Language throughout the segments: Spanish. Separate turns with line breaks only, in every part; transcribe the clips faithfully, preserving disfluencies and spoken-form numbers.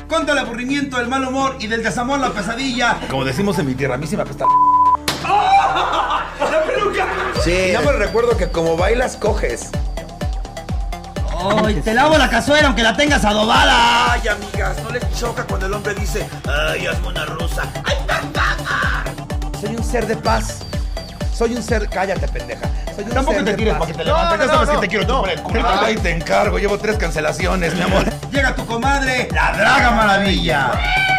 contra el aburrimiento, el mal humor y del desamor, la pesadilla. Como decimos en mi tierra, a mí sí me apesta. ¡Oh! ¡La peluca!
Sí, ya me recuerdo que como bailas, coges.
¡Ay, te lavo la cazuela aunque la tengas adobada!
Ay, amigas, ¿no les choca cuando el hombre dice, ay, hazme una rusa? ¡Ay, papá! Soy un ser de paz. Soy un ser... Cállate, pendeja. Soy un
Tampoco
ser
te
de
tires
paz.
para que te levantes.
No,
Ya
no,
sabes
no,
que te quiero
no.
chupar el culo.
Ay, te encargo. Llevo tres cancelaciones, mi amor.
Llega tu comadre, la Draga Maravilla.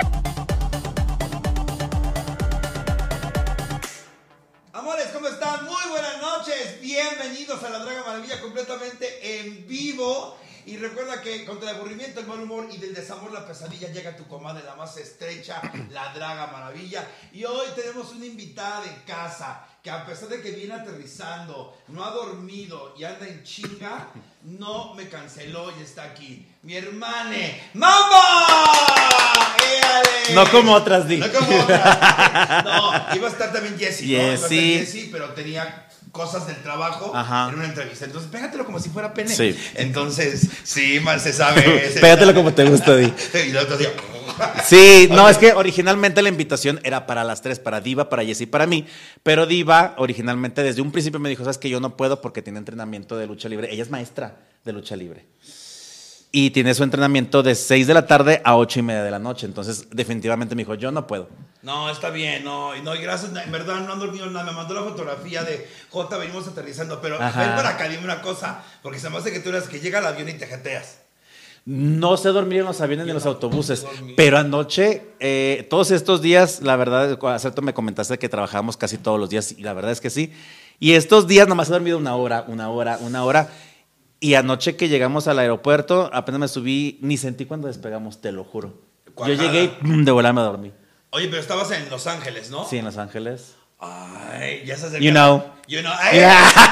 Amores, ¿cómo están? Muy buenas noches. Bienvenidos a la Draga Maravilla completamente en vivo. Y recuerda que contra el aburrimiento, el mal humor y del desamor, la pesadilla, llega tu comadre, la más estrecha, la Draga Maravilla. Y hoy tenemos una invitada de casa que, a pesar de que viene aterrizando, no ha dormido y anda en chinga, no me canceló y está aquí. Mi hermane, ¡Mambo! ¡Éale!
No como otras, di.
No como otras. No, iba a estar también Jessie, ¿no? Iba a estar
Jessie.
Jessie, pero tenía cosas del trabajo.
Ajá.
En una entrevista. Entonces, pégatelo como si fuera pene.
Sí.
Entonces, sí, mal se sabe. se
Pégatelo
sabe.
como te gusta, di.
Y el otro día.
Sí, no,
Ok.
es que originalmente la invitación era para las tres, para Diva, para Jessie y para mí. Pero Diva, originalmente, desde un principio me dijo, sabes que yo no puedo porque tiene entrenamiento de lucha libre. Ella es maestra de lucha libre. Y tiene su entrenamiento de seis de la tarde a ocho y media de la noche. Entonces, definitivamente me dijo, yo no puedo.
No, está bien, no, y no, y gracias, en verdad no han dormido nada, me mandó la fotografía de Jota, venimos aterrizando, pero
Ajá.
ven para acá, dime una cosa, porque se me hace que tú eres que llega el avión y te jeteas.
No sé dormir en los aviones ni en los
no
autobuses,
dormí.
pero anoche, eh, todos estos días, la verdad, acepto, me comentaste que trabajábamos casi todos los días, y la verdad es que sí. Y estos días nomás he dormido una hora, una hora, una hora. Y anoche que llegamos al aeropuerto, apenas me subí, ni sentí cuando despegamos, te lo juro.
Cuajada.
Yo llegué y pum, de volada me dormí.
Oye, pero estabas en Los Ángeles, ¿no?
Sí, en Los Ángeles.
Ay, ya se acerca.
You know.
You know. Ay,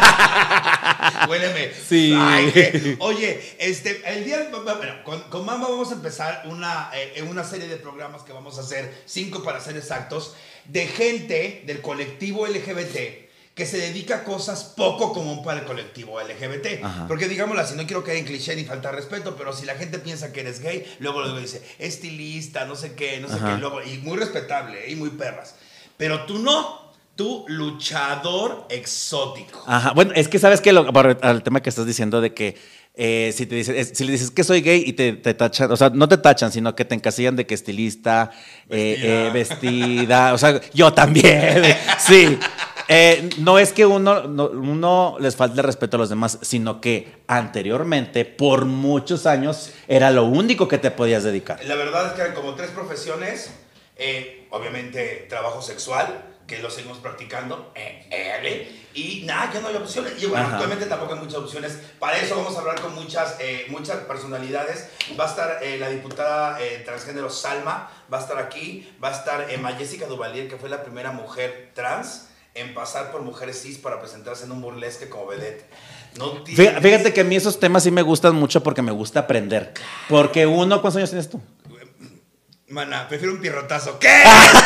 huéleme.
Sí.
Ay, que- oye, este, el día, bueno, con, con Mamba vamos a empezar una, eh, una serie de programas que vamos a hacer, cinco para ser exactos, de gente del colectivo L G B T que se dedica a cosas poco común para el colectivo L G B T.
Ajá.
Porque digámoslo así, no quiero caer en cliché ni faltar respeto, pero si la gente piensa que eres gay, luego luego dice, estilista, no sé qué, no sé
Ajá.
qué, luego, y muy respetable, ¿eh? Y muy perras. Pero tú no. Tú, luchador exótico.
Ajá, bueno, es que sabes que lo, por el tema que estás diciendo de que eh, si te dices, es- si le dices que soy gay y te, te tachan, o sea, no te tachan, sino que te encasillan de que estilista,
Vestida.
eh, eh, vestida, o sea, yo también, sí. Eh, no es que uno, no, uno les falte respeto a los demás, sino que anteriormente, por muchos años, era lo único que te podías dedicar.
La verdad es que eran como tres profesiones. Eh, obviamente, trabajo sexual, que lo seguimos practicando. Eh, eh, y nada, ya no hay opciones. Y bueno,
Ajá.
actualmente tampoco hay muchas opciones. Para eso vamos a hablar con muchas, eh, muchas personalidades. Va a estar eh, la diputada eh, transgénero Salma, va a estar aquí. Va a estar Emma Jessica Duvalier, que fue la primera mujer trans en pasar por mujeres cis para presentarse en un burlesque como vedette. No
Fí-
tienes-
Fíjate que a mí esos temas sí me gustan mucho porque me gusta aprender. Porque uno, ¿cuántos años tienes tú?
Mana, prefiero un pierrotazo. ¿Qué?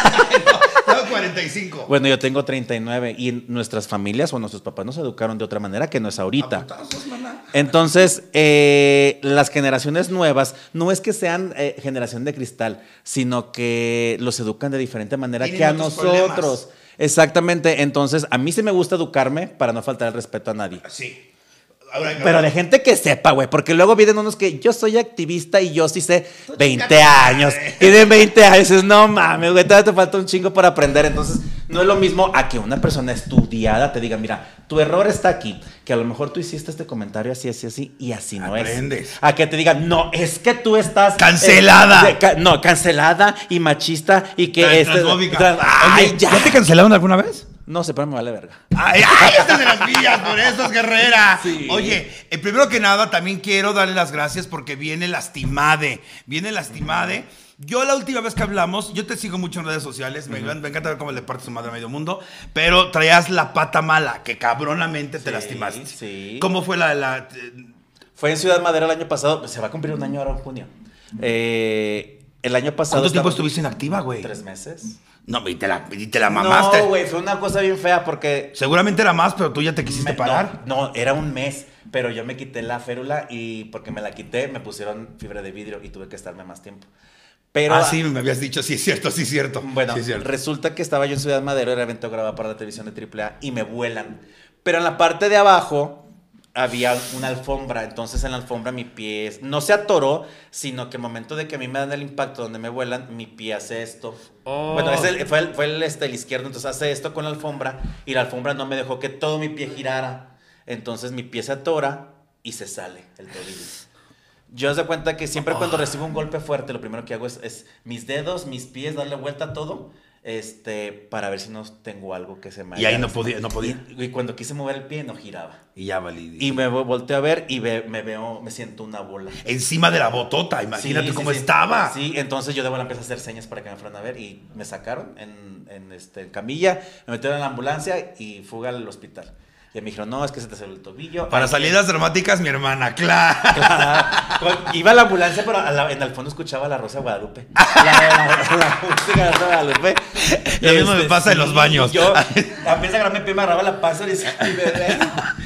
no, tengo cuarenta y cinco.
Bueno, yo tengo treinta y nueve y nuestras familias o nuestros papás nos educaron de otra manera que no es ahorita.
A putazos, maná.
Entonces, eh, las generaciones nuevas no es que sean eh, generación de cristal, sino que los educan de diferente manera
Tienen
que a
otros
nosotros.
problemas.
Exactamente. Entonces, a mí sí me gusta educarme para no faltar el respeto a nadie.
Sí. Ahora,
Pero de gente que sepa, güey, porque luego vienen unos que yo soy activista y yo sí sé
Tú
veinte
chinga tu
años.
madre.
Tienen veinte años, dices, no mames, güey, todavía te falta un chingo para aprender. Entonces, no es lo mismo a que una persona estudiada te diga, mira, tu error está aquí, que a lo mejor tú hiciste este comentario así, así, así, y así no
Aprendes.
es. A que te digan, no, es que tú estás...
Cancelada.
eh, de- ca- no, cancelada y machista y que...
Trans-
este,
transfóbica.
trans- ay,
Oye,
ya.
te cancelaron alguna vez?
No sé, pero me vale verga.
Ay, ay, esta es de las mías, por eso es guerrera.
Sí.
Oye, eh, primero que nada, también quiero darle las gracias porque viene lastimade. Viene lastimade. Yo la última vez que hablamos, yo te sigo mucho en redes sociales, me, me encanta ver cómo le parte su madre a medio mundo, pero traías la pata mala, que cabronamente te
Sí,
lastimaste.
sí.
¿Cómo fue la...? la
Fue en Ciudad Madera el año pasado, se va a cumplir un año ahora en junio. Eh, el año pasado...
¿Cuánto tiempo
estaba-
estuviste inactiva, güey?
Tres meses.
No, y te la, y te la mamaste.
No, güey, fue una cosa bien fea porque...
Seguramente era más, pero tú ya te quisiste
me-
parar.
No, no, era un mes, pero yo me quité la férula y porque me la quité me pusieron fibra de vidrio y tuve que estarme más tiempo. Pero,
ah, sí, me habías dicho, sí es cierto, sí es cierto.
Bueno,
sí es cierto.
resulta que estaba yo en Ciudad Madero, era evento grabado para la televisión de Triple A y me vuelan. Pero en la parte de abajo había una alfombra, entonces en la alfombra mi pie no se atoró, sino que el momento de que a mí me dan el impacto donde me vuelan, mi pie hace esto. Oh. Bueno, es el, fue, el, fue el, este, el izquierdo, entonces hace esto con la alfombra y la alfombra no me dejó que todo mi pie girara. Entonces mi pie se atora y se sale el tobillo. Yo os doy cuenta que siempre cuando recibo un golpe fuerte, lo primero que hago es, es mis dedos, mis pies, darle vuelta a todo, este, para ver si no tengo algo que se me...
Y ahí no podía, no podía.
Y, y cuando quise mover el pie, no giraba.
Y ya valí.
Y me volteo a ver y ve, me veo, me siento una bola.
Encima de la botota, imagínate
sí,
cómo
sí,
estaba.
Sí, entonces yo de bola empecé a hacer señas para que me fueran a ver y me sacaron en, en, este, en camilla, me metieron en la ambulancia y fuga al hospital. Y me dijeron, no, es que se te salió el tobillo.
Para salidas que... dramáticas, mi hermana, claro.
claro. Iba a la ambulancia, pero a la, en el fondo escuchaba la Rosa de Guadalupe. La, la, la, la música de la Rosa de Guadalupe.
Lo este, mismo me pasa sí, en los baños.
Yo, a veces agarré mi pie, me agarraba la panza y decía, ay, bebé.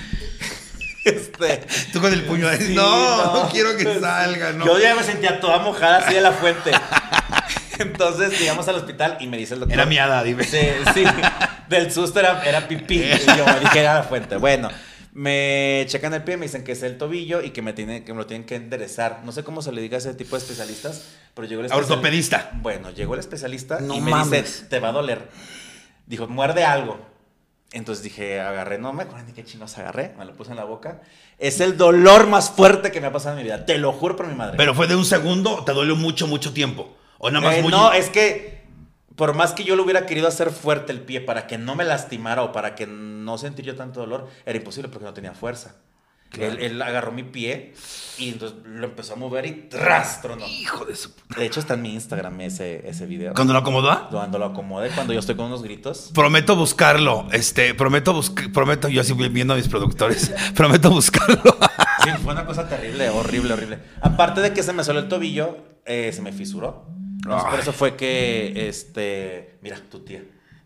Este,
Tú con el puño de... Sí, no, no, no quiero que sí. salga, no.
Yo ya me sentía toda mojada así de la fuente. Entonces llegamos al hospital y me dice el doctor.
Era miada, dime.
Sí, sí. Del susto era, era pipí. Y yo me dije, era la fuente. Bueno, me checan el pie, me dicen que es el tobillo y que me, tiene, que me lo tienen que enderezar. No sé cómo se le diga a ese tipo de especialistas, pero llegó el especialista.
Ortopedista.
Bueno, llegó el especialista
no
y me
mames.
dice, te va a doler. Dijo, muerde algo. Entonces dije, agarré, no me acuerdo ni qué chinos agarré, me lo puse en la boca. Es el dolor más fuerte que me ha pasado en mi vida, te lo juro por mi madre.
Pero fue de un segundo, te dolió mucho, mucho tiempo. O nada más
eh,
muy...
No, es que por más que yo lo hubiera querido hacer fuerte el pie para que no me lastimara o para que no sentiría tanto dolor, era imposible porque no tenía fuerza. Claro. Él, él agarró mi pie y entonces lo empezó a mover y ¡tras! Tronó.
Hijo de su...
De hecho está en mi Instagram ese, ese video.
¿Cuándo lo acomodó?
Cuando lo acomode, cuando yo estoy con unos gritos.
Prometo buscarlo, este, prometo buscar, prometo, yo así viendo a mis productores, prometo buscarlo.
Sí, fue una cosa terrible, horrible, horrible. Aparte de que se me salió el tobillo, eh, se me fisuró. Entonces, por eso fue que, este, mira, tu tía.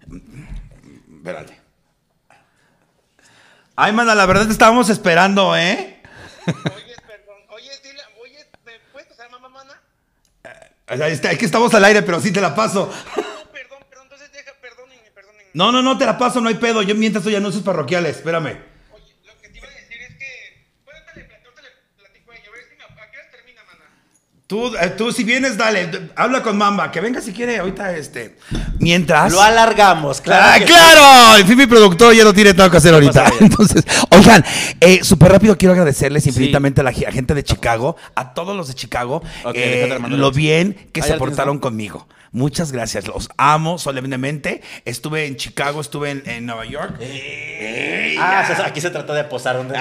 Espérate. Ay, mana, la verdad te estábamos esperando, ¿eh?
Oye, perdón. Oye, dile, oye, ¿me puedes pasar mamá, mana?
Eh, es que estamos al aire, pero sí te la paso.
No, perdón, perdón, entonces deja, perdónenme, perdónenme.
No, no, no, te la paso, no hay pedo. Yo mientras estoy anuncios parroquiales, espérame.
Oye, lo que te iba a decir es que, bueno, te le platico, te le platico a ella, a ver si me, ¿a qué hora termina, mana?
Tú, eh, tú, si vienes, dale, habla con Mamba, que venga si quiere, ahorita, este, mientras...
Lo alargamos, claro.
¡Ah, claro! Sí. El mi productor ya lo tiene todo que hacer ahorita. Entonces, oigan, eh, súper rápido quiero agradecerles infinitamente sí. a la a gente de Chicago, a todos los de Chicago, okay, eh, lo bien que ah, se portaron conmigo. Muchas gracias, los amo solemnemente. Estuve en Chicago, estuve en, en Nueva York.
Eh, ah, o sea, aquí se trata de posar un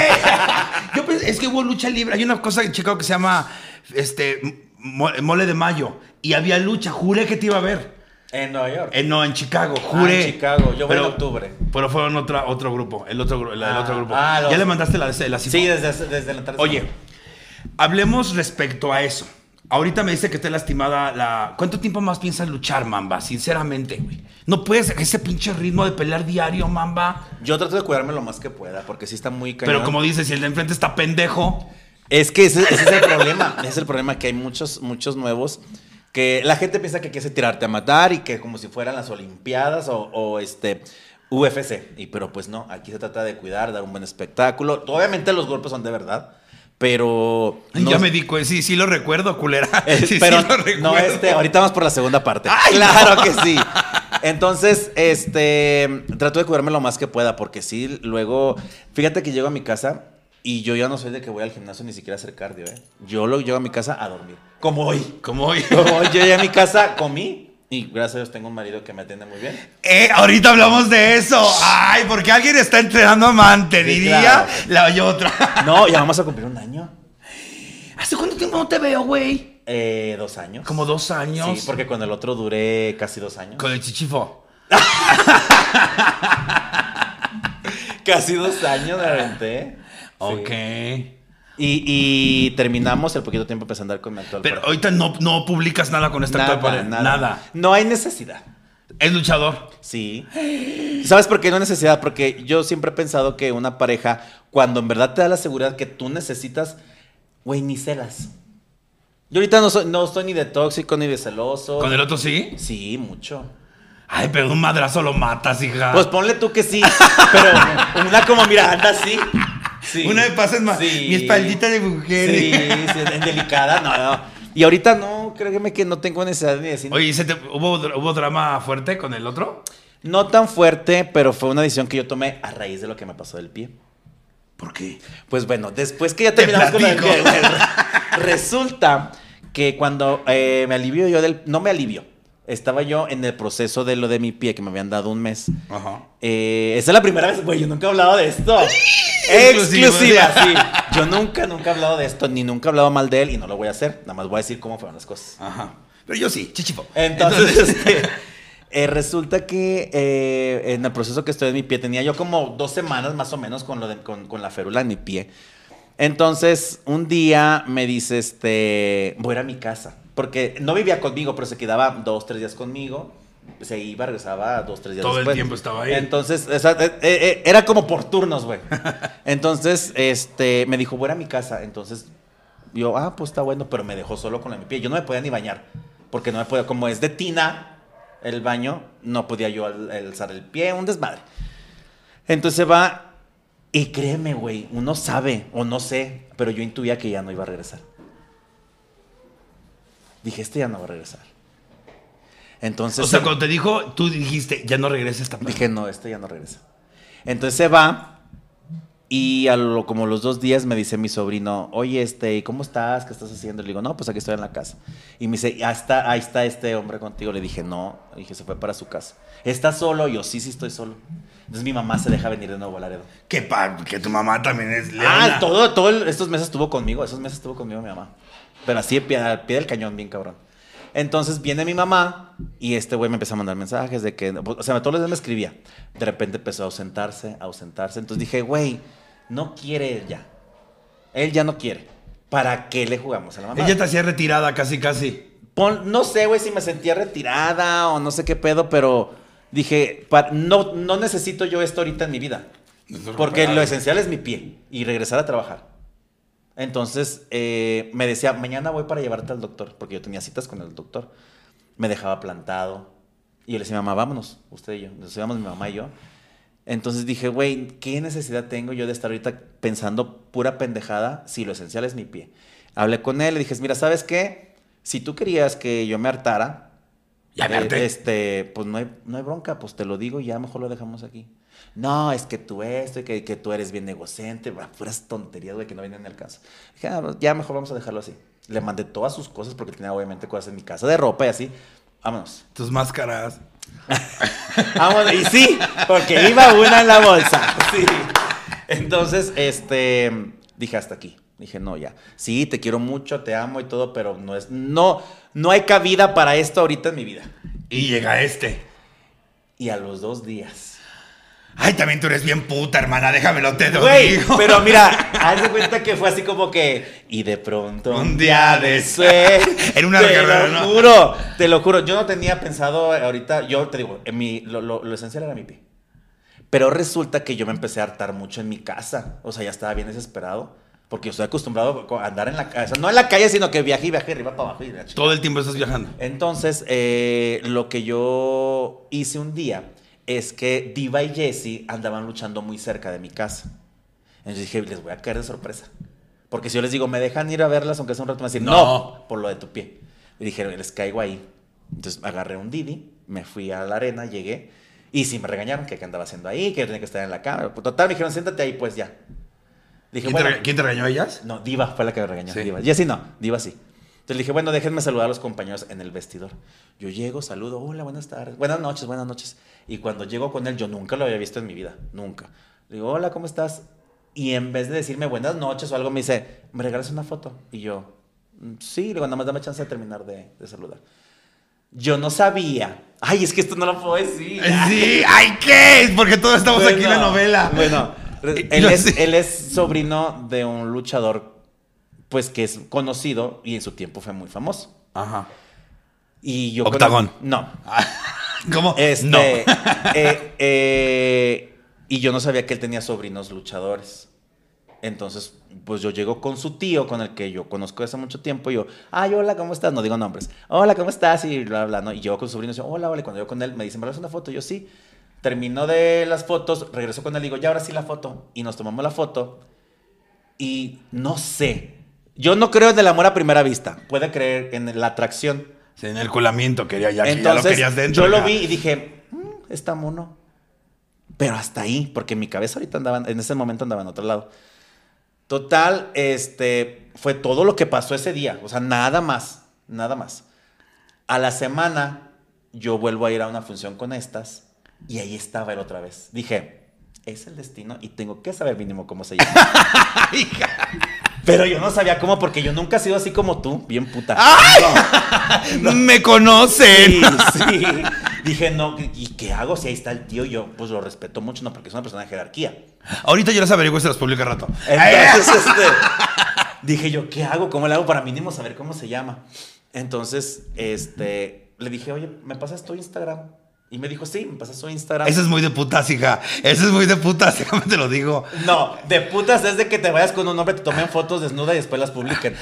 Yo pensé, es que hubo lucha libre. Hay una cosa en Chicago que se llama este mole de mayo. Y había lucha, juré que te iba a ver.
En Nueva York.
Eh, no, en Chicago, juré.
Ah, en Chicago, yo voy
pero,
en octubre.
Pero fueron otra, otro grupo, el otro, el, ah, el otro grupo.
Ah,
los... ¿Ya le mandaste la, la cifra?
Sí, desde, desde la tarde.
Oye, hablemos respecto a eso. Ahorita me dice que está lastimada la... ¿Cuánto tiempo más piensas luchar, Mamba? Sinceramente, güey. No puedes ese pinche ritmo de pelear diario, Mamba.
Yo trato de cuidarme lo más que pueda, porque sí está muy cañón.
Pero como dices, si el de enfrente está pendejo...
Es que ese, ese es el problema. Ese es el problema, que hay muchos, muchos nuevos que la gente piensa que quiere tirarte a matar y que como si fueran las Olimpiadas o, o este... U F C. Y, pero pues no, aquí se trata de cuidar, dar un buen espectáculo. Obviamente los golpes son de verdad. Pero...
No, ya me di cuenta, sí, sí lo recuerdo, culera.
Eh,
sí,
pero
sí lo recuerdo.
No, este, ahorita vamos por la segunda parte.
¡Ay,
claro
no!
que sí. Entonces, este, trato de cuidarme lo más que pueda, porque sí, luego, fíjate que llego a mi casa y yo ya no soy de que voy al gimnasio ni siquiera a hacer cardio, ¿eh? Yo lo llego a mi casa a dormir. Como hoy.
Como hoy.
Como hoy, yo llegué a mi casa, comí. Y gracias a Dios tengo un marido que me atiende muy bien.
Eh, ahorita hablamos de eso. Ay, porque alguien está entrenando amante, sí, diría claro. La oye otra.
No, ya vamos a cumplir un año.
¿Hace cuánto tiempo no te veo, güey?
Eh, dos años.
¿Como dos años?
Sí, porque con el otro duré casi dos años.
Con el chichifo.
Casi dos años me aventé.
Ok.
Sí. Y, y terminamos el poquito tiempo empezando a andar con mi actual
Pero
pareja.
ahorita no, no publicas nada con esta
nada,
actual pareja.
Nada.
Nada.
No hay necesidad.
¿Es luchador?
Sí. ¿Sabes por qué no hay necesidad? Porque yo siempre he pensado que una pareja, cuando en verdad te da la seguridad que tú necesitas, güey, ni celas. Yo ahorita no, soy, no estoy ni de tóxico ni de celoso.
¿Con el otro sí?
Sí, mucho.
Ay, pero un madrazo lo matas, hija.
Pues ponle tú que sí, pero una como, mira, anda así. Sí.
Una vez pasen más.
Sí.
Mi espaldita de mujer.
Sí, sí, en delicada, no, no. Y ahorita no, créeme que no tengo necesidad ni de decir.
Oye, ¿se te, hubo, ¿hubo drama fuerte con el otro?
No tan fuerte, pero fue una decisión que yo tomé a raíz de lo que me pasó del pie.
¿Por qué?
Pues bueno, después que ya terminamos con el pie, resulta que cuando eh, me alivió yo del... No me alivió. Estaba yo en el proceso de lo de mi pie, que me habían dado un mes.
Ajá.
Eh, esa es la primera vez, güey, yo nunca he hablado de esto. Exclusiva, sí. Yo nunca, nunca he hablado de esto, ni nunca he hablado mal de él, y no lo voy a hacer. Nada más voy a decir cómo fueron las cosas.
Ajá. Pero yo sí, chichifo.
Entonces, Entonces... Este, eh, resulta que eh, en el proceso que estoy en mi pie, tenía yo como dos semanas más o menos con, lo de, con, con la férula en mi pie. Entonces, un día me dice, este, voy a ir a mi casa. Porque no vivía conmigo, pero se quedaba dos, tres días conmigo. Se iba, regresaba dos, tres días
Todo
después.
el tiempo estaba ahí.
Entonces, o sea, eh, eh, era como por turnos, güey. Entonces, este, me dijo, voy a ir a mi casa. Entonces, yo, ah, pues está bueno, pero me dejó solo con la mi pie. Yo no me podía ni bañar, porque no me podía, como es de tina el baño, no podía yo al- alzar el pie, un desmadre. Entonces va, y créeme, güey, uno sabe, o no sé, pero yo intuía que ya no iba a regresar. Dije, este ya no va a regresar. Entonces,
O sea, cuando te dijo, tú dijiste, ya no regreses tampoco.
dije, no, este ya no regresa. Entonces se va y a lo, como los dos días me dice mi sobrino, oye, este, ¿cómo estás? ¿Qué estás haciendo? Le digo, no, pues aquí estoy en la casa. Y me dice, ahí está, ahí está este hombre contigo. Le dije, no. Le dije, se fue para su casa. ¿Estás solo? Y yo, sí, sí estoy solo. Entonces mi mamá se deja venir de nuevo a Laredo.
Que, pa, que tu mamá también es leona.
Ah, todo, todo el- estos meses estuvo conmigo. Esos meses estuvo conmigo mi mamá. Pero así al pie, al pie del cañón, bien cabrón. Entonces viene mi mamá y este güey me empezó a mandar mensajes de que, o sea, todos los días me escribía. De repente empezó a ausentarse, a ausentarse. Entonces dije, güey, no quiere él ya. Él ya no quiere. ¿Para qué le jugamos a la mamá?
Ella te hacía retirada casi, casi.
Pon- no sé, güey, si me sentía retirada o no sé qué pedo, pero dije, pa- no, no necesito yo esto ahorita en mi vida. Porque lo esencial es mi pie y regresar a trabajar. Entonces eh, me decía, mañana voy para llevarte al doctor, porque yo tenía citas con el doctor. Me dejaba plantado. Y yo le decía, mamá, vámonos, usted y yo. Nos íbamos mi mamá y yo. Entonces dije, güey, ¿qué necesidad tengo yo de estar ahorita pensando pura pendejada si lo esencial es mi pie? Hablé con él, le dije, mira, ¿sabes qué? Si tú querías que yo me hartara,
Ya me
eh,
harté.
este, pues no hay, no hay bronca, pues te lo digo y ya mejor lo dejamos aquí. No, es que tú esto y que, que tú eres bien egocéntrico, puras tonterías, güey, que no vienen al caso. Dije, ah, pues, ya mejor vamos a dejarlo así. Le mandé todas sus cosas porque tenía obviamente cosas en mi casa de ropa y así. Vámonos.
Tus máscaras.
Vámonos. Y sí, porque iba una en la bolsa. Sí. Entonces, este, dije hasta aquí. Dije, no, ya. Sí, te quiero mucho, te amo y todo, pero no es, no, no hay cabida para esto ahorita en mi vida.
Y llega este.
Y a los dos días.
Ay, también tú eres bien puta, hermana, déjamelo, te lo
Güey,
digo.
pero mira, haz de cuenta que fue así como que, y de pronto
Un día de
suerte.
En una
te
carrera,
lo
¿no?
juro, te lo juro. Yo no tenía pensado ahorita, yo te digo, en mi, lo, lo, lo esencial era mi pie. Pero resulta que yo me empecé a hartar mucho en mi casa. O sea, ya estaba bien desesperado. Porque yo estoy acostumbrado a andar en la calle. O sea, no en la calle, sino que viaje y viaje arriba para abajo. Y la
Todo el tiempo estás viajando.
Entonces, eh, lo que yo hice un día es que Diva y Jessie andaban luchando muy cerca de mi casa. Entonces dije, les voy a caer de sorpresa. Porque si yo les digo, ¿me dejan ir a verlas aunque sea un rato? Me van a decir,
No.
no, por lo de tu pie. Y dije, les caigo ahí. Entonces agarré un Didi, me fui a la arena, llegué. Y sí me regañaron que qué andaba haciendo ahí, que yo tenía que estar en la cámara. Total, me dijeron, siéntate ahí, pues ya. Dije,
¿Quién,
bueno,
te, re- ¿Quién te regañó, ellas?
no, Diva fue la que me regañó.
Sí.
Diva. Jessie no, Diva sí. Entonces le dije, bueno, déjenme saludar a los compañeros en el vestidor. Yo llego, saludo, hola, buenas tardes, buenas noches, buenas noches. Y cuando llego con él, yo nunca lo había visto en mi vida, nunca. Le digo, hola, ¿cómo estás? Y en vez de decirme buenas noches o algo, me dice, ¿me regalas una foto? Y yo, "Mm, sí, le digo, nada más dame chance de terminar de, de saludar. Yo no sabía. Ay, es que esto no lo puedo decir.
Sí, ay, ¿qué? Porque todos estamos aquí en la
Bueno,
novela.
Bueno,
Y-
él
yo
es,
sí.
él es sobrino de un luchador, pues que es conocido y en su tiempo fue muy famoso.
Ajá.
Y yo
Octagón.
cono- No.
¿Cómo?
Este,
No.
eh, eh, y yo no sabía que él tenía sobrinos luchadores. Entonces, pues yo llego con su tío, con el que yo conozco hace mucho tiempo, y yo, ay, hola, ¿cómo estás? No digo nombres. Hola, ¿cómo estás? Y bla, bla, ¿no? Y yo con su sobrino, y yo, hola, vale. Cuando yo con él, me dicen, ¿me das una foto? Y yo, sí. Termino de las fotos, regreso con él y digo, ya, ahora sí la foto. Y nos tomamos la foto. Y no sé. Yo no creo en el amor a primera vista. Puede creer en la atracción.
Sí, en el culamiento quería ya, que
Entonces,
ya lo querías dentro.
yo
ya.
lo vi y dije, mmm, está mono. Pero hasta ahí, porque mi cabeza ahorita andaba, en ese momento andaba en otro lado. Total, este, fue todo lo que pasó ese día. O sea, nada más, nada más. A la semana, yo vuelvo a ir a una función con estas y ahí estaba él otra vez. Dije, es el destino y tengo que saber mínimo cómo se llama.
Hija.
Pero yo no sabía cómo, porque yo nunca he sido así como tú, bien puta.
¡Ay! No. Me conocen.
Sí, sí. Dije, no, ¿y qué hago si ahí está el tío? Yo, pues lo respeto mucho, no, porque es una persona de jerarquía.
Ahorita yo las averiguo y se las publico al rato.
Entonces, este, dije yo, ¿qué hago? ¿Cómo le hago para mínimo saber cómo se llama? Entonces, este, le dije, oye, ¿me pasas tu Instagram? Y me dijo, sí, me pasas su Instagram.
Eso es muy de putas, hija. Eso es muy de putas, déjame te lo digo.
No, de putas es de que te vayas con un hombre, te tomen fotos desnuda y después las publiquen.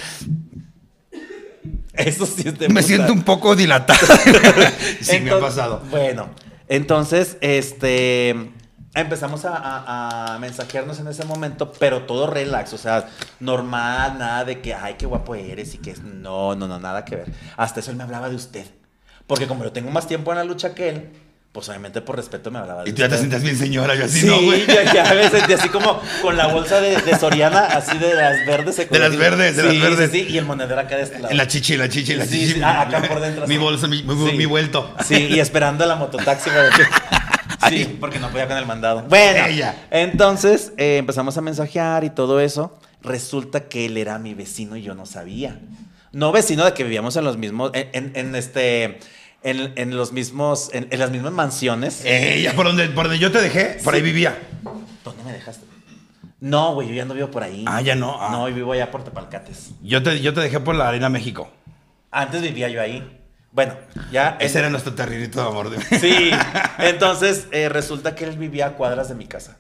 Eso sí es de
Me
putas.
siento un poco dilatado. Sí,
Entonces,
me ha pasado.
Bueno, entonces, este... empezamos a, a, a mensajearnos en ese momento, pero todo relax, o sea, normal, nada de que, ay, qué guapo eres y que es... No, no, no, nada que ver. Hasta eso él me hablaba de usted. Porque como yo tengo más tiempo en la lucha que él, pues obviamente por respeto me hablaba de
Y
usted.
tú ya te sentías bien señora, yo así,
Sí,
¿no, güey?
ya, ya me sentí así como con la bolsa de, de Soriana, así de las verdes.
De las verdes, de
sí,
las verdes.
Sí, sí, y el monedero acá de este lado.
En la chichi, la chichi, la
Sí,
chichi.
sí, ah, acá por dentro.
Mi
así.
bolsa, mi, mi,
Sí.
mi vuelto.
Sí, y esperando la mototaxi para que... Sí, porque no podía con el mandado. Bueno,
Ella.
entonces eh, empezamos a mensajear y todo eso. Resulta que él era mi vecino y yo no sabía. No vecino de que vivíamos en los mismos, en, en, en este, en, en los mismos, en, en las mismas mansiones.
Eh, ya por donde, por donde yo te dejé, por
Sí.
ahí vivía.
¿Dónde me dejaste? No, güey, yo ya no vivo por ahí.
Ah, ya no. Ah.
No, yo vivo allá por Tepalcates.
Yo te, yo te dejé por la Arena México.
Antes vivía yo ahí. Bueno, ya...
Ese era nuestro territorio de amor. De...
Sí, entonces eh, resulta que él vivía a cuadras de mi casa.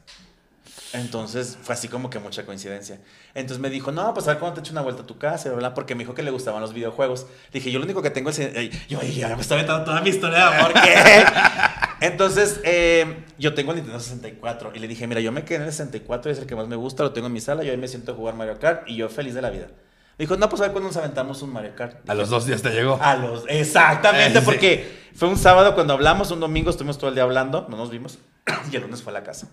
Entonces fue así como que mucha coincidencia. Entonces me dijo, no, pues a ver cuándo te echo una vuelta a tu casa, ¿verdad? Porque me dijo que le gustaban los videojuegos. Dije, yo lo único que tengo es... eh, yo, ay, ya me está aventando toda mi historia de amor, ¿qué? Entonces, eh, yo tengo el Nintendo sesenta y cuatro y le dije, mira, yo me quedé en el sesenta y cuatro, es el que más me gusta, lo tengo en mi sala, yo ahí me siento a jugar Mario Kart y yo feliz de la vida. Dijo, no, pues a ver cuándo nos aventamos un Mario Kart. Dije,
A los dos días te llegó.
A los... Exactamente,
Eh, sí.
porque fue un sábado cuando hablamos, un domingo estuvimos todo el día hablando, no nos vimos, y el lunes fue a la casa.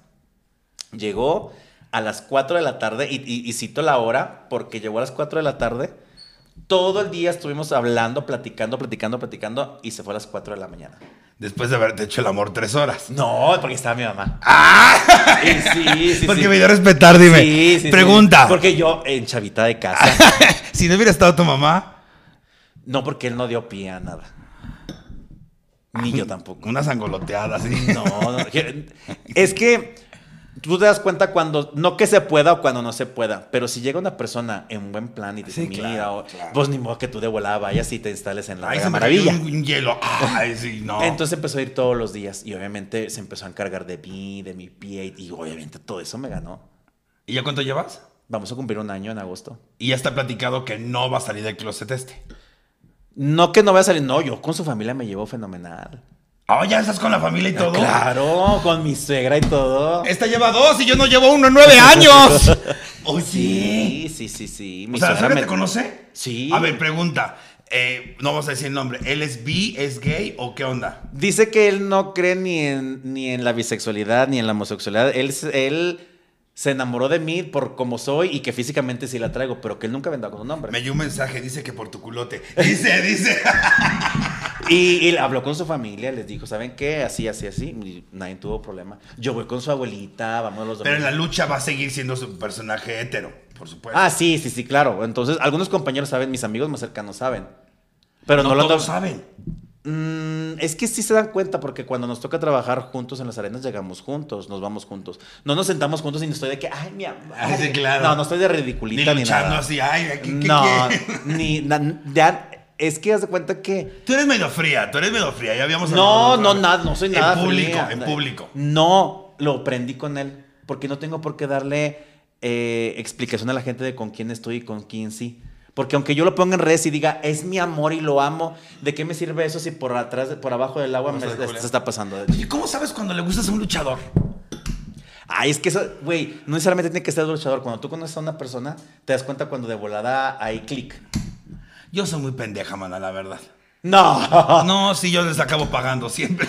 Llegó a las cuatro de la tarde, y, y, y cito la hora, porque llegó a las cuatro de la tarde, todo el día estuvimos hablando, platicando, platicando, platicando, y se fue a las cuatro de la mañana.
Después de haberte hecho el amor tres horas.
No, porque estaba mi mamá.
¡Ah!
Y sí, sí,
Porque
sí.
me dio a respetar, dime.
Sí, sí,
Pregunta.
sí. Porque yo, en chavita de casa,
Si no hubiera estado tu mamá,
no, porque él no dio pie a nada. Ni yo tampoco.
una sangoloteada así.
No, no, es que tú te das cuenta cuando, no que se pueda o cuando no se pueda, pero si llega una persona en buen plan y te dice,
Sí,
mira,
claro,
o-
claro.
pues ni modo que tú de volada vayas y te instales en la
Ay,
Mega
se me
Maravilla.
cayó un, un hielo. Ay, sí, no.
Entonces empezó a ir todos los días y obviamente se empezó a encargar de mí, de mi pie y obviamente todo eso me ganó.
¿Y ya cuánto llevas?
Vamos a cumplir un año en agosto.
Y ya está platicado que no va a salir del closet este.
No que no vaya a salir, no, yo con su familia me llevo fenomenal.
Oh, ya estás con la familia y todo.
Claro, con mi suegra y todo.
Esta lleva dos y yo no llevo uno en nueve años. Oh, sí.
Sí, sí, sí, sí.
O
Mi
sea, ¿la
suegra
suegra
me-
te conoce?
Sí.
A ver, pregunta. Eh, no vamos a decir el nombre. ¿Él es bi, es gay o qué onda?
Dice que él no cree ni en, ni en la bisexualidad ni en la homosexualidad. Él, él se enamoró de mí por como soy y que físicamente sí la traigo, pero que él nunca vendrá con un hombre.
Me dio un mensaje, dice que por tu culote. Dice, dice.
Y, y habló con su familia, les dijo, ¿saben qué? Así, así, así. Y nadie tuvo problema. Yo voy con su abuelita, vamos a los
Pero en la
domingos.
lucha va a seguir siendo su personaje hetero, por supuesto.
Ah, sí, sí, sí, claro. Entonces, algunos compañeros saben, mis amigos más cercanos saben. Pero no,
no,
lo
todos
andan-
saben.
Mm, es que sí se dan cuenta porque cuando nos toca trabajar juntos en las arenas llegamos juntos, nos vamos juntos. No nos sentamos juntos y no estoy de que, ay, mi amor.
Ah, sí, claro.
No, no estoy de
Ni
ridiculita ni,
luchando
nada.
así, ay, ¿qué, qué
no,
quiere?
ni na- ya, es que haz de cuenta que
Tú eres medio fría, tú eres medio fría, ya habíamos
no,
hablado
no,
de-
nada, no soy nada
En público,
fría.
en público.
No, lo aprendí con él porque no tengo por qué darle eh, explicación a la gente de con quién estoy y con quién sí. Porque aunque yo lo ponga en redes y diga, es mi amor y lo amo, ¿de qué me sirve eso si por atrás, por abajo del agua me, se, se está pasando?
¿Y cómo sabes cuando le gustas a un luchador?
Ay, es que eso, güey, no necesariamente tiene que ser luchador. Cuando tú conoces a una persona, te das cuenta cuando de volada hay clic.
Yo soy muy pendeja, mana, la verdad.
No.
No, sí, yo les acabo pagando siempre.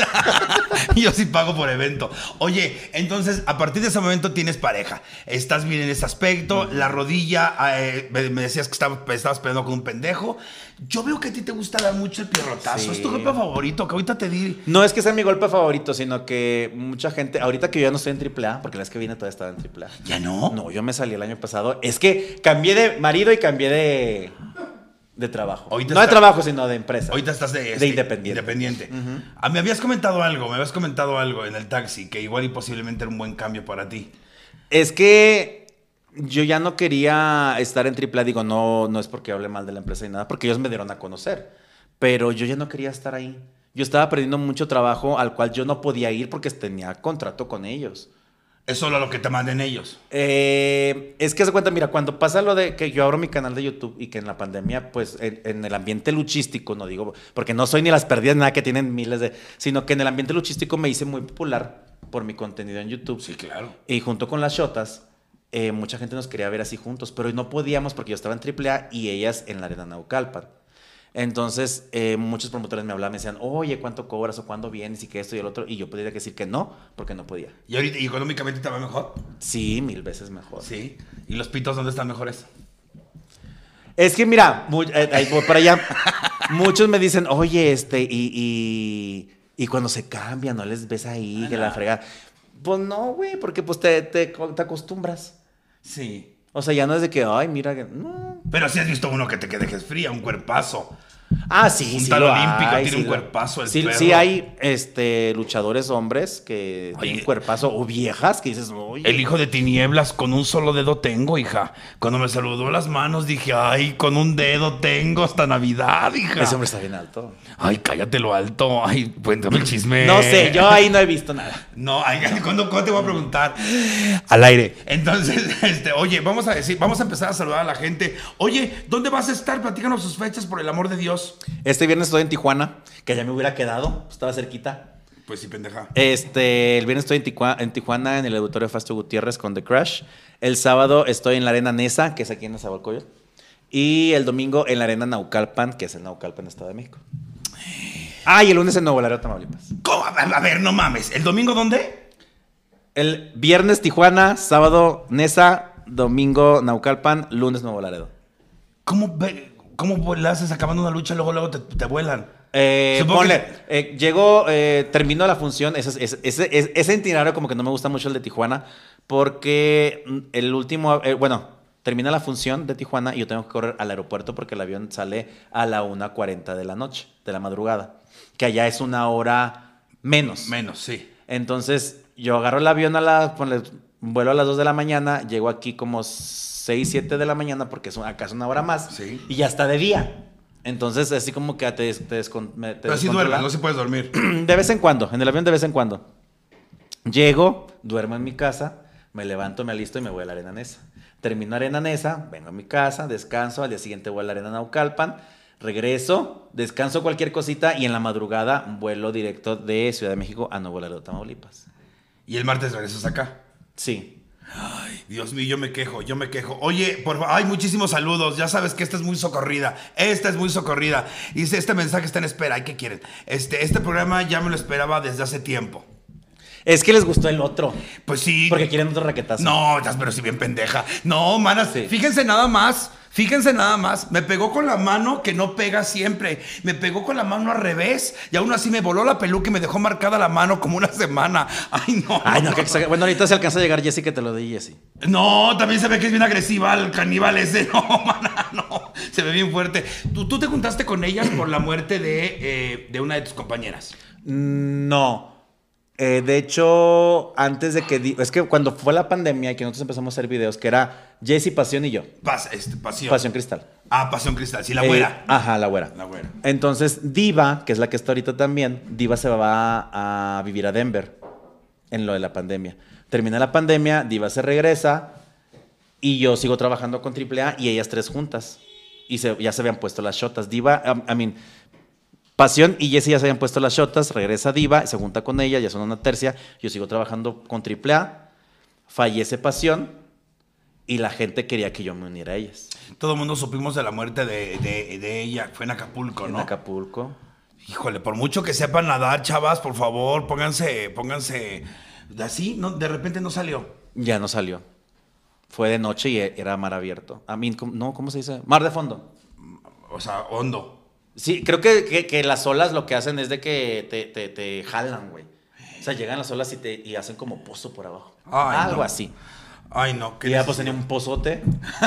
Yo sí pago por evento. Oye, entonces, a partir de ese momento tienes pareja. Estás bien en ese aspecto. Mm. La rodilla, eh, me decías que estaba, estabas peleando con un pendejo. Yo veo que a ti te gusta dar mucho el pierrotazo. Sí. Es tu golpe favorito, que ahorita te di.
No es que sea mi golpe favorito, sino que mucha gente, ahorita que yo ya no estoy en triple A, porque la vez que vine todavía estaba en triple A.
¿Ya no?
No, yo me salí el año pasado. Es que cambié de marido y cambié de... De trabajo.
Ahorita
no
está,
de trabajo, sino de empresa.
Ahorita estás de,
de independiente.
independiente. Uh-huh. A mí habías comentado algo, me habías comentado algo en el taxi, que igual y posiblemente era un buen cambio para ti.
Es que yo ya no quería estar en triple A. Digo, no, no es porque hable mal de la empresa ni nada, porque ellos me dieron a conocer. Pero yo ya no quería estar ahí. Yo estaba perdiendo mucho trabajo al cual yo no podía ir porque tenía contrato con ellos.
¿Es solo lo que te manden ellos?
Eh, es que se cuenta, mira, cuando pasa lo de que yo abro mi canal de YouTube y que en la pandemia, pues en, en el ambiente luchístico, no digo, porque no soy ni las perdidas, nada que tienen miles de, sino que en el ambiente luchístico me hice muy popular por mi contenido en YouTube.
Sí, claro.
Y junto con las shotas, eh, mucha gente nos quería ver así juntos, pero no podíamos porque yo estaba en triple A y ellas en la Arena Naucalpan. Entonces, eh, muchos promotores me hablaban, me decían, oye, ¿cuánto cobras o cuándo vienes y que esto y el otro? Y yo podía decir que no, porque no podía.
¿Y ahorita y económicamente te va mejor?
Sí, mil veces mejor.
Sí. ¿Y los pitos dónde están mejores?
Es que mira, muy, eh, ahí voy para allá. Muchos me dicen, oye, este, y, y, y cuando se cambian, ¿no les ves ahí que la fregada? Pues no, güey, porque pues te, te, te acostumbras.
Sí.
O sea, ya no es de que, ay, mira, que no.
Pero si has visto uno que te dejes fría, un cuerpazo.
Ah, sí,
un
sí.
tal olímpico
hay,
tiene
sí
un cuerpazo. El
sí,
perro.
sí hay este, luchadores hombres que
Oye,
tienen cuerpazo o viejas que dices, oye.
El hijo de tinieblas, con un solo dedo tengo, hija. Cuando me saludó las manos dije, ay, con un dedo tengo hasta Navidad, hija.
Ese hombre está bien alto.
Ay, cállate lo alto. Ay, cuéntame el chisme.
No sé, yo ahí no he visto nada.
No, ay, ¿cuándo, ¿cuándo te voy a preguntar? Al aire. Entonces, este, oye, vamos a decir, vamos a empezar a saludar a la gente. Oye, ¿dónde vas a estar? Platícanos sus fechas, por el amor de Dios.
Este viernes estoy en Tijuana, que ya me hubiera quedado, estaba cerquita.
Pues sí, pendeja.
Este, el viernes estoy en Tijuana, en Tijuana, en el auditorio Fasto Gutiérrez con The Crash. El sábado estoy en la Arena Nesa, que es aquí en Nezahualcóyotl. Y el domingo en la Arena Naucalpan, que es en Naucalpan, Estado de México. Ah, y el lunes en Nuevo Laredo, Tamaulipas.
¿Cómo? A ver, no mames. ¿El domingo dónde?
El viernes Tijuana, sábado Nesa, domingo Naucalpan, lunes Nuevo Laredo.
¿Cómo, cómo le haces acabando una lucha, luego, luego te, te vuelan?
Eh, ponle, que... eh, llegó, eh, terminó la función, ese, ese, ese, ese, ese itinerario como que no me gusta mucho el de Tijuana, porque el último, eh, bueno, termina la función de Tijuana y yo tengo que correr al aeropuerto porque el avión sale a la una cuarenta de la noche, de la madrugada, que allá es una hora menos.
Menos, sí.
Entonces, yo agarro el avión a la, ponle, vuelo a las dos de la mañana, llego aquí como seis, siete de la mañana porque es acá es una hora más,
sí.
Y ya está de día. Entonces, así como que te, te, descon, te
Pero si duermes, no se puedes dormir.
De vez en cuando, en el avión de vez en cuando. Llego, duermo en mi casa, me levanto, me alisto y me voy a la Arena Nesa. Termino Arena Nesa, vengo a mi casa, descanso, al día siguiente voy a la Arena Naucalpan, regreso, descanso cualquier cosita y en la madrugada vuelo directo de Ciudad de México a Nuevo Laredo, Tamaulipas.
¿Y el martes regresas acá?
Sí.
Ay, Dios mío, yo me quejo, yo me quejo. Oye, por favor, hay muchísimos saludos. Ya sabes que esta es muy socorrida. Esta es muy socorrida. Y este mensaje está en espera. ¿Ay, qué quieren? Este, este programa ya me lo esperaba desde hace tiempo.
Es que les gustó el otro.
Pues sí.
Porque quieren otro raquetazo.
No, pero si bien pendeja. No, manas, sí. Fíjense nada más. Fíjense nada más, me pegó con la mano que no pega siempre. Me pegó con la mano al revés y aún así me voló la peluca y me dejó marcada la mano como una semana. Ay, no.
Ay, no, que exager... Bueno, ahorita se alcanza a llegar Jessy, que te lo di, Jessy.
No, también se ve que es bien agresiva el caníbal ese. No, mana, no. Se ve bien fuerte. ¿Tú, tú te juntaste con ellas por la muerte de, eh, de una de tus compañeras?
No. Eh, de hecho, antes de que... Di... Es que cuando fue la pandemia y que nosotros empezamos a hacer videos, que era Jessy, Pasión y yo.
Pas, este, pasión.
Pasión Cristal.
Ah, Pasión Cristal. Sí, la güera.
Eh, ajá, la güera.
La güera.
Entonces, Diva, que es la que está ahorita también, Diva se va a vivir a Denver en lo de la pandemia. Termina la pandemia, Diva se regresa, Y yo sigo trabajando con Triple A y ellas tres juntas. Y se, ya se habían puesto las shotas. Diva, I, I mean, Pasión y Jessie ya se habían puesto las shotas. Regresa Diva, se junta con ella, ya son una tercia. Yo sigo trabajando con Triple A. Fallece Pasión y la gente quería que yo me uniera a ellas.
Todo el mundo supimos de la muerte de, de, de ella. Fue en Acapulco, ¿no?
En Acapulco.
Híjole, por mucho que sepan nadar, chavas, por favor, pónganse, pónganse así, ¿no? De repente no salió.
Ya no salió. Fue de noche y era mar abierto. A mí, no, ¿cómo se dice? Mar de fondo.
O sea, hondo.
Sí, creo que, que, que las olas lo que hacen es de que te, te, te jalan, güey. O sea, llegan las olas y, te, y hacen como pozo por abajo.
Ay,
Algo
no.
así.
Ay, no.
Y ya pues tenía un pozote.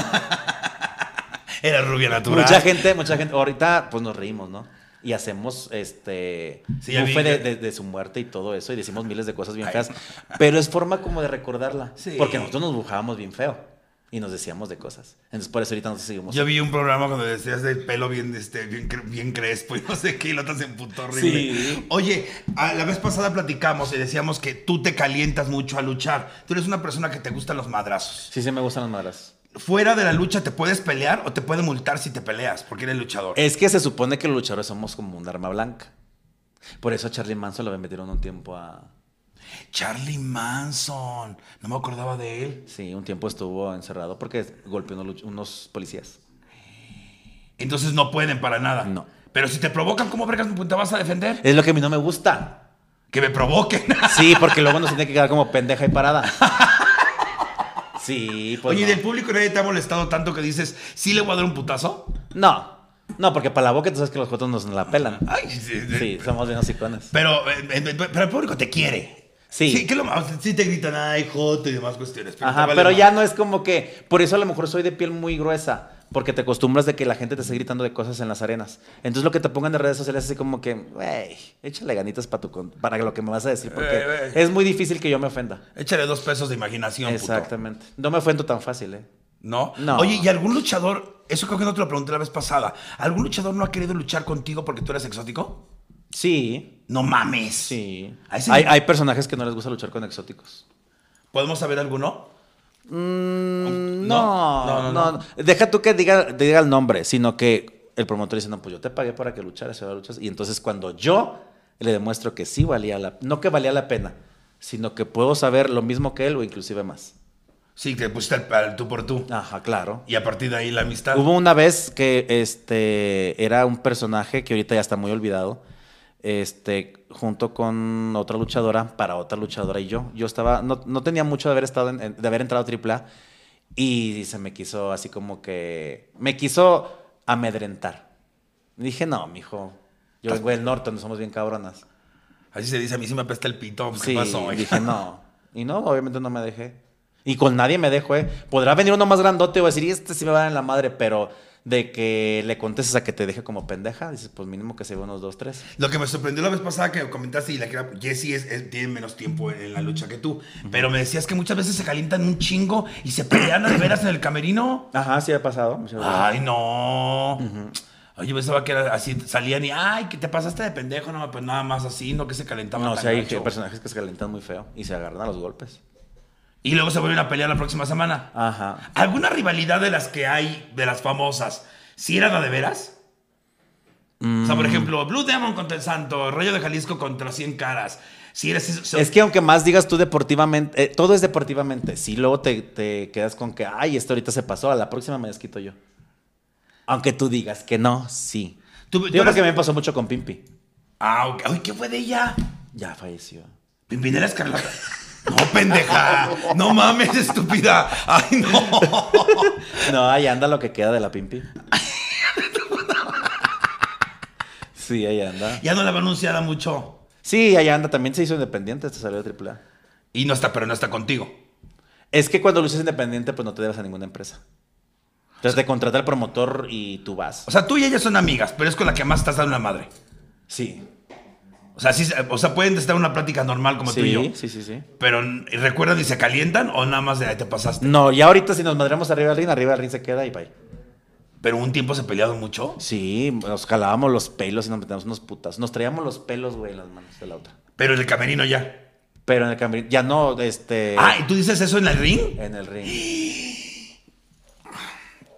Era rubia natural.
Mucha gente, mucha gente. Ahorita pues nos reímos, ¿no? Y hacemos este
sí,
buffet de, de, de su muerte y todo eso. Y decimos miles de cosas bien feas. Pero es forma como de recordarla. Sí. Porque nosotros nos bujábamos bien feo. Y nos decíamos de cosas. Entonces por eso ahorita nos seguimos.
Yo vi un programa cuando decías del pelo bien, este, bien, bien crespo y no sé qué, y lo se emputó horrible. Sí. Oye, a la vez pasada platicamos y decíamos que tú te calientas mucho a luchar. Tú eres una persona que te gustan los madrazos.
Sí, sí me gustan los madrazos.
¿Fuera de la lucha te puedes pelear o te pueden multar si te peleas? Porque eres luchador.
Es que se supone que los luchadores somos como un arma blanca. Por eso a Charlie Manson lo metieron un tiempo a...
Charlie Manson. No me acordaba de él.
Sí, un tiempo estuvo encerrado porque golpeó unos, unos policías.
Entonces no pueden para nada.
No.
Pero si te provocan, ¿cómo vergas te vas a defender?
Es lo que a mí no me gusta.
Que me provoquen.
Sí, porque luego nos tiene que quedar como pendeja y parada. Sí, pues.
Oye,
no.
¿y del público nadie te ha molestado tanto que dices, sí le voy a dar un putazo?
No. No, porque para la boca tú sabes que los jotos nos la pelan.
Ay, sí, sí.
Sí, somos bien hocicones.
Pero, eh, eh, pero el público te quiere.
Sí.
Sí, que lo más, sí te gritan, ay, joto y demás cuestiones.
Pero Ajá, pero más. Ya no es como que, por eso a lo mejor soy de piel muy gruesa, porque te acostumbras de que la gente te esté gritando de cosas en las arenas. Entonces lo que te pongan de redes sociales es así como que, güey, échale ganitas para, tu, para lo que me vas a decir, porque eh, eh. es muy difícil que yo me ofenda.
Échale dos pesos de imaginación,
Exactamente. Puto. No me ofendo tan fácil, ¿eh?
¿No?
No.
Oye, ¿y algún luchador, eso creo que no te lo pregunté la vez pasada, ¿algún luchador no ha querido luchar contigo porque tú eres exótico?
Sí.
No mames.
Sí. Hay, hay personajes que no les gusta luchar con exóticos.
¿Podemos saber alguno?
Mm, no, no, no, no, no. Deja tú que diga, te diga el nombre, sino que el promotor dice, no, pues yo te pagué para que lucharas, luchas. Y entonces cuando yo le demuestro que sí valía la, no que valía la pena, sino que puedo saber lo mismo que él o inclusive más.
Sí, que pusiste el, el tú por tú.
Ajá, claro.
Y a partir de ahí la amistad.
Hubo una vez que este era un personaje que ahorita ya está muy olvidado, este, junto con otra luchadora, para otra luchadora y yo. Yo estaba, no, no tenía mucho de haber estado en, de haber entrado a Triple A y se me quiso así como que, me quiso amedrentar. Y dije, no, mijo, yo vengo del norte, donde somos bien cabronas.
Así se dice, a mí sí me apesta el pito. ¿Qué
sí,
pasó?
Dije, no. Y no, obviamente no me dejé. Y con nadie me dejo, ¿eh? Podrá venir uno más grandote o decir, y este sí me va a dar en la madre, pero de que le contestes a que te deje como pendeja, dices, pues mínimo que se ve unos dos, tres.
Lo que me sorprendió la vez pasada que comentaste, y la que era, Jessie es, es, tiene menos tiempo en, en la lucha que tú, uh-huh. Pero me decías que muchas veces se calientan un chingo y se pelean de veras en el camerino.
Ajá, sí ha pasado.
Ay, no. Uh-huh. Oye, pensaba que era así, salían y, ay, que te pasaste de pendejo, no, pues nada más así, no que se calentaban.
No, o sea, hay personajes que se calientan muy feo y se agarran a los golpes.
Y luego se vuelven a pelear la próxima semana.
Ajá.
¿Alguna rivalidad de las que hay, de las famosas, si era la de veras? Mm. O sea, por ejemplo, Blue Demon contra el Santo, Rayo de Jalisco contra Cien Caras. Si eres eso,
es que aunque más digas tú deportivamente, eh, todo es deportivamente. Si luego te, te quedas con que, ay, esto ahorita se pasó, a la próxima me desquito yo. Aunque tú digas que no, sí. ¿Tú, tú Digo eras... porque me pasó mucho con Pimpi.
Ah, ok. Ay, ¿qué fue de ella?
Ya falleció.
Pimpinera Escarlata. No, pendeja. No mames, estúpida. Ay, no.
No, ahí anda lo que queda de la Pimpi. Sí, ahí anda.
Ya no la va anunciada mucho.
Sí, ahí anda. También se hizo independiente. Este salió de Triple A.
Y no está, pero no está contigo.
Es que cuando luces independiente, pues no te debes a ninguna empresa. Entonces te contrata el promotor y tú vas.
O sea, tú y ella son amigas, pero es con la que más estás dando la madre.
Sí.
O sea, sí, o sea, pueden estar en una plática normal como
sí,
tú y yo.
Sí, sí, sí.
Pero ¿recuerdan y se calientan o nada más de ahí te pasaste?
No, ya ahorita si nos madremos arriba del ring, arriba del ring se queda y bye.
¿Pero un tiempo se pelearon mucho?
Sí, nos jalábamos los pelos y nos metíamos unos putas. Nos traíamos los pelos, güey, en las manos de la otra.
Pero en el camerino ya.
Pero en el camerino, ya no, este...
Ah, ¿y tú dices eso en el ring?
En el ring.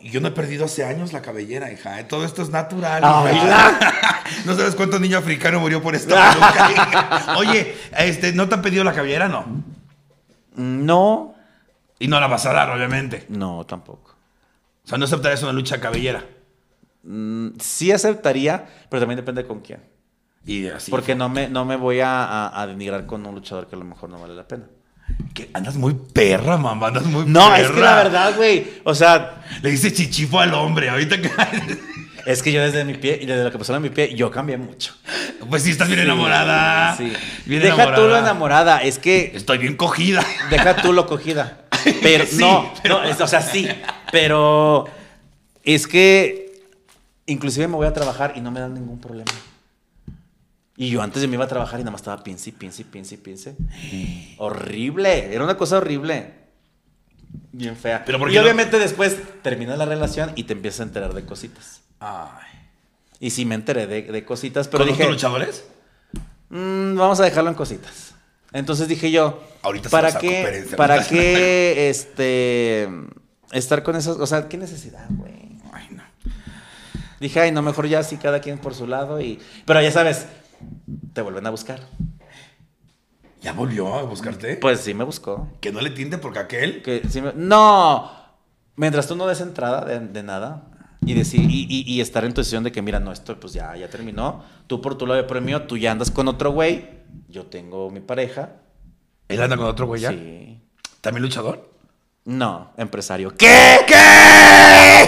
Y yo no he perdido hace años la cabellera, hija. ¿eh? Todo esto es natural.
Ay,
no sabes cuánto niño africano murió por esta peluca, hija. Oye, este, ¿no te han pedido la cabellera, no?
No.
Y no la vas a dar, obviamente.
No, tampoco.
O sea, no aceptarías una lucha de cabellera.
Mm, sí aceptaría, pero también depende con quién.
Y así.
Porque no me, no me voy a, a, a denigrar con un luchador que a lo mejor no vale la pena.
Que andas muy perra, mamá. Andas muy
No,
perra.
es que la verdad, güey. O sea,
le dice chichifo al hombre. Ahorita que.
es que yo desde mi pie y desde lo que pasó en mi pie, yo cambié mucho.
Pues sí, estás bien
Sí,
enamorada.
Sí.
Bien
Deja
enamorada.
tú lo enamorada. Es que.
Estoy bien cogida.
Deja tú lo cogida. Pero
Sí,
no,
pero-
no, es- o sea, sí. Pero es que inclusive me voy a trabajar y no me dan ningún problema. Y yo antes de me iba a trabajar y nada más estaba piense, piense, piense, piense. Horrible. Era una cosa horrible. Bien fea.
Pero ¿por qué
y
no?
obviamente después termina la relación y te empiezas a enterar de cositas.
Ay.
Y sí me enteré de, de cositas, pero
¿Con
dije,
otros luchadores?
"Mm, vamos a dejarlo en cositas". Entonces dije yo,
Ahorita se
¿para
lo saco,
qué,
espérense.
para qué este, estar con esas, o sea, qué necesidad, güey?
Ay, no.
Dije, ay, no, mejor ya sí, cada quien por su lado y... Pero ya sabes, te vuelven a buscar.
¿Ya volvió a buscarte?
Pues sí me buscó.
Que no le tiente porque aquel.
Que sí me- No, mientras tú no des entrada de, de nada y, decir, y, y, y estar en tu decisión de que, mira, no, esto pues ya, ya terminó. Tú por tu lado de premio, tú ya andas con otro güey, yo tengo mi pareja.
¿Él anda con otro güey ya?
Sí.
¿También luchador?
No, empresario. ¿Qué?
¿Qué?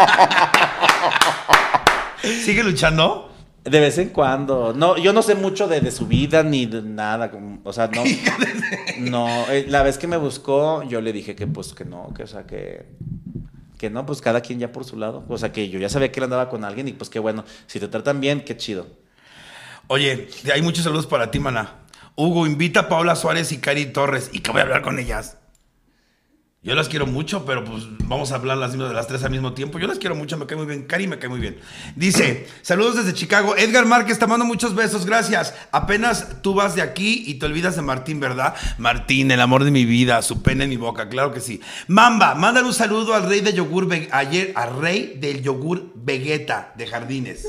¿Sigue luchando?
De vez en cuando. No, yo no sé mucho de, de su vida ni de nada. como- O sea, no. No, eh, la vez que me buscó, yo le dije que pues que no, que o sea que. Que no, pues cada quien ya por su lado. O sea que yo ya sabía que él andaba con alguien y pues qué bueno. Si te tratan bien, qué chido.
Oye, hay muchos saludos para ti, maná. Hugo, invita a Paula Suárez y Cari Torres. ¿Y qué voy a hablar con ellas? Yo las quiero mucho, pero pues vamos a hablar las, mismas de las tres al mismo tiempo. Yo las quiero mucho, me cae muy bien. Cari me cae muy bien. Dice, saludos desde Chicago. Edgar Márquez, te mando muchos besos, gracias. Apenas tú vas de aquí y te olvidas de Martín, ¿verdad? Martín, el amor de mi vida, su pena en mi boca, claro que sí. Mamba, mándale un saludo al rey de yogur, Ve- ayer, al rey del yogur Vegeta de Jardines.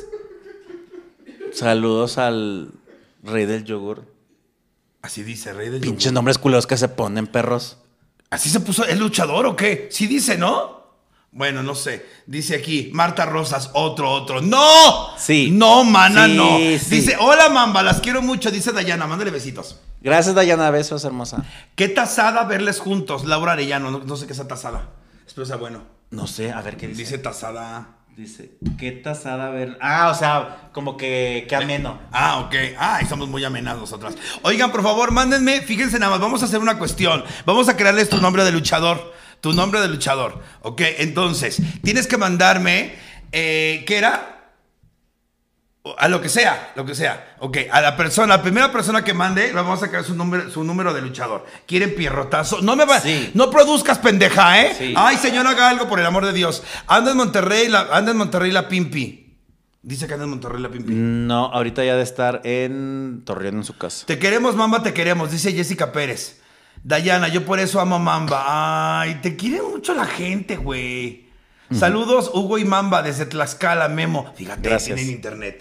Saludos al rey del yogur.
Así dice, rey del
Pinches
yogur.
nombres culeros que se ponen, perros.
¿Así se puso el luchador o qué? Sí dice, ¿no? Bueno, no sé. Dice aquí, Marta Rosas, otro, otro. ¡No!
Sí.
No, mana,
Sí,
no.
sí.
Dice, hola, Mamba, las quiero mucho. Dice Dayana, mándale besitos.
Gracias, Dayana. Besos, hermosa.
Qué tasada verles juntos. Laura Arellano, no, no sé qué es esa tasada. Espero sea bueno.
No sé, a ver qué dice.
Dice tasada.
Dice, qué tasada ver. Ah, o sea, como que, que ameno.
Ah, ok. Ah, estamos muy amenas nosotras. Oigan, por favor, mándenme, fíjense nada más, vamos a hacer una cuestión. Vamos a crearles tu nombre de luchador. Tu nombre de luchador. Ok, entonces, tienes que mandarme, eh, ¿qué era? A lo que sea, lo que sea. Ok, a la persona, la primera persona que mande, le vamos a crear su número, su número de luchador. ¿Quieren pierrotazo? No me va,
Sí.
no produzcas, pendeja, ¿eh?
Sí.
Ay, señor, haga algo por el amor de Dios. Anda en Monterrey, la, anda en Monterrey la Pimpi. Dice que anda en Monterrey la Pimpi.
No, ahorita ya de estar en Torreón en su casa.
Te queremos, Mamba, te queremos, dice Jessica Pérez. Dayana, yo por eso amo a Mamba. Ay, te quiere mucho la gente, güey. Saludos, Hugo y Mamba, desde Tlaxcala, Memo. Fíjate,
Gracias.
en internet.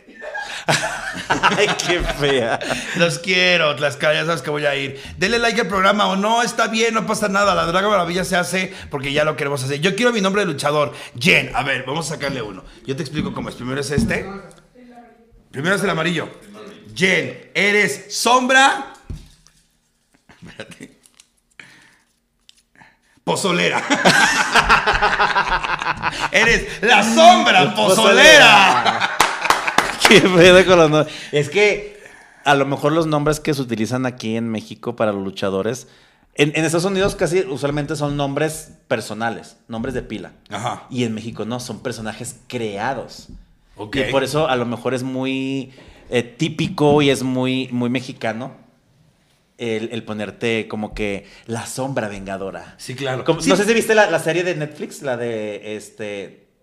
Ay, qué fea.
Los quiero, Tlaxcala, ya sabes que voy a ir. Denle like al programa o no, está bien, no pasa nada. La Draga Maravilla se hace porque ya lo queremos hacer. Yo quiero mi nombre de luchador, Jen. A ver, vamos a sacarle uno. Yo te explico cómo es. Primero es este. Primero es el amarillo. Jen, eres sombra. Espérate. Pozolera. Eres la sombra pozolera.
Qué pedo con los nombres. Es que a lo mejor los nombres que se utilizan aquí en México para los luchadores, en, en Estados Unidos casi usualmente son nombres personales, nombres de pila.
Ajá.
Y en México no, son personajes creados.
Ok.
Y por eso a lo mejor es muy eh, típico y es muy, muy mexicano el, el ponerte como que la sombra vengadora.
Sí, claro.
Como-
Sí.
No sé si viste la, la serie de Netflix, la de este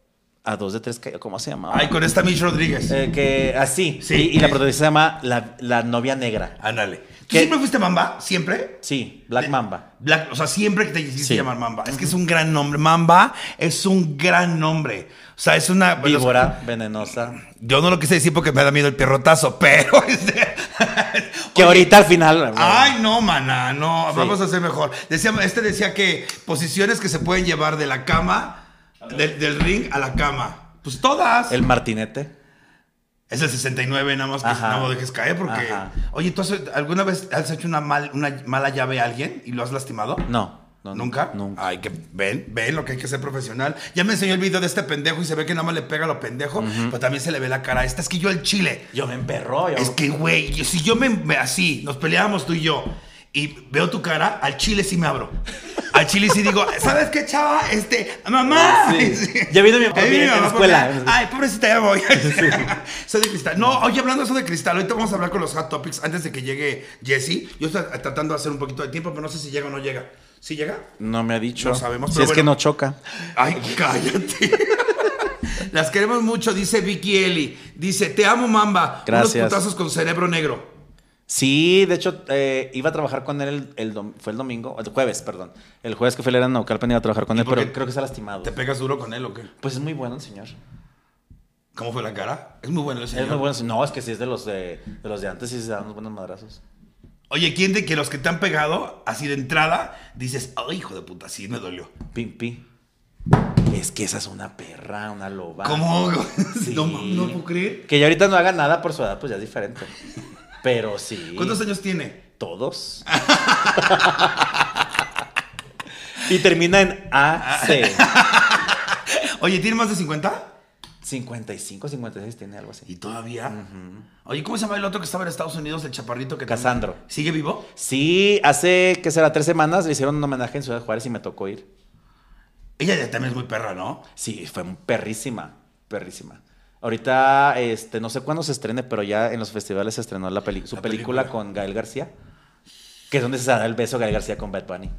A dos de tres, ¿cómo se llama?
Ay, con esta Mish Rodríguez.
Eh, que así.
Sí.
Y, y la protagonista se llama La, la novia negra.
Ándale. ¿Tú
¿Qué?
siempre fuiste Mamba? ¿Siempre?
Sí, Black Mamba.
Black, o sea, siempre que te quisiste
Sí.
llamar Mamba. Es que es un gran nombre. Mamba es un gran nombre. O sea, es una... bueno,
Víbora, venenosa.
yo no lo quise decir porque me da miedo el pierrotazo, pero... Este,
Que
oye,
ahorita al final.
Ay, no, maná, no.
Sí.
Vamos a hacer mejor. Decía, este decía que posiciones que se pueden llevar de la cama, del, del ring a la cama. Pues todas.
El martinete.
Es el sesenta y nueve, nada más que
Ajá.
no lo dejes caer porque...
Ajá.
Oye, ¿tú has- alguna vez has hecho una, mal, una mala llave a alguien y lo has lastimado?
No. no
¿Nunca?
Nunca.
Ay, que ven, ven lo que hay que ser profesional. Ya me enseñó el video de este pendejo y se ve que nada más le pega a lo pendejo, pero también se le ve la cara. Esta es que yo el chile.
Yo me emperró. Yo...
Es que, güey, yo- si yo me, me- así, nos peleábamos tú y yo, y veo tu cara, al chile sí me abro. Al chile sí digo, ¿sabes qué, chava? Este, mamá.
Sí.
Sí.
Ya vino mi papá
Ahí viene
en
mi
la
mamá
escuela.
por mí. Ay, pobrecita, ya me voy. Soy de cristal. No, oye, hablando de eso de cristal, ahorita vamos a hablar con los hot topics antes de que llegue Jesse. Yo estoy tratando de hacer un poquito de tiempo, pero no sé si llega o no llega. ¿Sí llega?
No me ha dicho.
No sabemos,
Si
pero
es
bueno.
que no choca.
Ay, cállate. Las queremos mucho, dice Vicky Eli. Dice, te amo, Mamba.
Gracias.
Unos putazos con cerebro negro.
Sí, de hecho, eh, iba a trabajar con él el, el dom- fue el domingo, el jueves, perdón. El jueves que fue a Naucalpan iba a trabajar con
¿Y
él,
por
pero
qué
creo que se ha lastimado.
¿Te pegas duro con él o qué?
Pues es muy bueno el señor.
¿Cómo fue la cara? Es muy bueno el señor.
Es muy bueno. No, es que sí es de los de, de los de antes y se dan unos buenos madrazos.
Oye, ¿quién de que los que te han pegado, así de entrada, dices, ay, hijo de puta, sí me dolió?
Pimpi. Es que esa es una perra, una loba.
¿Cómo?
Sí.
No, no puedo creer.
Que ya ahorita no haga nada por su edad, pues ya es diferente. Pero sí.
¿Cuántos años tiene?
Todos. Y termina en A C.
Oye, ¿tiene más de cincuenta?
cincuenta y cinco, cincuenta y seis tiene algo así.
¿Y todavía? Oye, ¿cómo se llama el otro que estaba en Estados Unidos, el chaparrito que también-
Casandro.
¿Sigue vivo?
Sí, hace, ¿qué será? Tres semanas le hicieron un homenaje en Ciudad Juárez y me tocó ir.
Ella ya también es muy perra, ¿no?
Sí, fue perrísima, perrísima. Ahorita, este, no sé cuándo se estrene, pero ya en los festivales se estrenó la peli- su
La
película,
película.
con Gael García, que es donde se da el beso Gael García con Bad Bunny.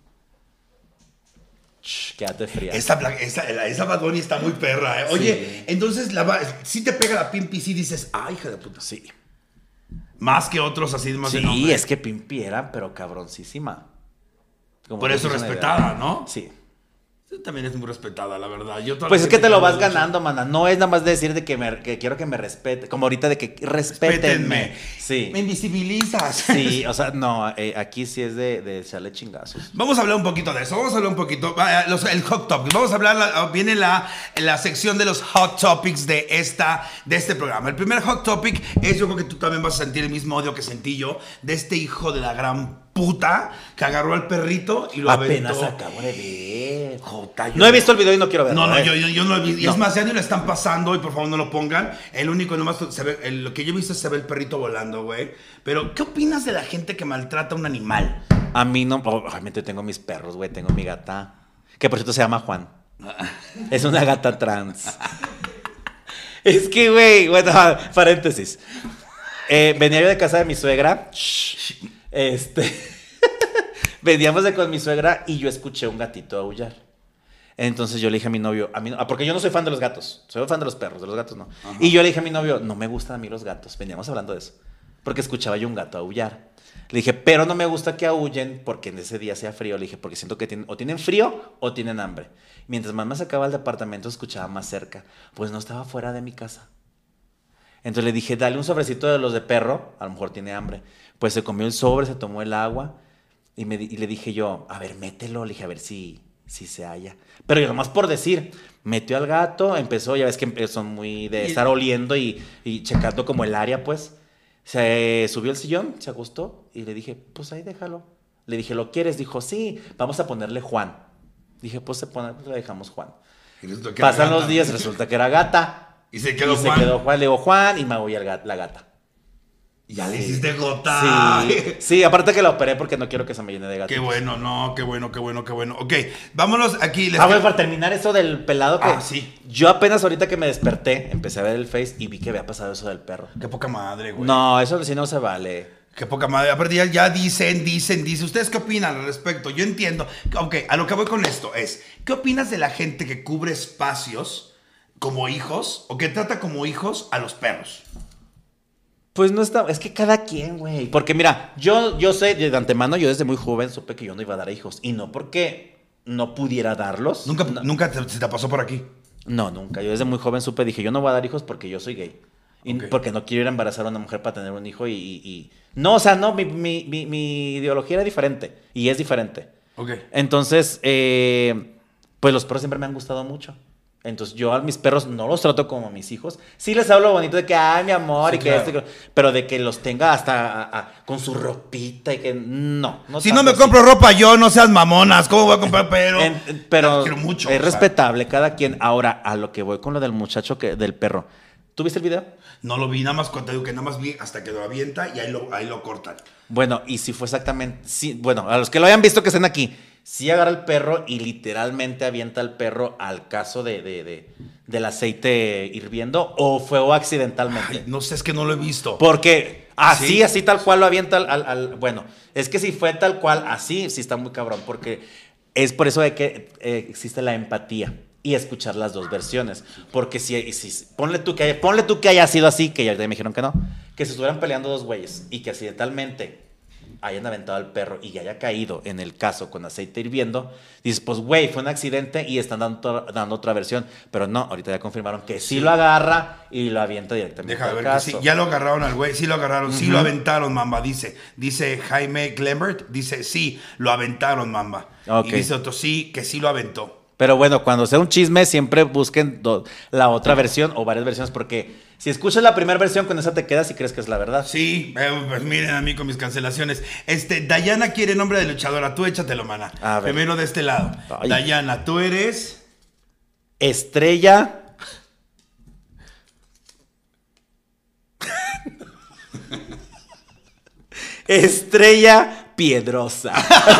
Shh, quédate fría.
Esa, bla- esa, esa Bad Bunny está muy perra, ¿eh? Oye,
Sí.
entonces, la, va- si te pega la pimpi, sí dices, ay, hija de puta.
Sí,
Más que otros así, más de
sí,
nombre.
es que Pimpi era, pero cabroncísima. Como
Por
que
eso
te hizo una
respetada,
idea.
¿no?
Sí.
Tú también es muy respetada, la verdad. Yo toda la
Pues es que
gente
te lo
hablo
vas
mucho.
ganando, mana. No es nada más de decir de que, me, que quiero que me respete. Como ahorita de que respétenme. Sí.
Me invisibilizas.
Sí, o sea, no, eh, aquí sí es de, de echarle chingazos.
Vamos a hablar un poquito de eso. Vamos a hablar un poquito. vaya, los- el hot topic. Vamos a hablar. la- viene la, la sección de los hot topics de, esta, de este programa. El primer hot topic es: yo creo que tú también vas a sentir el mismo odio que sentí yo de este hijo de la gran puta que agarró al perrito y lo
Apenas
aventó.
acabo de ver.
Jota, yo-
No he visto el video y no quiero verlo.
No, no,
eh.
yo, yo, yo no lo vi. Y
No.
es más, ya ni lo están pasando y por favor no lo pongan. El único, nomás se ve, el- lo que yo he visto es se ve el perrito volando, güey. Pero, ¿qué opinas de la gente que maltrata a un animal?
A mí no. oh, Obviamente tengo mis perros, güey. Tengo mi gata. Que por cierto se llama Juan. Es una gata trans. Es que, güey. Bueno, paréntesis. Eh, venía yo de casa de mi suegra. Shh, Este. Veníamos de con mi suegra y yo escuché un gatito aullar. Entonces yo le dije a mi novio, a mí, no- ah, porque yo no soy fan de los gatos, soy fan de los perros, de los gatos no. Y yo le dije a mi novio, no me gustan a mí los gatos, veníamos hablando de eso, porque escuchaba yo un gato aullar. Le dije, pero no me gusta que aúllen porque en ese día hacía frío. Le dije, porque siento que tienen, o tienen frío o tienen hambre. Mientras más me sacaba al departamento, escuchaba más cerca. Pues no estaba fuera de mi casa. Entonces le dije, dale un sobrecito de los de perro, a lo mejor tiene hambre. Pues se comió el sobre, se tomó el agua y, me, di- y le dije yo, a ver, mételo. Le dije, a ver si, si se halla. Pero yo nomás por decir, metió al gato, empezó, ya ves que son muy de
Y-
estar oliendo y, y checando como el área, pues. Se subió al sillón, se acostó y le dije, pues ahí déjalo. Le dije, ¿lo quieres? Dijo, sí, vamos a ponerle Juan. Dije, pues se pone, pues le dejamos Juan.
Y resulta que era
Pasan
gata.
los días, resulta que era gata.
Y se quedó
y
Juan.
se quedó Juan. Le digo, Juan, y me voy a la gata.
Ya le
Sí.
hiciste gota.
Sí, sí, aparte que la operé porque no quiero que se me llene de gatos.
Qué bueno, no, qué bueno, qué bueno, qué bueno. Ok, vámonos aquí. les
Ah, bueno,
quiero-
para terminar eso del pelado que...
Ah, sí.
Yo apenas ahorita que me desperté, empecé a ver el Face y vi que había pasado eso del perro.
Qué poca madre, güey.
No, eso sí no se vale.
Qué poca madre. Aparte ya, ya dicen, dicen, dicen. ¿Ustedes qué opinan al respecto? Yo entiendo. Ok, a lo que voy con esto es, ¿qué opinas de la gente que cubre espacios como hijos o que trata como hijos a los perros?
Pues no está, es que cada quien, güey. Porque mira, yo, yo sé de antemano, yo desde muy joven supe que yo no iba a dar hijos. Y no porque no pudiera darlos.
¿Nunca,
no.
¿nunca te, se te pasó por aquí?
No, nunca. Yo desde muy joven supe, dije, yo no voy a dar hijos porque yo soy gay. Y
Okay.
porque no quiero ir a embarazar a una mujer para tener un hijo y... y, y... No, o sea, no, mi, mi, mi, mi ideología era diferente. Y es diferente.
Ok.
Entonces, eh, pues los perros siempre me han gustado mucho. Entonces yo a mis perros no los trato como a mis hijos. Sí les hablo bonito de que, ay, mi amor,
Sí,
y que
claro.
esto, y que- pero de que los tenga hasta a- a- con su ropita y que no. no
Si
tanto
no me
así.
compro ropa yo, no seas mamonas. ¿Cómo voy a comprar pero?
En- en- pero
Las quiero mucho.
es
o sea.
respetable cada quien. Ahora, a lo que voy con lo del muchacho que, del perro. ¿Tú viste el video?
No lo vi, nada más cuando digo que nada más vi hasta que lo avienta y ahí lo, ahí lo cortan.
Bueno, y si fue exactamente, sí, bueno, a los que lo hayan visto que estén aquí, sí agarra el perro y literalmente avienta al perro al caso de, de, de- del aceite hirviendo, o fue o accidentalmente.
Ay, no sé, es que no lo he visto.
Porque así,
Sí.
así tal cual lo avienta al, al- al- bueno, es que si fue tal cual, así sí está muy cabrón, porque es por eso de que eh, existe la empatía y escuchar las dos versiones. Porque si, si ponle, tú que haya, ponle tú que haya sido así, que ya me dijeron que no, que se estuvieran peleando dos güeyes y que accidentalmente hayan aventado al perro y haya caído en el caso con aceite hirviendo, dices, pues güey, fue un accidente y están dando, dando otra versión. Pero no, ahorita ya confirmaron que sí,
Sí.
lo agarra y lo avienta directamente
Deja de
al
ver que
caso.
sí, ya lo agarraron al güey, sí lo agarraron, sí lo aventaron, Mamba, dice. Dice Jaime Glembert, dice, sí, lo aventaron, Mamba.
Ok.
Y dice otro, sí, que sí lo aventó.
Pero bueno, cuando sea un chisme, siempre busquen do- la otra versión o varias versiones, porque si escuchas la primera versión, con esa te quedas y crees que es la verdad.
Sí, eh, pues miren a mí con mis cancelaciones. Este, Dayana quiere nombre de luchadora, tú échatelo, mana.
A ver.
Primero de este lado.
Ay.
Dayana, tú eres...
Estrella. Estrella Piedrosa.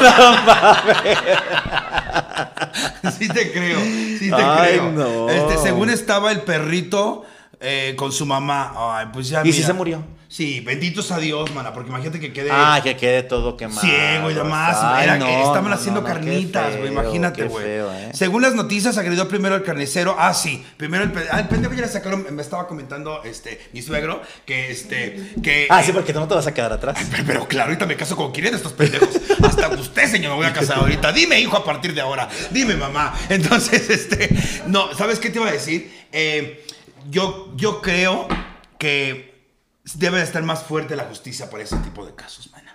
Sí te creo, sí te
Ay,
creo.
no.
Este, según estaba el perrito eh, con su mamá. Ay, pues ya
¿Y si
mira.
se murió?
Sí, benditos a Dios, mana, porque imagínate que quede
Ah, que quede todo quemado.
ciego y demás.
Ay,
Era-
no,
estaban
no,
haciendo
no, no, qué
carnitas, güey.
feo,
Imagínate,
qué
güey.
feo, ¿eh?
Según las noticias, agredió primero al carnicero. Ah, sí. Primero el, pe- ah, el pendejo ya le sacaron. Me estaba comentando este, mi suegro que este. Que,
Ah, sí, porque tú no te vas a quedar atrás.
Pero, pero claro, ahorita me caso con quién de estos pendejos. Hasta usted, señor, me voy a casar ahorita. Dime, hijo, a partir de ahora. Dime, mamá. Entonces, este. No, ¿sabes qué te iba a decir? Eh, yo, yo creo que debe de estar más fuerte la justicia para ese tipo de casos, mana.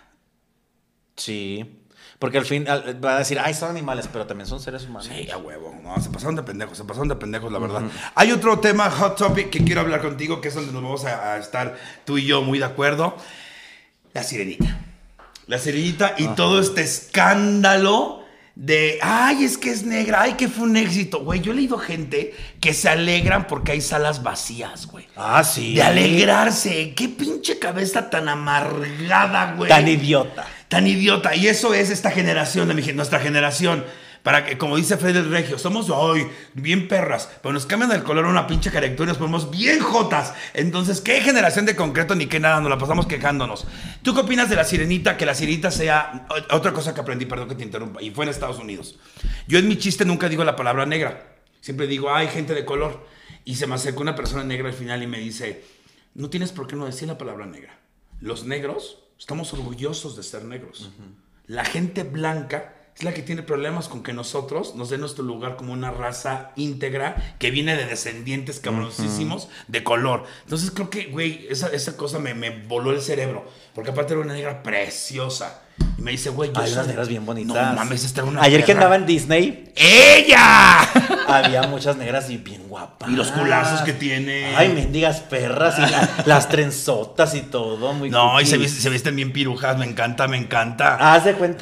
Sí. Porque al fin al- van a decir, ay, son animales, pero también son seres humanos.
Sí, a huevo. No, se pasaron de pendejos, se pasaron de pendejos, la verdad. Hay otro tema, hot topic, que quiero hablar contigo, que es donde nos vamos a, a estar tú y yo muy de acuerdo. La sirenita. La sirenita y
Ajá.
todo este escándalo de, ay, es que es negra, ay, que fue un éxito. Güey, yo he leído gente que se alegran porque hay salas vacías, güey.
Ah, sí.
De alegrarse. Qué pinche cabeza tan amargada, güey.
Tan idiota.
Tan idiota. Y eso es esta generación, de mi, gen- nuestra generación. Para que, como dice Fred el Regio, somos hoy bien perras, pero nos cambian el color a una pinche caricatura y nos ponemos bien jotas. Entonces, ¿qué generación de concreto ni qué nada? Nos la pasamos quejándonos. ¿Tú qué opinas de la sirenita? Que la sirenita sea... o- Otra cosa que aprendí, perdón que te interrumpa, y fue en Estados Unidos. Yo en mi chiste nunca digo la palabra negra. Siempre digo, hay gente de color. Y se me acercó una persona negra al final y me dice, no tienes por qué no decir la palabra negra. Los negros estamos orgullosos de ser negros. La gente blanca es la que tiene problemas con que nosotros nos den nuestro lugar como una raza íntegra que viene de descendientes cabroncísimos de color. Entonces creo que, güey, esa, esa cosa me, me voló el cerebro. Porque aparte era una negra preciosa. Y me dice, güey, yo
Hay
soy-
unas negras bien bonitas.
No mames, esta era una
Ayer que
perra.
andaba en Disney,
¡Ella!
había muchas negras y bien guapas.
Y los culazos que tiene.
Ay, mendigas perras y la- las trenzotas y todo. Muy
No, y se,
cookies.
vis- se visten bien pirujas, me encanta, me encanta.
Haz de cuenta.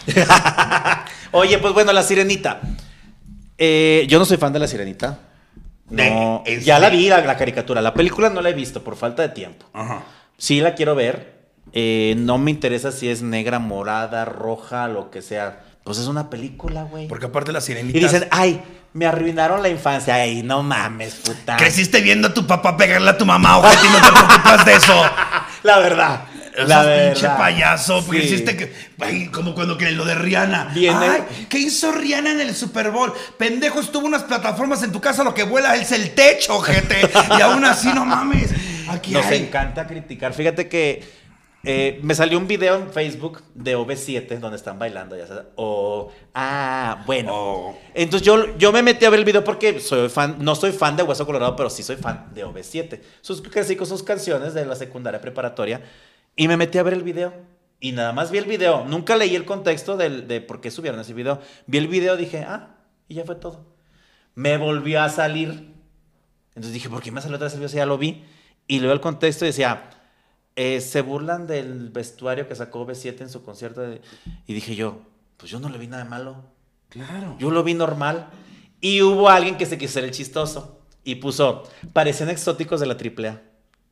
Oye, pues bueno, la sirenita. Eh, yo no soy fan de la sirenita. No,
De- ¿en
ya la
serio?
vi, la, la caricatura. La película no la he visto por falta de tiempo.
Ajá.
Sí la quiero ver. Eh, no me interesa si es negra, morada, roja, lo que sea. Pues es una película, güey.
Porque aparte la sirenita.
Y dicen, ay, me arruinaron la infancia. Ay, no mames, puta.
Creciste viendo a tu papá pegarle a tu mamá, ojete, y no te preocupas de eso.
La verdad.
O
La
sea, pinche
verdad.
payaso, porque
Sí.
hiciste que. Ay, como cuando que lo de Rihanna.
Viene-
Ay, ¿qué hizo Rihanna en el Super Bowl? Pendejo, estuvo unas plataformas en tu casa, lo que vuela es el techo, gente. Y aún así, no mames. Aquí
Nos
hay.
encanta criticar. Fíjate que eh, me salió un video en Facebook de O V siete donde están bailando, ya sabes. O, ah, bueno.
Oh.
Entonces yo, yo me metí a ver el video porque soy fan, no soy fan de Hueso Colorado, pero sí soy fan de O V siete. Sus, crecí con sus canciones de la secundaria preparatoria y me metí a ver el video. Y nada más vi el video. Nunca leí el contexto del, de por qué subieron ese video. Vi el video, dije, ah, y ya fue todo. Me volvió a salir. Entonces dije, ¿por qué me salió otra vez el video si ya lo vi? Y leo el contexto y decía, eh, se burlan del vestuario que sacó O V siete en su concierto. De... Y dije yo, pues yo no le vi nada de malo.
Claro.
Yo lo vi normal. Y hubo alguien que se quiso ser el chistoso. Y puso, parecían exóticos de la triple A.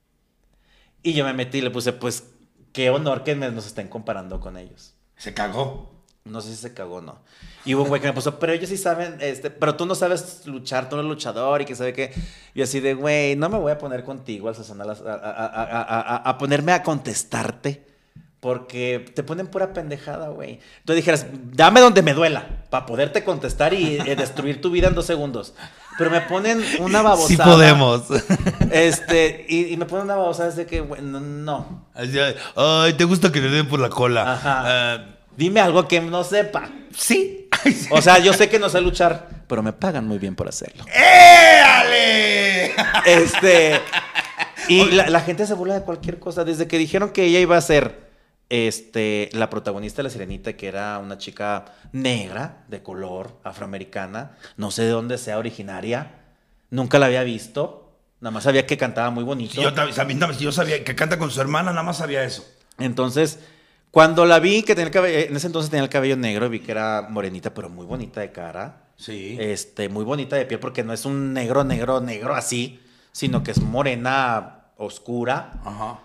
Y yo me metí y le puse, pues, qué honor que me- nos estén comparando con ellos.
Se cagó.
No sé si se cagó o no. Y hubo un güey que me puso, pero ellos sí saben, este, pero tú no sabes luchar, tú no eres luchador y que sabe que... Y así de, güey, no me voy a poner contigo al sazonal a, a, a, a, a, a ponerme a contestarte. Porque te ponen pura pendejada, güey. Tú dijeras, dame donde me duela para poderte contestar y eh, destruir tu vida en dos segundos. Pero me ponen una babosada.
Sí podemos.
Este, y, y me ponen una babosada de que, güey, no, no.
Así, ay, ¿te gusta que le den por la cola?
Ajá.
Ah,
Dime algo que no sepa.
sí.
O sea, yo sé que no sé luchar, pero me pagan muy bien por hacerlo.
¡Éale!
Este. Y la, la gente se burla de cualquier cosa. Desde que dijeron que ella iba a ser este, la protagonista de La Sirenita, que era una chica negra, de color, afroamericana. No sé de dónde sea originaria. Nunca la había visto. Nada más sabía que cantaba muy bonito.
Sí, yo, también- también- también- yo sabía que canta con su hermana, nada más sabía eso.
Entonces, cuando la vi, que tenía el cabello, en ese entonces tenía el cabello negro, vi que era morenita, pero muy bonita de cara.
Sí.
Este, muy bonita de piel, porque no es un negro, negro, negro así, sino que es morena oscura.
Ajá.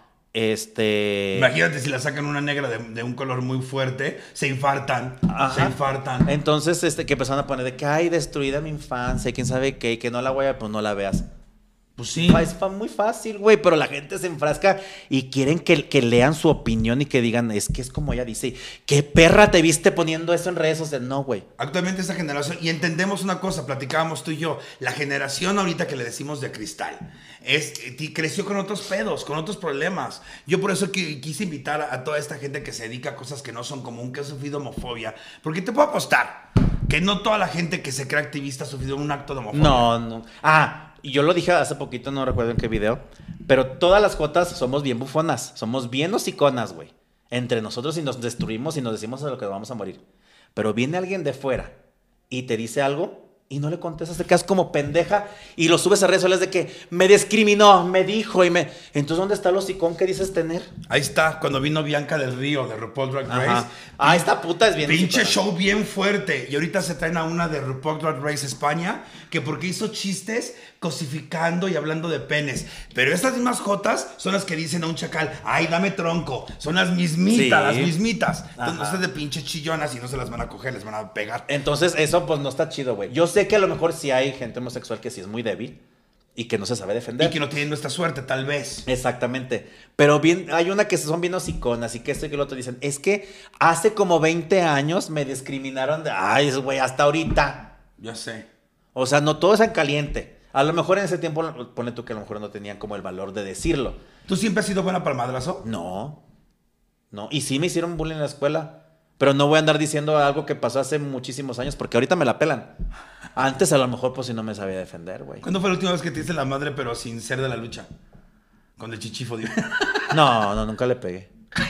Este.
Imagínate si la sacan una negra de, de un color muy fuerte, se infartan,
Ajá.
se infartan.
Entonces, este, que empezaron a poner de que, ay, destruida mi infancia, quién sabe qué, y que no la voy a, pues no la veas.
Pues sí.
Fa- Es fa- muy fácil, güey, pero la gente se enfrasca y quieren que, que lean su opinión y que digan, es que es como ella dice, ¿qué perra te viste poniendo eso en redes sociales? No, güey.
Actualmente esta generación, y entendemos una cosa, platicábamos tú y yo, la generación ahorita que le decimos de cristal, es, ti- creció con otros pedos, con otros problemas. Yo por eso qui- quise invitar a, a toda esta gente que se dedica a cosas que no son común, que ha sufrido homofobia, porque te puedo apostar que no toda la gente que se cree activista ha sufrido un acto de homofobia.
No, no. Ah, y yo lo dije hace poquito, no recuerdo en qué video, pero todas las jotas somos bien bufonas, somos bien hociconas, güey. Entre nosotros y nos destruimos y nos decimos a lo que vamos a morir. Pero viene alguien de fuera y te dice algo y no le contestas, te quedas como pendeja y lo subes a redes sociales de que me discriminó, me dijo y me... Entonces, ¿dónde está el hocicón que dices tener?
Ahí está, cuando vino Bianca del Río de RuPaul Drag Race.
Ajá. Ah, esta puta es bien
Pinche
hocicona.
show bien fuerte. Y ahorita se traen a una de RuPaul Drag Race España, que porque hizo chistes cosificando y hablando de penes. Pero estas mismas jotas son las que dicen a un chacal, ay, dame tronco. Son las mismitas,
Sí.
las mismitas. Entonces,
Ajá.
no estás de pinche chillonas y no se las van a coger, les van a pegar.
Entonces, eso pues no está chido, güey. Yo sé que a lo mejor sí hay gente homosexual que sí es muy débil y que no se sabe defender.
Y que no tienen nuestra suerte, tal vez.
Exactamente. Pero bien, hay una que son bien hociconas y que esto y que lo otro dicen, es que hace como veinte años me discriminaron de, ay, güey, hasta ahorita.
Ya sé.
O sea, no todo es en caliente. A lo mejor en ese tiempo, pone tú que a lo mejor no tenían como el valor de decirlo.
¿Tú siempre has sido buena para el madrazo?
No. No. Y sí me hicieron bullying en la escuela. Pero no voy a andar diciendo algo que pasó hace muchísimos años porque ahorita me la pelan. Antes a lo mejor pues si no me sabía defender, güey.
¿Cuándo fue la última vez que te diste la madre, pero sin ser de la lucha? Con el chichifo, digo.
No, no, nunca le pegué.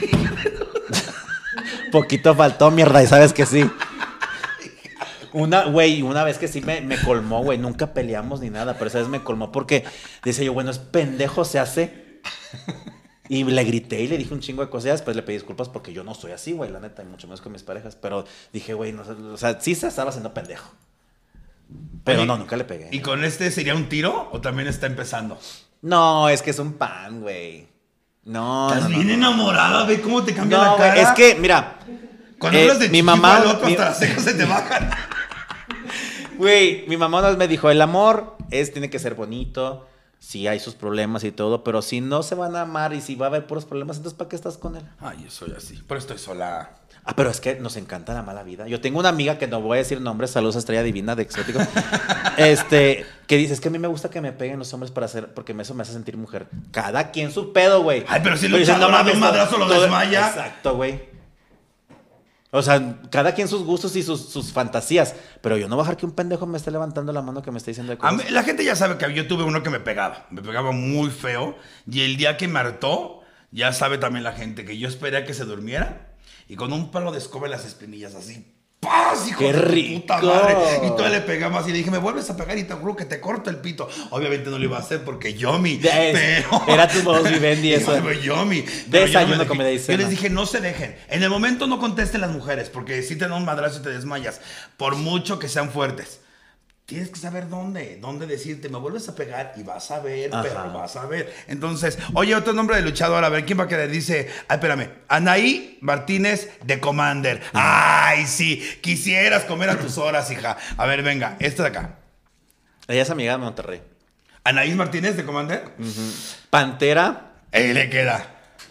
Poquito faltó, mierda, y sabes que sí. Una, güey, una vez que sí me, me colmó, güey, nunca peleamos ni nada, pero esa vez me colmó porque dice yo, bueno, es pendejo se hace. Y le grité y le dije un chingo de cosas, y después le pedí disculpas porque yo no soy así, güey, la neta, y mucho menos con mis parejas, pero dije, güey, no, sé, o sea, sí se estaba haciendo pendejo. Pero
Oye,
no, nunca le pegué.
¿Y con este sería un tiro o también está empezando?
No, es que es un pan, güey. No,
Estás
no, no,
bien
no.
enamorada, ve cómo te cambia
No,
la
güey,
cara.
es que, mira.
Cuando
eh,
hablas de
mi
chichifo
mamá,
al otro,
mi-
hasta las cejas se te bajan.
Güey, mi mamá una vez me dijo, el amor es, tiene que ser bonito, Sí hay sus problemas y todo, pero si no se van a amar y si va a haber puros problemas, entonces ¿para qué estás con él?
Ay, yo soy así, pero estoy sola.
Ah, pero es que nos encanta la mala vida. Yo tengo una amiga que no voy a decir nombres, saludos a Estrella Divina de Exótico, este, que dice, es que a mí me gusta que me peguen los hombres para hacer, porque eso me hace sentir mujer. Cada quien su pedo, güey.
Ay, pero si
Pero
lucha,
dicen,
no
mames,
un madrazo lo
todo-
desmaya.
Exacto, güey. O sea, cada quien sus gustos y sus, sus fantasías. Pero yo no voy a dejar que un pendejo me esté levantando la mano que me esté diciendo de
A
cosas.
mí- la gente ya sabe que yo tuve uno que me pegaba. Me pegaba muy feo. Y el día que me hartó, ya sabe también la gente que yo esperé a que se durmiera. Y con un palo de escoba en las espinillas, así. ¡Paz, hijo
¡Qué
de tu
rico!
puta madre! Y todavía le pegamos y le dije, me vuelves a pegar y te juro que te corto el pito. Obviamente no lo iba a hacer porque Yomi.
Ya es,
Pero...
era tu voz vivendi eso.
Yo, Yomi.
De
Pero yo no
desayuno,
me dejé-
comida y
Yo
cena.
les dije, no se dejen. En el momento no contesten las mujeres, porque si te dan un madrazo y te desmayas, por mucho que sean fuertes. Tienes que saber dónde, dónde decirte, me vuelves a pegar y vas a ver,
Ajá.
pero vas a ver. Entonces, oye, otro nombre de luchador, a ver, ¿quién va a querer? Dice, ay, espérame, Anaí Martínez de Commander. Ay, sí, quisieras comer a tus horas, hija. A ver, venga, esta de acá.
Ella es amiga de Monterrey.
Anaí Martínez de Commander.
Pantera.
Ahí le queda.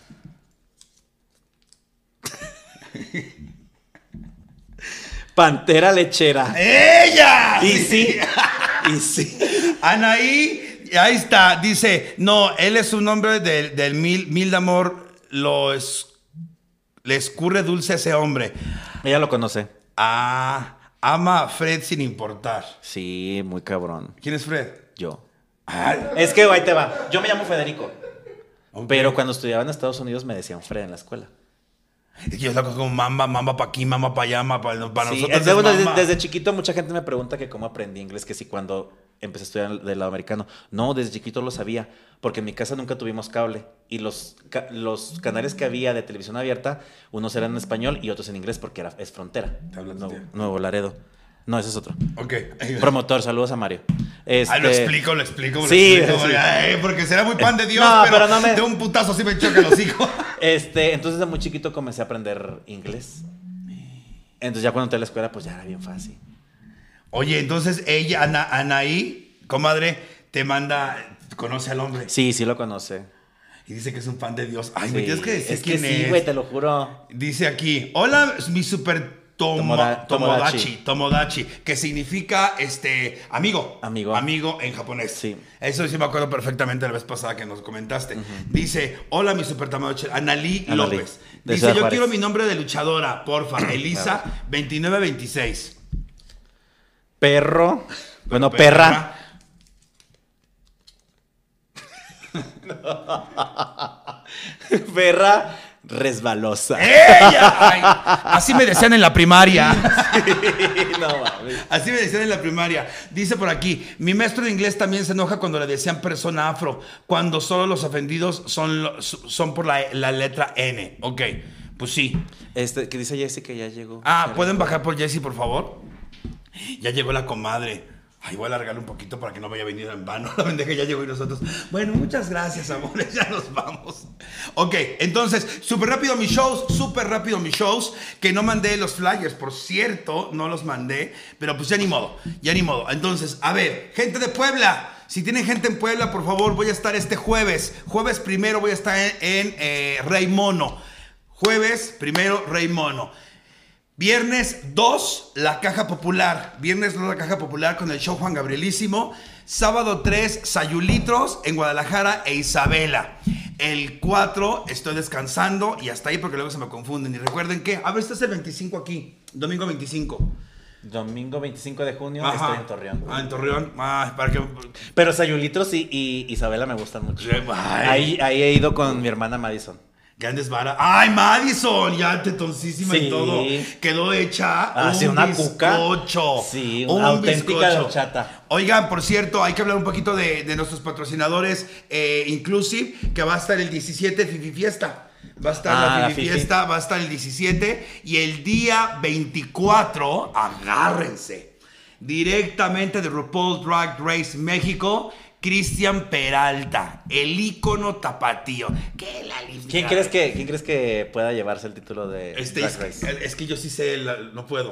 Pantera lechera.
¡Ella!
Y sí. Y sí.
Anaí, ahí está, dice, no, él es un hombre del, del mil, mil de amor, lo es, le escurre dulce a ese hombre.
Ella lo conoce.
Ah, ama a Fred sin importar.
Sí, muy cabrón.
¿Quién es Fred?
Yo.
Ah,
Es que ahí te va. Yo me llamo Federico.
ok.
Pero cuando estudiaba en Estados Unidos me decían Fred en la escuela.
Es que yo saco como mamba, mamba para aquí, mamba para allá, mamba para, para
Sí,
nosotros.
es de-
es
bueno,
mamba.
desde, desde chiquito mucha gente me pregunta que cómo aprendí inglés, que si cuando empecé a estudiar del lado americano. No, desde chiquito lo sabía, porque en mi casa nunca tuvimos cable y los, ca- los canales que había de televisión abierta, unos eran en español y otros en inglés porque era, es frontera.
Te hablas,
Nuevo,
tío.
Nuevo Laredo. No, ese es otro.
Ok.
Promotor, saludos a Mario.
Ah, lo
Este-
explico, lo explico, lo
Sí,
explico.
sí.
Porque, ay, porque será muy pan de Dios,
No,
pero,
pero no me-
de un putazo sí me choca los hijos.
Este, entonces de muy chiquito comencé a aprender inglés. Entonces ya cuando entré a la escuela, pues ya era bien fácil.
Oye, entonces ella, Ana, Anaí, comadre, te manda, conoce al hombre
Sí, sí lo conoce.
y dice que es un fan de Dios. Ay,
Sí,
me tienes que decir
es que
quién
sí,
es.
güey, te lo juro.
Dice aquí, hola, mi super tomo-
Tomoda-
tomodachi, tomodachi, que significa este amigo.
Amigo.
Amigo en japonés.
Sí.
Eso sí me acuerdo perfectamente la vez pasada que nos comentaste. Dice, hola, mi super tomodachi, Analí
Analí,
López.
de
Dice,
Ciudad
yo
Juárez.
quiero mi nombre de luchadora, porfa. Elisa veintinueve veintiséis.
Perro. Bueno,
Perra.
perra. Perra resbalosa.
¡Ella! Ay, así me decían en la primaria.
No mames.
Así me decían en la primaria. Dice por aquí, mi maestro de inglés también se enoja cuando le decían persona afro, cuando solo los ofendidos son, lo- son por la, la letra N. Ok, pues sí.
Este, que dice Jessy que ya llegó.
Ah,
Ya
¿pueden
llegó.
bajar por Jessy, por favor? Ya llegó la comadre. Ay, voy a alargarle un poquito para que no vaya a venir en vano. La pendeja ya llegó y nosotros. Bueno, muchas gracias, amores. Ya nos vamos. Ok, entonces, súper rápido mis shows. Súper rápido mis shows. Que no mandé los flyers, por cierto. No los mandé. Pero pues ya ni modo. Ya ni modo. Entonces, a ver, gente de Puebla. Si tienen gente en Puebla, por favor, voy a estar este jueves. Jueves primero voy a estar en, en eh, Rey Mono. Jueves primero, Rey Mono. Viernes dos, La Caja Popular. Viernes dos, La Caja Popular con el show Juan Gabrielísimo. Sábado tres, Sayulitros en Guadalajara e Isabela. El cuatro, estoy descansando y hasta ahí porque luego se me confunden. Y recuerden que, a ver, este es el veinticinco aquí. Domingo veinticinco.
Domingo veinticinco de junio
Ajá.
estoy en Torreón.
Ah, en Torreón. Ah, para que...
Pero Sayulitros y, y Isabela me gustan mucho.
Ay.
Ahí, ahí he ido con mi hermana Madison.
Grandes varas. ¡Ay, Madison! Ya tetoncísima
Sí.
y todo. Quedó hecha
Ah,
un
sí, una cuca.
bizcocho.
Sí,
un
una auténtica
bizcocho.
horchata.
Oigan, por cierto, hay que hablar un poquito de, de nuestros patrocinadores eh, Inclusive, que va a estar el diecisiete Fifi Fiesta. Va a estar
Ah,
la
la
Fifi
Fifi.
Fiesta, va a estar el diecisiete. Y el día veinticuatro, agárrense, directamente de RuPaul Drag Race México, Cristian Peralta, el ícono tapatío. ¿Qué la limpia?
¿Quién crees que, quién crees que pueda llevarse el título de
Este,
Drag
es,
Race?
es que yo sí sé, la- no puedo.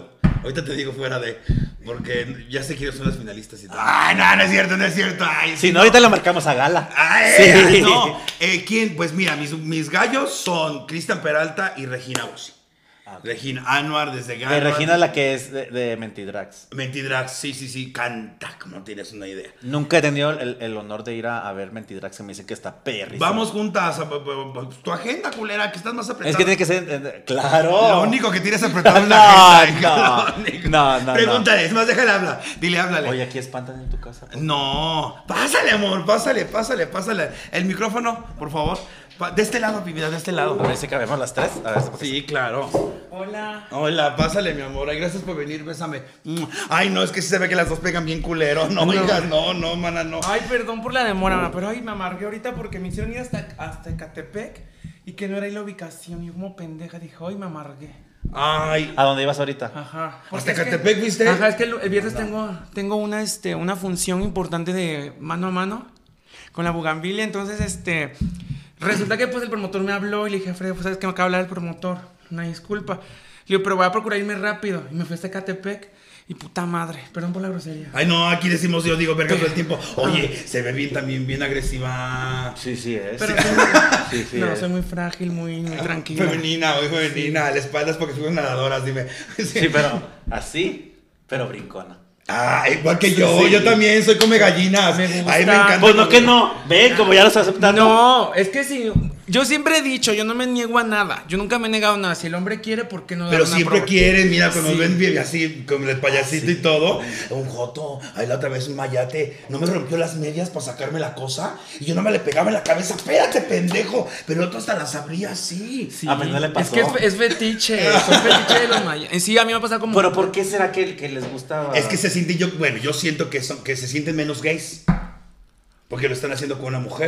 Ahorita te digo fuera de. Porque ya sé quiénes son las finalistas y todo. Ay, no, no es cierto, no es cierto. Ay,
si no, ahorita la marcamos a Gala.
Ay,
sí.
ay, no. Eh, ¿Quién? Pues mira, mis, mis gallos son Cristian Peralta y Regina Bossi. Ah, okay. Regina Anuar desde Gala.
De Regina, la que es de, de Mentidrags.
Mentidrags, sí, sí, sí, canta, como no tienes una idea.
Nunca he tenido el, el honor de ir a, a ver Mentidrags, se me dicen que está perrísimo.
Vamos juntas, a, a, a, tu agenda, culera, que estás más apretada.
Es que tiene que ser, claro.
Lo único que tienes apretado es
no,
la agenda.
No, no, no.
Pregúntale,
no.
es más, déjale hablar, dile, háblale.
Oye, aquí espantan en tu casa.
No, pásale, amor, pásale, pásale, pásale. El micrófono, por favor. De este lado, mi vida, de este lado.
A ver si cabemos las tres. A ver,
sí, claro.
Hola.
Hola, pásale, mi amor. Ay, gracias por venir, bésame. Ay, no, es que sí se ve que las dos pegan bien culero. No, no. hijas, no, no, mana, no.
Ay, perdón por la demora, mana, pero ay, me amargué ahorita porque me hicieron ir hasta, hasta Ecatepec y que no era ahí la ubicación. Y yo como pendeja dije, ay, me amargué.
Ay.
¿A dónde ibas ahorita?
Ajá.
¿Hasta Ecatepec viste?
Ajá, es que el, el viernes tengo, tengo una, este, una función importante de mano a mano con la Bugambilia, entonces, este... Resulta que pues el promotor me habló y le dije, Alfredo, pues sabes que me acaba de hablar el promotor, una disculpa. Le digo, pero voy a procurar irme rápido. Y me fui hasta Ecatepec y puta madre, perdón por la grosería.
Ay, no, aquí decimos, yo digo, verga todo el tiempo. Oye, ah. se ve bien también, bien agresiva.
Sí, sí es.
Pero
sí.
Soy muy,
sí, sí
no,
es.
soy muy frágil, muy, muy tranquila.
Femenina, muy femenina. La espalda es porque somos nadadoras, dime.
Sí, sí pero así, pero brincona.
Ah, igual que yo,
sí.
yo también soy come gallinas.
Me gusta.
Ay, me encanta.
Pues no que no, ven, como ya lo estás aceptando.
No, es que si, yo siempre he dicho, yo no me niego a nada. Yo nunca me he negado a nada. Si el hombre quiere, ¿por qué no?
Pero siempre prueba? Quieren, mira, cuando sí. ven bien así, con el payasito sí. y todo. Un joto, ahí la otra vez un mayate, no me rompió las medias para sacarme la cosa. Y yo no me le pegaba en la cabeza, espérate, pendejo. Pero el otro hasta las abría así.
Sí.
A mí no le pasó.
Es que es, es fetiche, son fetiche de los mayas. Sí, a mí me ha pasado como...
Pero ¿por qué será que, que les gustaba?
Es que se siente yo, bueno, yo siento que, son, que se sienten menos gays. Porque lo están haciendo con una mujer.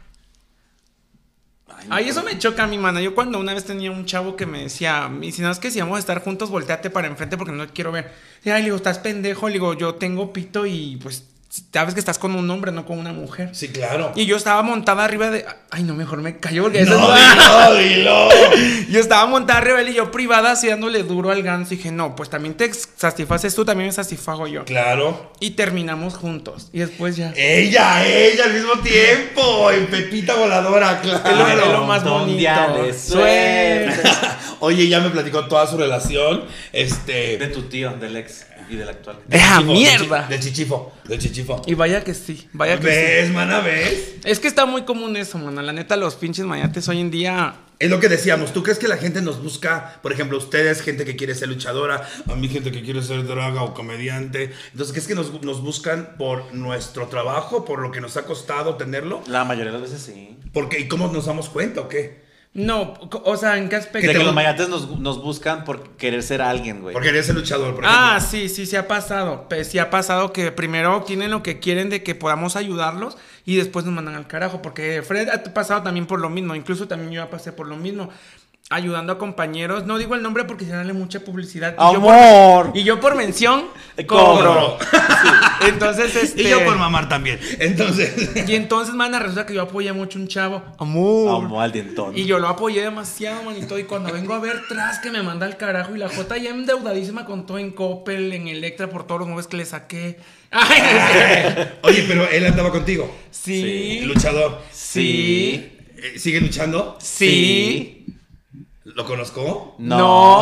Ay, no, Ay eso me choca a mi mana. Yo cuando una vez tenía un chavo que me decía, y si no es que si vamos a estar juntos, volteate para enfrente porque no te quiero ver. Y ay, le digo, estás pendejo. Le digo, yo tengo pito y pues sabes que estás con un hombre, no con una mujer.
Sí, claro.
Y yo estaba montada arriba de... Ay, no, mejor me cayó porque...
No,
eso
es... dilo, dilo.
Yo estaba montada arriba de él y yo privada así dándole duro al ganso. Y dije, no, pues también te satisfaces tú, también me satisfago yo.
Claro.
Y terminamos juntos. Y después ya...
Ella, ella al mismo tiempo. En Pepita Voladora, claro.
Es lo, es lo más bonito.
De suerte.
Oye, ya me platicó toda su relación. Este...
De tu tío, del ex. Y del actual.
¡Esa mierda!
Del chichifo, del chichifo.
Y vaya que sí, vaya que
¿Ves,
sí.
mana, ves?
Es que está muy común eso, mana. La neta, los pinches mayates hoy en día...
Es lo que decíamos. ¿Tú crees que la gente nos busca? Por ejemplo, ustedes, gente que quiere ser luchadora. A mí, gente que quiere ser draga o comediante. Entonces, ¿crees que nos, nos buscan por nuestro trabajo? ¿Por lo que nos ha costado tenerlo?
La mayoría de las veces sí.
¿Por qué? ¿Y cómo nos damos cuenta o qué?
No, o sea, ¿en qué aspecto?
De que los mayates nos, nos buscan por querer ser alguien, güey.
Por querer ser luchador, por
Ah,
ejemplo.
sí, sí, sí ha pasado. Pues sí ha pasado que primero tienen lo que quieren de que podamos ayudarlos y después nos mandan al carajo. Porque Fred ha pasado también por lo mismo. Incluso también yo ya pasé por lo mismo. Ayudando a compañeros. No digo el nombre porque se darle mucha publicidad. Y
¡Amor!
Yo por, y yo por mención cobro.
Cobro.
Sí. Entonces, este...
Y yo por mamar también. Entonces...
Y entonces, mana, resulta que yo apoyé mucho a un chavo. Amor.
Amo al dientón.
Y yo lo apoyé demasiado, manito. Y cuando vengo a ver tras que me manda al carajo. Y la J ya endeudadísima con todo en Coppel, en Electra, por todos los muebles que le saqué. Ay,
Oye, pero él andaba contigo.
sí.
El luchador.
Sí.
Eh, ¿Sigue luchando?
Sí.
¿Lo conozco?
No.
No.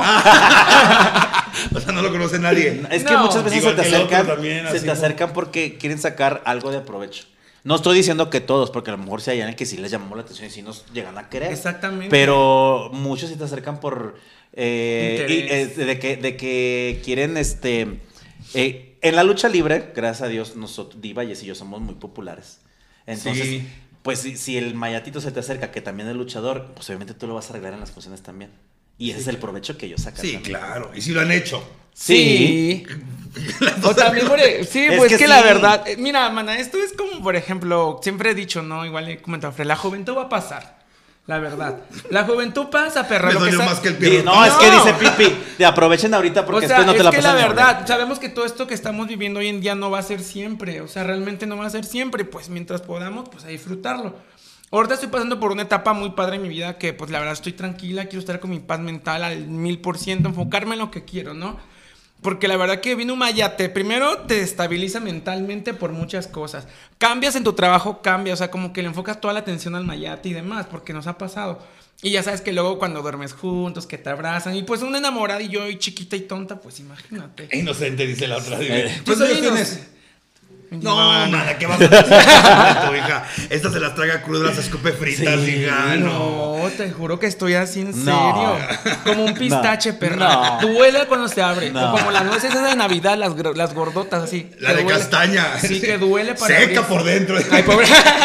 O sea, no lo conoce nadie.
Es que
No.
muchas veces
Igual
se te
que el otro
acercan,
también,
se
así
te
como-
acercan porque quieren sacar algo de provecho. No estoy diciendo que todos, porque a lo mejor si hay alguien que sí les llamamos la atención y sí nos llegan a querer.
Exactamente.
Pero muchos sí te acercan por eh, y,
Interés.
eh, de que de que quieren este eh, en la lucha libre, gracias a Dios, nosotros Diva, Jess y yo somos muy populares. Entonces,
Sí.
pues si, si el mayatito se te acerca, que también es luchador, pues obviamente tú lo vas a arreglar en las funciones también. Y ese es el provecho que ellos sacan.
Sí,
también.
claro. Y sí lo han hecho.
Sí. O también, por, sí,
Es
pues
que
que,
sí.
la verdad, eh, mira, mana, esto es como, por ejemplo, siempre he dicho, ¿no? Igual he comentado, Fred, la juventud va a pasar. La verdad. La juventud pasa, perra.
Me
lo que
dolió
sa-
más que el
Sí,
pierro.
no, es que
No.
dice Pipi, de aprovechen ahorita porque
o sea,
después no te
es
la
que
pasan
la
en
verdad, sabemos que todo esto que estamos viviendo hoy en día no va a ser siempre. O sea, realmente no va a ser siempre. Pues mientras podamos, pues a disfrutarlo. Ahorita estoy pasando por una etapa muy padre en mi vida que, pues la verdad, estoy tranquila. Quiero estar con mi paz mental al mil por ciento, enfocarme en lo que quiero, ¿no? Porque la verdad que viene un mayate, primero te estabiliza mentalmente por muchas cosas. Cambias en tu trabajo, cambia, o sea, como que le enfocas toda la atención al mayate y demás, porque nos ha pasado. Y ya sabes que luego cuando duermes juntos, que te abrazan, y pues una enamorada y yo, y chiquita y tonta, pues imagínate.
Inocente, dice la otra.
Eh,
¿Cuántos años
soy
tienes? No,
Llevaban-
nada, ¿qué vas a hacer? Tu hija. Esta se las traga crudas, las escupe fritas,
Sí,
hija. No.
No, te juro que estoy así en
No.
serio. Como un pistache,
No.
perra.
No.
Duele cuando se abre.
No.
O como las nueces esas de Navidad, las, gr- las gordotas así.
La
que
de
duele.
castaña.
Sí, que duele para
Seca
abrir.
por dentro.
Ay, pobre.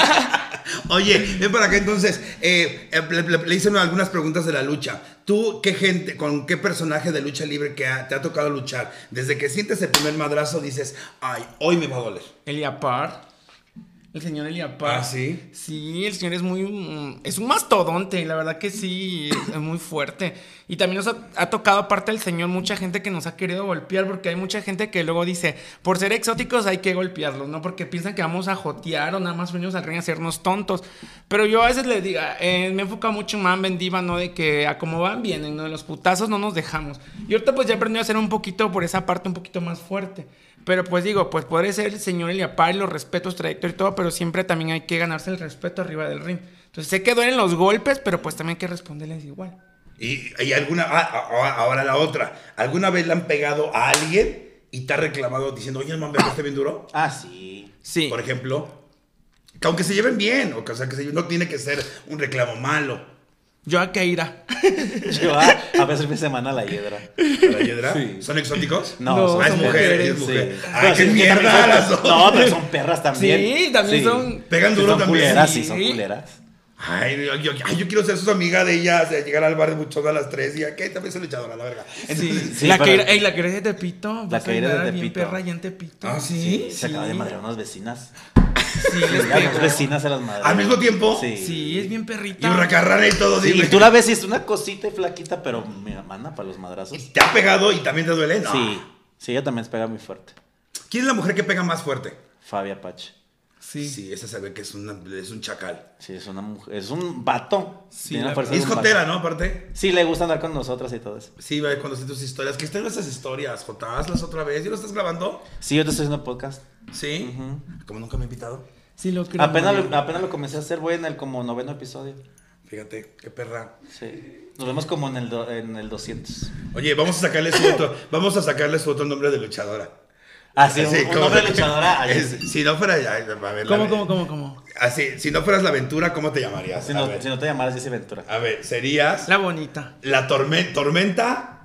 Oye, ven para acá entonces. Eh, eh, le, le- le hice algunas preguntas de la lucha. ¿Tú qué gente, con qué personaje de lucha libre que ha- te ha tocado luchar? Desde que sientes el primer madrazo dices, ay, hoy me va a doler.
Eliapar. El señor Eliapar.
¿Ah, sí?
Sí, el señor es muy... mm, es un mastodonte, la verdad que sí, es muy fuerte. Y también nos ha, ha tocado, aparte del señor, mucha gente que nos ha querido golpear, porque hay mucha gente que luego dice, por ser exóticos hay que golpearlos, ¿no? Porque piensan que vamos a jotear o nada más venimos al ring a hacernos tontos. Pero yo a veces les digo, eh, me he enfocado mucho en Man Bendiva, ¿no? De que a como van, vienen, ¿no? De los putazos no nos dejamos. Y ahorita pues ya aprendí a hacer un poquito por esa parte un poquito más fuerte. Pero pues digo, pues podré ser el señor Eliapar y los respetos, trayectoria y todo, pero siempre también hay que ganarse el respeto arriba del ring. Entonces sé que duelen los golpes, pero pues también hay que responderles igual.
Y, y alguna, ah, ah, ahora la otra. ¿Alguna vez le han pegado a alguien y te ha reclamado diciendo, oye, no me pegaste bien duro?
Ah, sí.
Sí.
Por ejemplo, que aunque se lleven bien, o que, o sea, que se- no tiene que ser un reclamo malo.
Yo a Keira.
Yo a, a veces mi semana la hiedra.
¿La Hiedra?
Sí.
¿Son exóticos?
No,
No,
son
Ah, es
son
mujer,
mujeres,
es mujer.
Sí.
Ay,
Pero
qué
sí,
mierda
también
las
son-
dos.
No, pero son perras también.
Sí, también son-
Pegan
Sí,
duro
son
también.
Culeras,
Sí.
sí, son culeras.
Ay, yo, yo- ay, yo quiero ser su amiga de ella, o sea, llegar al bar de Buchón a las tres y ¿qué? También soy luchadora, la verga.
Sí,
Sí,
la
pero-
Keira, ey, la Keira es de Tepito.
La Keira es de
Bien
Tepito.
perra allá en Tepito.
Ah, ¿sí?
Se acaba de madrear unas vecinas.
Sí, les
Sí, a las
pegó.
vecinas se las madreó.
¿Al mismo tiempo?
Sí.
Sí, es bien
Y
perrita.
hurracarrana y todo,
Sí,
dime.
y tú la ves y es una cosita y flaquita, pero mira, manda para los madrazos.
¿Te ha pegado y también te duele? No.
Sí, sí, ella también pega muy fuerte.
¿Quién es la mujer que pega más fuerte?
Fabia Pache.
Sí.
Sí, esa se ve que es, una, es un chacal.
Sí, es una mujer, es un vato.
Sí,
Tiene
la
la fuerza
Y
de
es
un
jotera,
vato.
¿no? Aparte.
Sí, le gusta andar con nosotras y todo eso.
Sí, va cuando sé tus historias. ¿Qué están esas historias, Jota? Hazlas otra vez. ¿Ya lo estás grabando?
Sí, yo te estoy haciendo podcast.
Sí. Como nunca me he invitado.
Sí, lo creo.
Apenas
Mario.
lo, apenas lo comencé a hacer, voy en el como noveno episodio.
Fíjate, qué perra.
Sí. Nos vemos como en el, do- en el doscientos.
Oye, vamos a sacarle su otro, vamos a sacarle su otro nombre de luchadora.
Ah, sí,
Así,
un, un
como-
nombre de luchadora. ay,
Es- si no fuera ya, a ver,
¿Cómo,
la-
cómo, cómo, cómo?
Así, si no fueras la aventura, ¿cómo te llamarías?
Si
a,
no,
ver,
si no te llamaras Jesse Ventura.
a ver, serías
La bonita.
la torme- tormenta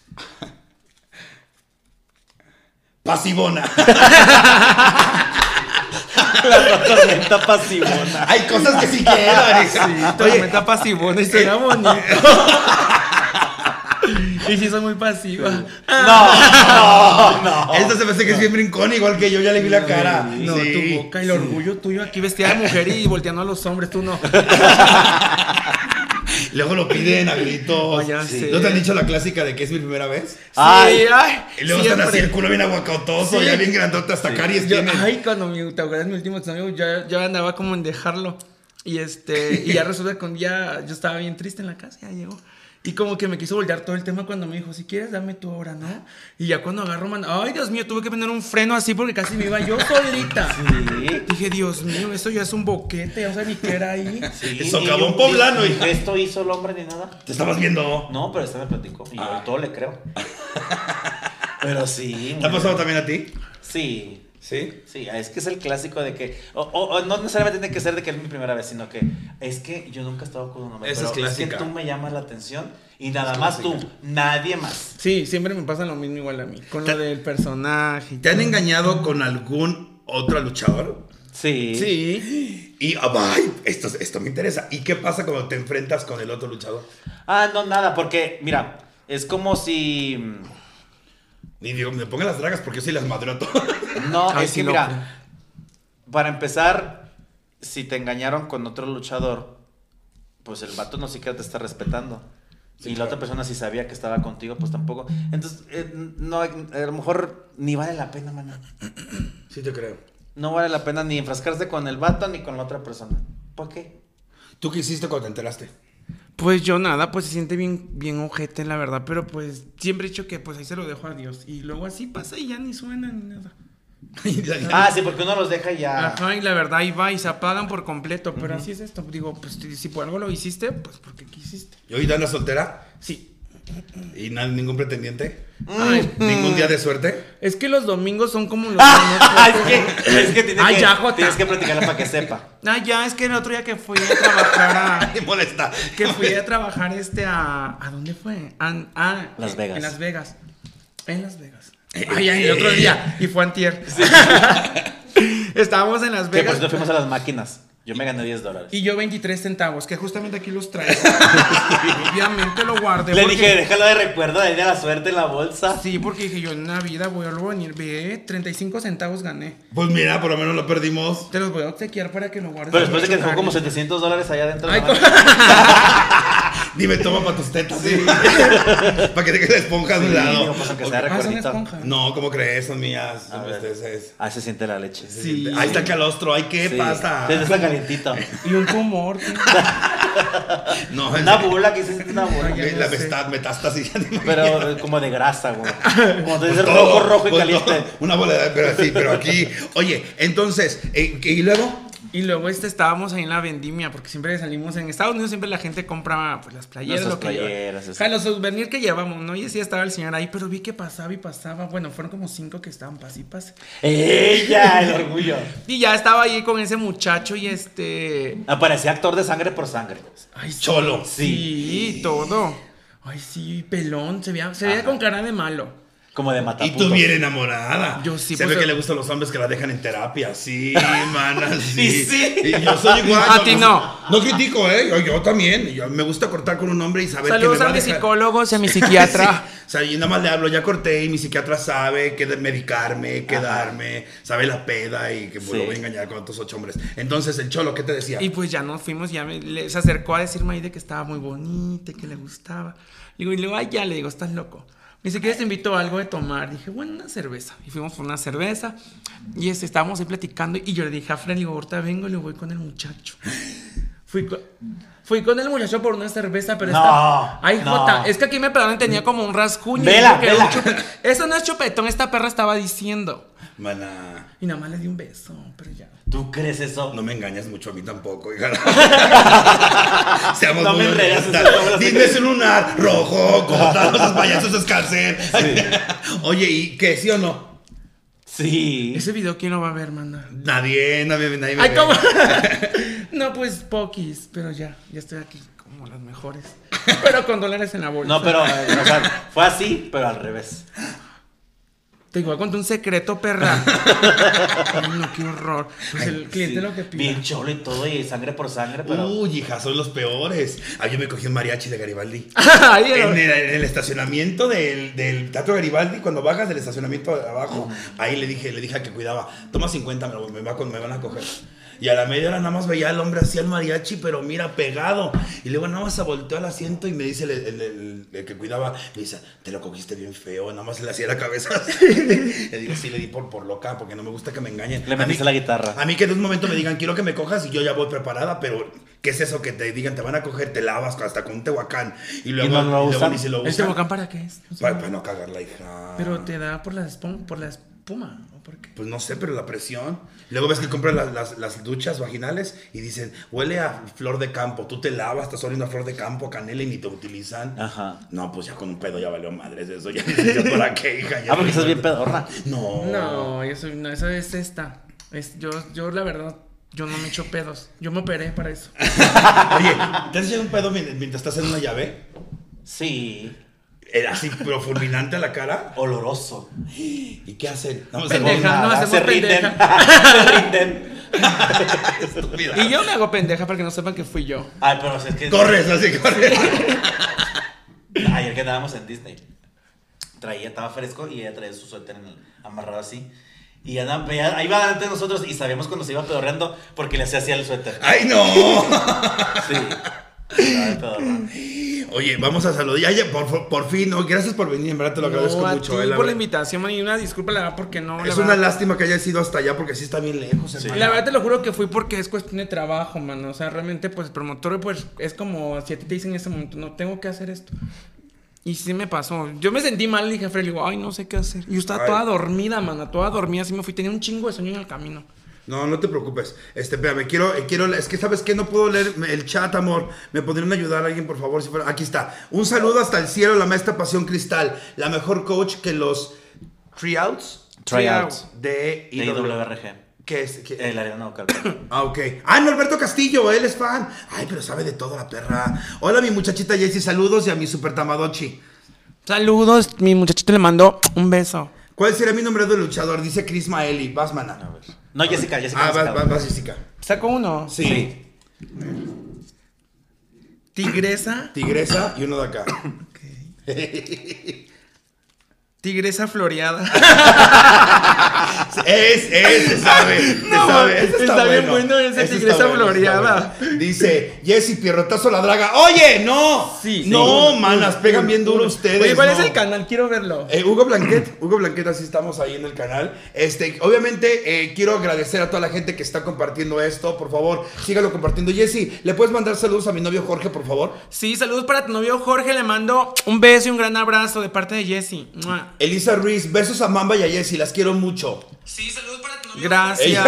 pasivona.
La tormenta pasivona.
Hay cosas que sí quedan.
Sí,
Oye,
tormenta pasivona y suena bonito. Y sí soy muy pasiva.
No, no, no.
esta se me hace que es bien brincón, igual que yo, ya le vi la cara.
No,
Sí.
tu boca, el orgullo tuyo aquí vestida de mujer y volteando a los hombres, tú no.
Luego lo piden a gritos.
Ay, ya sé.
¿No te han dicho la clásica de que es mi primera vez?
Ay.
Sí, ay.
Y luego están
siempre.
así, el culo bien aguacotoso,
Sí.
ya bien grandote, hasta caries
Yo-
tienen.
ay, cuando mi, te acuerdas mi último examen, yo, yo andaba como en dejarlo. Y este, y ya resulta que un día yo estaba bien triste en la casa, ya llegó. Y como que me quiso voltear todo el tema cuando me dijo, si quieres, dame tu hora, ¿no? Y ya cuando agarro, man, ay, Dios mío, tuve que poner un freno así porque casi me iba yo solita.
Sí.
Dije, Dios mío, esto ya es un boquete, o sea, ni qué era ahí.
Sí,
El socavón
ni un-
poblano,
Ni
hija.
esto hizo el hombre ni nada.
Te estabas viendo.
No, pero este me platicó. Y
Ah.
yo todo le creo. Pero sí.
¿Te ha pasado también a ti?
Sí.
Sí.
Sí, es que es el clásico de que, o, o- o no necesariamente tiene que ser de que es mi primera vez, sino que es que yo nunca he estado con un hombre,
Esa
pero
es
es, que
clásica.
tú me llamas la atención y nada
Es
más
clásica.
tú, nadie más.
Sí, siempre me pasa lo mismo igual a mí, con
Te-
lo del personaje. y
¿Te han
todo.
engañado con algún otro luchador?
Sí.
Sí.
Y, ay, esto, esto me interesa. ¿Y qué pasa cuando te enfrentas con el otro luchador?
Ah, no, nada, porque, mira, es como si...
Y digo, me pongan las dragas porque yo sí las madreo a todas.
No,
Ay,
es
sí,
que
no,
mira,
creo.
para empezar, si te engañaron con otro luchador, pues el vato no siquiera te está respetando.
Sí,
y la
claro.
otra persona si sabía que estaba contigo, pues tampoco. Entonces, eh, no, a lo mejor ni vale la pena, mana.
Sí te creo.
No vale la pena ni enfrascarse con el vato ni con la otra persona. ¿Por qué?
¿Tú qué hiciste cuando te enteraste?
Pues yo nada, pues se siente bien, bien ojete, la verdad, pero pues siempre he dicho que pues ahí se lo dejo a Dios. Y luego así pasa y ya ni suena ni nada.
Ah, sí, porque uno los deja y ya.
Ajá, y la verdad ahí va y se apagan por completo, pero uh-huh. así es esto. Digo, pues si por algo lo hiciste, pues porque quisiste.
¿Y hoy andas soltera?
Sí.
¿Y nada, ningún pretendiente?
Ay,
¿Ningún día de suerte?
Es que los domingos son como los
ah, es que, es que, tienes,
Ay,
que
ya, Jota.
tienes que platicarla para que sepa.
Ah, ya, es que el otro día que fui a trabajar a...
Me molesta.
Que fui a trabajar este a... ¿A dónde fue? A, a
Las Vegas.
En Las Vegas. En Las Vegas. Ay, ay, el otro día. Y fue antier. Sí. Estábamos en Las Vegas.
Que pues fuimos a las máquinas. Yo me gané diez dólares.
Y yo veintitrés centavos, que justamente aquí los traigo. Obviamente lo guardé.
Le
porque...
dije, déjalo de recuerdo de ahí de la suerte en la bolsa.
Sí, porque dije, yo en la vida voy a venir. Ve, treinta y cinco centavos gané.
Pues mira, por lo menos lo perdimos.
Te los voy a obsequiar para que lo guardes.
Pero después de que dejó como setecientos dólares allá adentro.
Ay,
Dime, toma para tus tetas, sí. Para que te quede la esponja de un lado.
No, pues aunque sea
ah, son
recuerdito.
No, ¿cómo crees? Son mías. Son
ustedes. Ah, se siente la leche.
Sí.
Ahí está el calostro. Ay, ¿qué
sí.
pasa?
Está calientito.
Y un tumor.
No,
una bola, que hiciste una bola.
Ay, la metá, metástasis.
Pero como de grasa, güey. Como te dices rojo, rojo y
pues
caliente.
Todo. Una bola de... Pero sí, pero aquí... Oye, entonces, eh, ¿y luego?
Y luego este estábamos ahí en la vendimia, porque siempre salimos en Estados Unidos, siempre la gente compra pues las playeras,
Nuestras
lo que
playeras,
lleva. O sea, los souvenirs que llevamos, ¿no? Y así estaba el señor ahí, pero vi que pasaba y pasaba. Bueno, fueron como cinco que estaban pas y pas.
¡Ella! El orgullo.
Y ya estaba ahí con ese muchacho y este...
Aparecía actor de Sangre por Sangre.
Ay, cholo.
Sí, sí, todo. Ay, sí, pelón, se veía, se veía con cara de malo.
Como de
Y
mataputos.
tú bien enamorada.
Yo sí.
Se
pues,
ve que le gustan los hombres que la dejan en terapia. Sí, mana, sí.
Y sí.
Y yo soy igual.
A ti no.
No critico, ¿eh? Yo, yo también. Yo, me gusta cortar con un hombre y saber
saludos
que me va
a
a
mis
dejar...
psicólogos y a mi psiquiatra.
Sí. O sea, y nada más le hablo, ya corté y mi psiquiatra sabe que de medicarme, quedarme, Ajá. sabe la peda y que pues, sí. lo voy a engañar con otros ocho hombres. Entonces, el cholo, ¿qué te decía?
Y pues ya nos fuimos, ya me, le, se acercó a decirme ahí de que estaba muy bonita, que le gustaba. Le digo, y luego, ay, ya, le digo, estás loco. Ni siquiera te invitó a algo de tomar. Dije, bueno, una cerveza. Y fuimos por una cerveza. Y este, estábamos ahí platicando. Y yo le dije a Fred, le digo, ahorita vengo y le voy con el muchacho. Fui con, fui con el muchacho por una cerveza, pero
no,
esta... Ay,
no.
Jota, es que aquí me perdonan, tenía como un rasguño.
Vela, vela.
Chupe... Eso no es chupetón, esta perra estaba diciendo.
Mana.
Y nada más le di un beso, pero ya.
¿Tú crees eso?
No me engañas mucho a mí tampoco, hija. Seamos
no
muy
me enredas.
Dime ese lunar rojo, cortados esos payasos escalcen. Sí. Oye, ¿y qué? ¿Sí o no?
Sí.
Ese video, ¿quién lo va a ver, manda?
Nadie, nadie, nadie me
Ay,
ve.
¿cómo? No, pues poquis, pero ya, ya estoy aquí como las mejores. Pero con dólares en la bolsa.
No, pero, eh, o sea, fue así, pero al revés.
Te voy a contar un secreto, perra. Ay, no, qué horror. Pues
Ay,
el cliente
sí.
lo que pide.
Bien cholo y todo, y sangre por sangre, pero...
Uy, hija, son los peores. Ah, yo me cogí un mariachi de Garibaldi.
Ay,
en, el, en el estacionamiento del, del Teatro Garibaldi, cuando bajas del estacionamiento de abajo, uh-huh. ahí le dije, le dije a que cuidaba, toma cincuenta, me, me, va con, me van a coger. Y a la media hora nada más veía al hombre así al mariachi, pero mira, pegado. Y luego nada más se volteó al asiento y me dice el, el, el, el que cuidaba, me dice, te lo cogiste bien feo, nada más le hacía la cabeza así. Le digo, sí, le di por, por loca, porque no me gusta que me engañen.
Le metiste la guitarra.
A mí que de un momento me digan, quiero que me cojas y yo ya voy preparada, pero ¿qué es eso que te digan? Te van a coger, te lavas hasta con un tehuacán. Y luego,
¿Y no lo
y luego
usan?
ni se lo usan.
¿El tehuacán para qué es?
No para, para no cagar la hija.
Pero te da por la, espuma, por la espuma, ¿o por qué?
Pues no sé, pero la presión. Luego ves que compran las, las, las duchas vaginales y dicen, huele a flor de campo. Tú te lavas, estás oliendo a flor de campo, canela y ni te utilizan.
Ajá.
No, pues ya con un pedo ya valió madres eso. Ya ni ¿para qué, hija? Ya
ah, porque estás bien pedorra.
No.
No, yo soy, no, eso es esta. Es, yo, yo, la verdad, yo no me echo pedos. Yo me operé para eso.
Oye, ¿te has echado un pedo mientras estás en una llave?
Sí.
Era así, pero fulminante a la cara.
Oloroso.
¿Y qué hacen?
No, pendeja, no hacemos
se rinden.
pendeja.
Se rinden.
Estúpida.
Y yo me hago pendeja para que no sepan que fui yo.
Ay, pero es que...
Corres, así, corres.
Ayer que andábamos en Disney, traía, estaba fresco y ella traía su suéter en el, amarrado así. Y andaba, ahí iba delante de nosotros y sabíamos cuando se iba pedorreando porque le hacía así el suéter.
¡Ay, no!
Sí.
Oye, vamos a saludar. Ya, ya, por, por fin, ¿no? Gracias por venir, en verdad te lo agradezco
no, a
mucho.
ti
eh, la
por
verdad.
la invitación, man, y una disculpa, la verdad, porque no.
Es
la
una
verdad,
lástima que hayas ido hasta allá porque sí está bien lejos,
Sí.
hermano.
La verdad te lo juro que fui porque es cuestión de trabajo, mano. O sea, realmente, pues, el promotor, pues, es como si a ti te dicen en ese momento, no, tengo que hacer esto. Y sí me pasó. Yo me sentí mal, dije a Fred, digo, ay, no sé qué hacer. Y yo estaba
Ay.
toda dormida, mano, toda dormida, así me fui. Tenía un chingo de sueño en el camino.
No, no te preocupes. Este, espérame, quiero, eh, quiero, es que sabes que no puedo leer el chat, amor. ¿Me podrían ayudar a alguien, por favor? Si fuera, aquí está. Un saludo hasta el cielo, la maestra Pasión Cristal, la mejor coach que los tryouts
Tryouts.
de
De I W R G.
¿Qué es? ¿Qué?
El Arena Naucal.
Ah, ok. Ah, Norberto Castillo, él es fan. Ay, pero sabe de todo la perra. Hola, mi muchachita Jessie, saludos y a mi super Tamadochi.
Saludos, mi muchachito le mandó un beso.
¿Cuál será mi nombre de luchador? Dice Chris Maeli. Vas, mana.
A ver. No, Jessica, Jessica.
Ah,
no se
vas,
acaba.
vas, vas, Jessica.
¿Saco uno?
Sí.
Tigresa.
Tigresa y uno de acá.
Tigresa floreada.
Es, es, se sabe, se
No,
sabe. Ese
está bien bueno ese
Ese
tigresa
está bueno,
floreada.
está bueno. Dice, Jessy, pierrotazo la draga. Oye, no.
Sí, sí.
No,
Uno,
manas,
uno,
pegan
uno,
bien duro
uno.
ustedes.
Oye, ¿cuál
no.
es el canal? Quiero verlo.
Eh, Hugo Blanquet, Hugo Blanquet, así estamos ahí en el canal. Este, obviamente, eh, quiero agradecer a toda la gente que está compartiendo esto. Por favor, sígalo compartiendo. Jessy, ¿le puedes mandar saludos a mi novio Jorge, por favor?
Sí, saludos para tu novio Jorge. Le mando un beso y un gran abrazo de parte de Jessy. ¡Mua!
Elisa Ruiz, besos a Mamba y a Jessy, las quiero mucho.
Sí, saludos para tu novio. Gracias.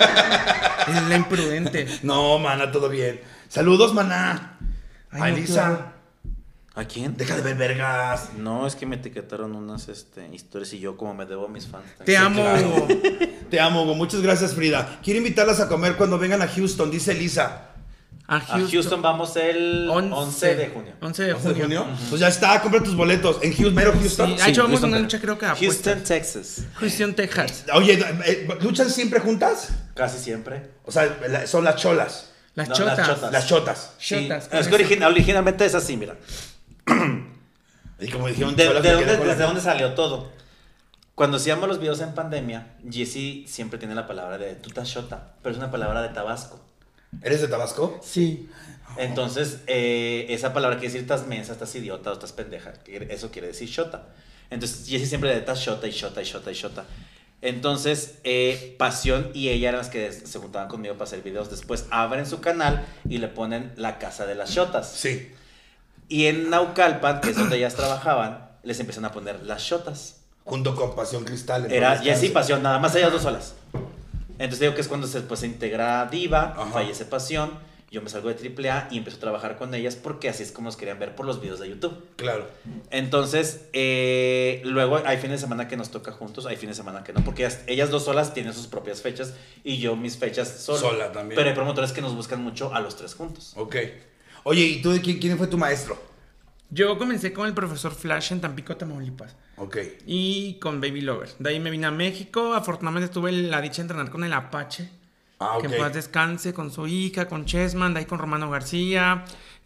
Es la imprudente.
No, mana, todo bien. Saludos, maná.
Ay,
a
no,
Elisa.
¿A quién?
Deja de ver vergas.
No, es que me etiquetaron unas este, historias y yo como me debo a mis fans.
Te amo.
claro. Te amo, Hugo. Muchas gracias, Frida. Quiero invitarlas a comer cuando vengan a Houston, dice Elisa.
A
A
Houston.
Houston vamos el once de junio.
once de
¿once de
junio.
junio? Pues ya está, compra tus boletos. En Houston, mero Houston.
Sí, de hecho, vamos a
Houston,
una
Texas.
lucha, creo que a
Houston, Texas.
Houston, Texas.
Oye, eh, ¿luchan siempre juntas?
Casi siempre.
O sea, la- son las cholas.
Las
No,
chotas.
las chotas.
Las chotas.
Sí.
Chotas,
Es que
con
origin- originalmente es así, mira.
Y como dijeron,
¿De,
cholas,
de
me
dónde,
quedé con la-
¿Desde dónde salió todo? Cuando hacíamos los videos en pandemia, Jessy siempre tiene la palabra de tuta shota, pero es una palabra de Tabasco.
¿Eres de Tabasco?
Sí.
Entonces, eh, esa palabra quiere decir estás mensa, estás idiota o estás pendeja. que Eso quiere decir shota. Entonces, Jessy siempre le da shota y shota y shota y shota. Entonces, eh, Pasión y ella eran las que se juntaban conmigo para hacer videos. Después abren su canal y le ponen La Casa de las Shotas.
Sí.
Y en Naucalpan, que es donde ellas trabajaban, les empiezan a poner Las Shotas.
Junto con Pasión Cristal. en
Era
paz descanse.
Jessy y Pasión, nada más ellas dos solas. Entonces digo que es cuando se, pues, se integra Diva,
Ajá.
fallece Pasión, yo me salgo de triple A y empiezo a trabajar con ellas porque así es como nos querían ver por los videos de YouTube.
Claro.
Entonces, eh, luego hay fines de semana que nos toca juntos, hay fines de semana que no, porque ellas, ellas dos solas tienen sus propias fechas y yo mis fechas solo.
Sola también.
Pero hay promotores que nos buscan mucho a los tres juntos.
Ok. Oye, ¿y tú de quién, quién fue tu maestro?
Yo comencé con el profesor Flash en Tampico, Tamaulipas.
Ok.
Y con Baby Lover. De ahí me vine a México. Afortunadamente tuve la dicha de entrenar con el Apache.
Ah, ok.
Que en paz descanse, con su hija, con Chessman, de ahí con Romano García.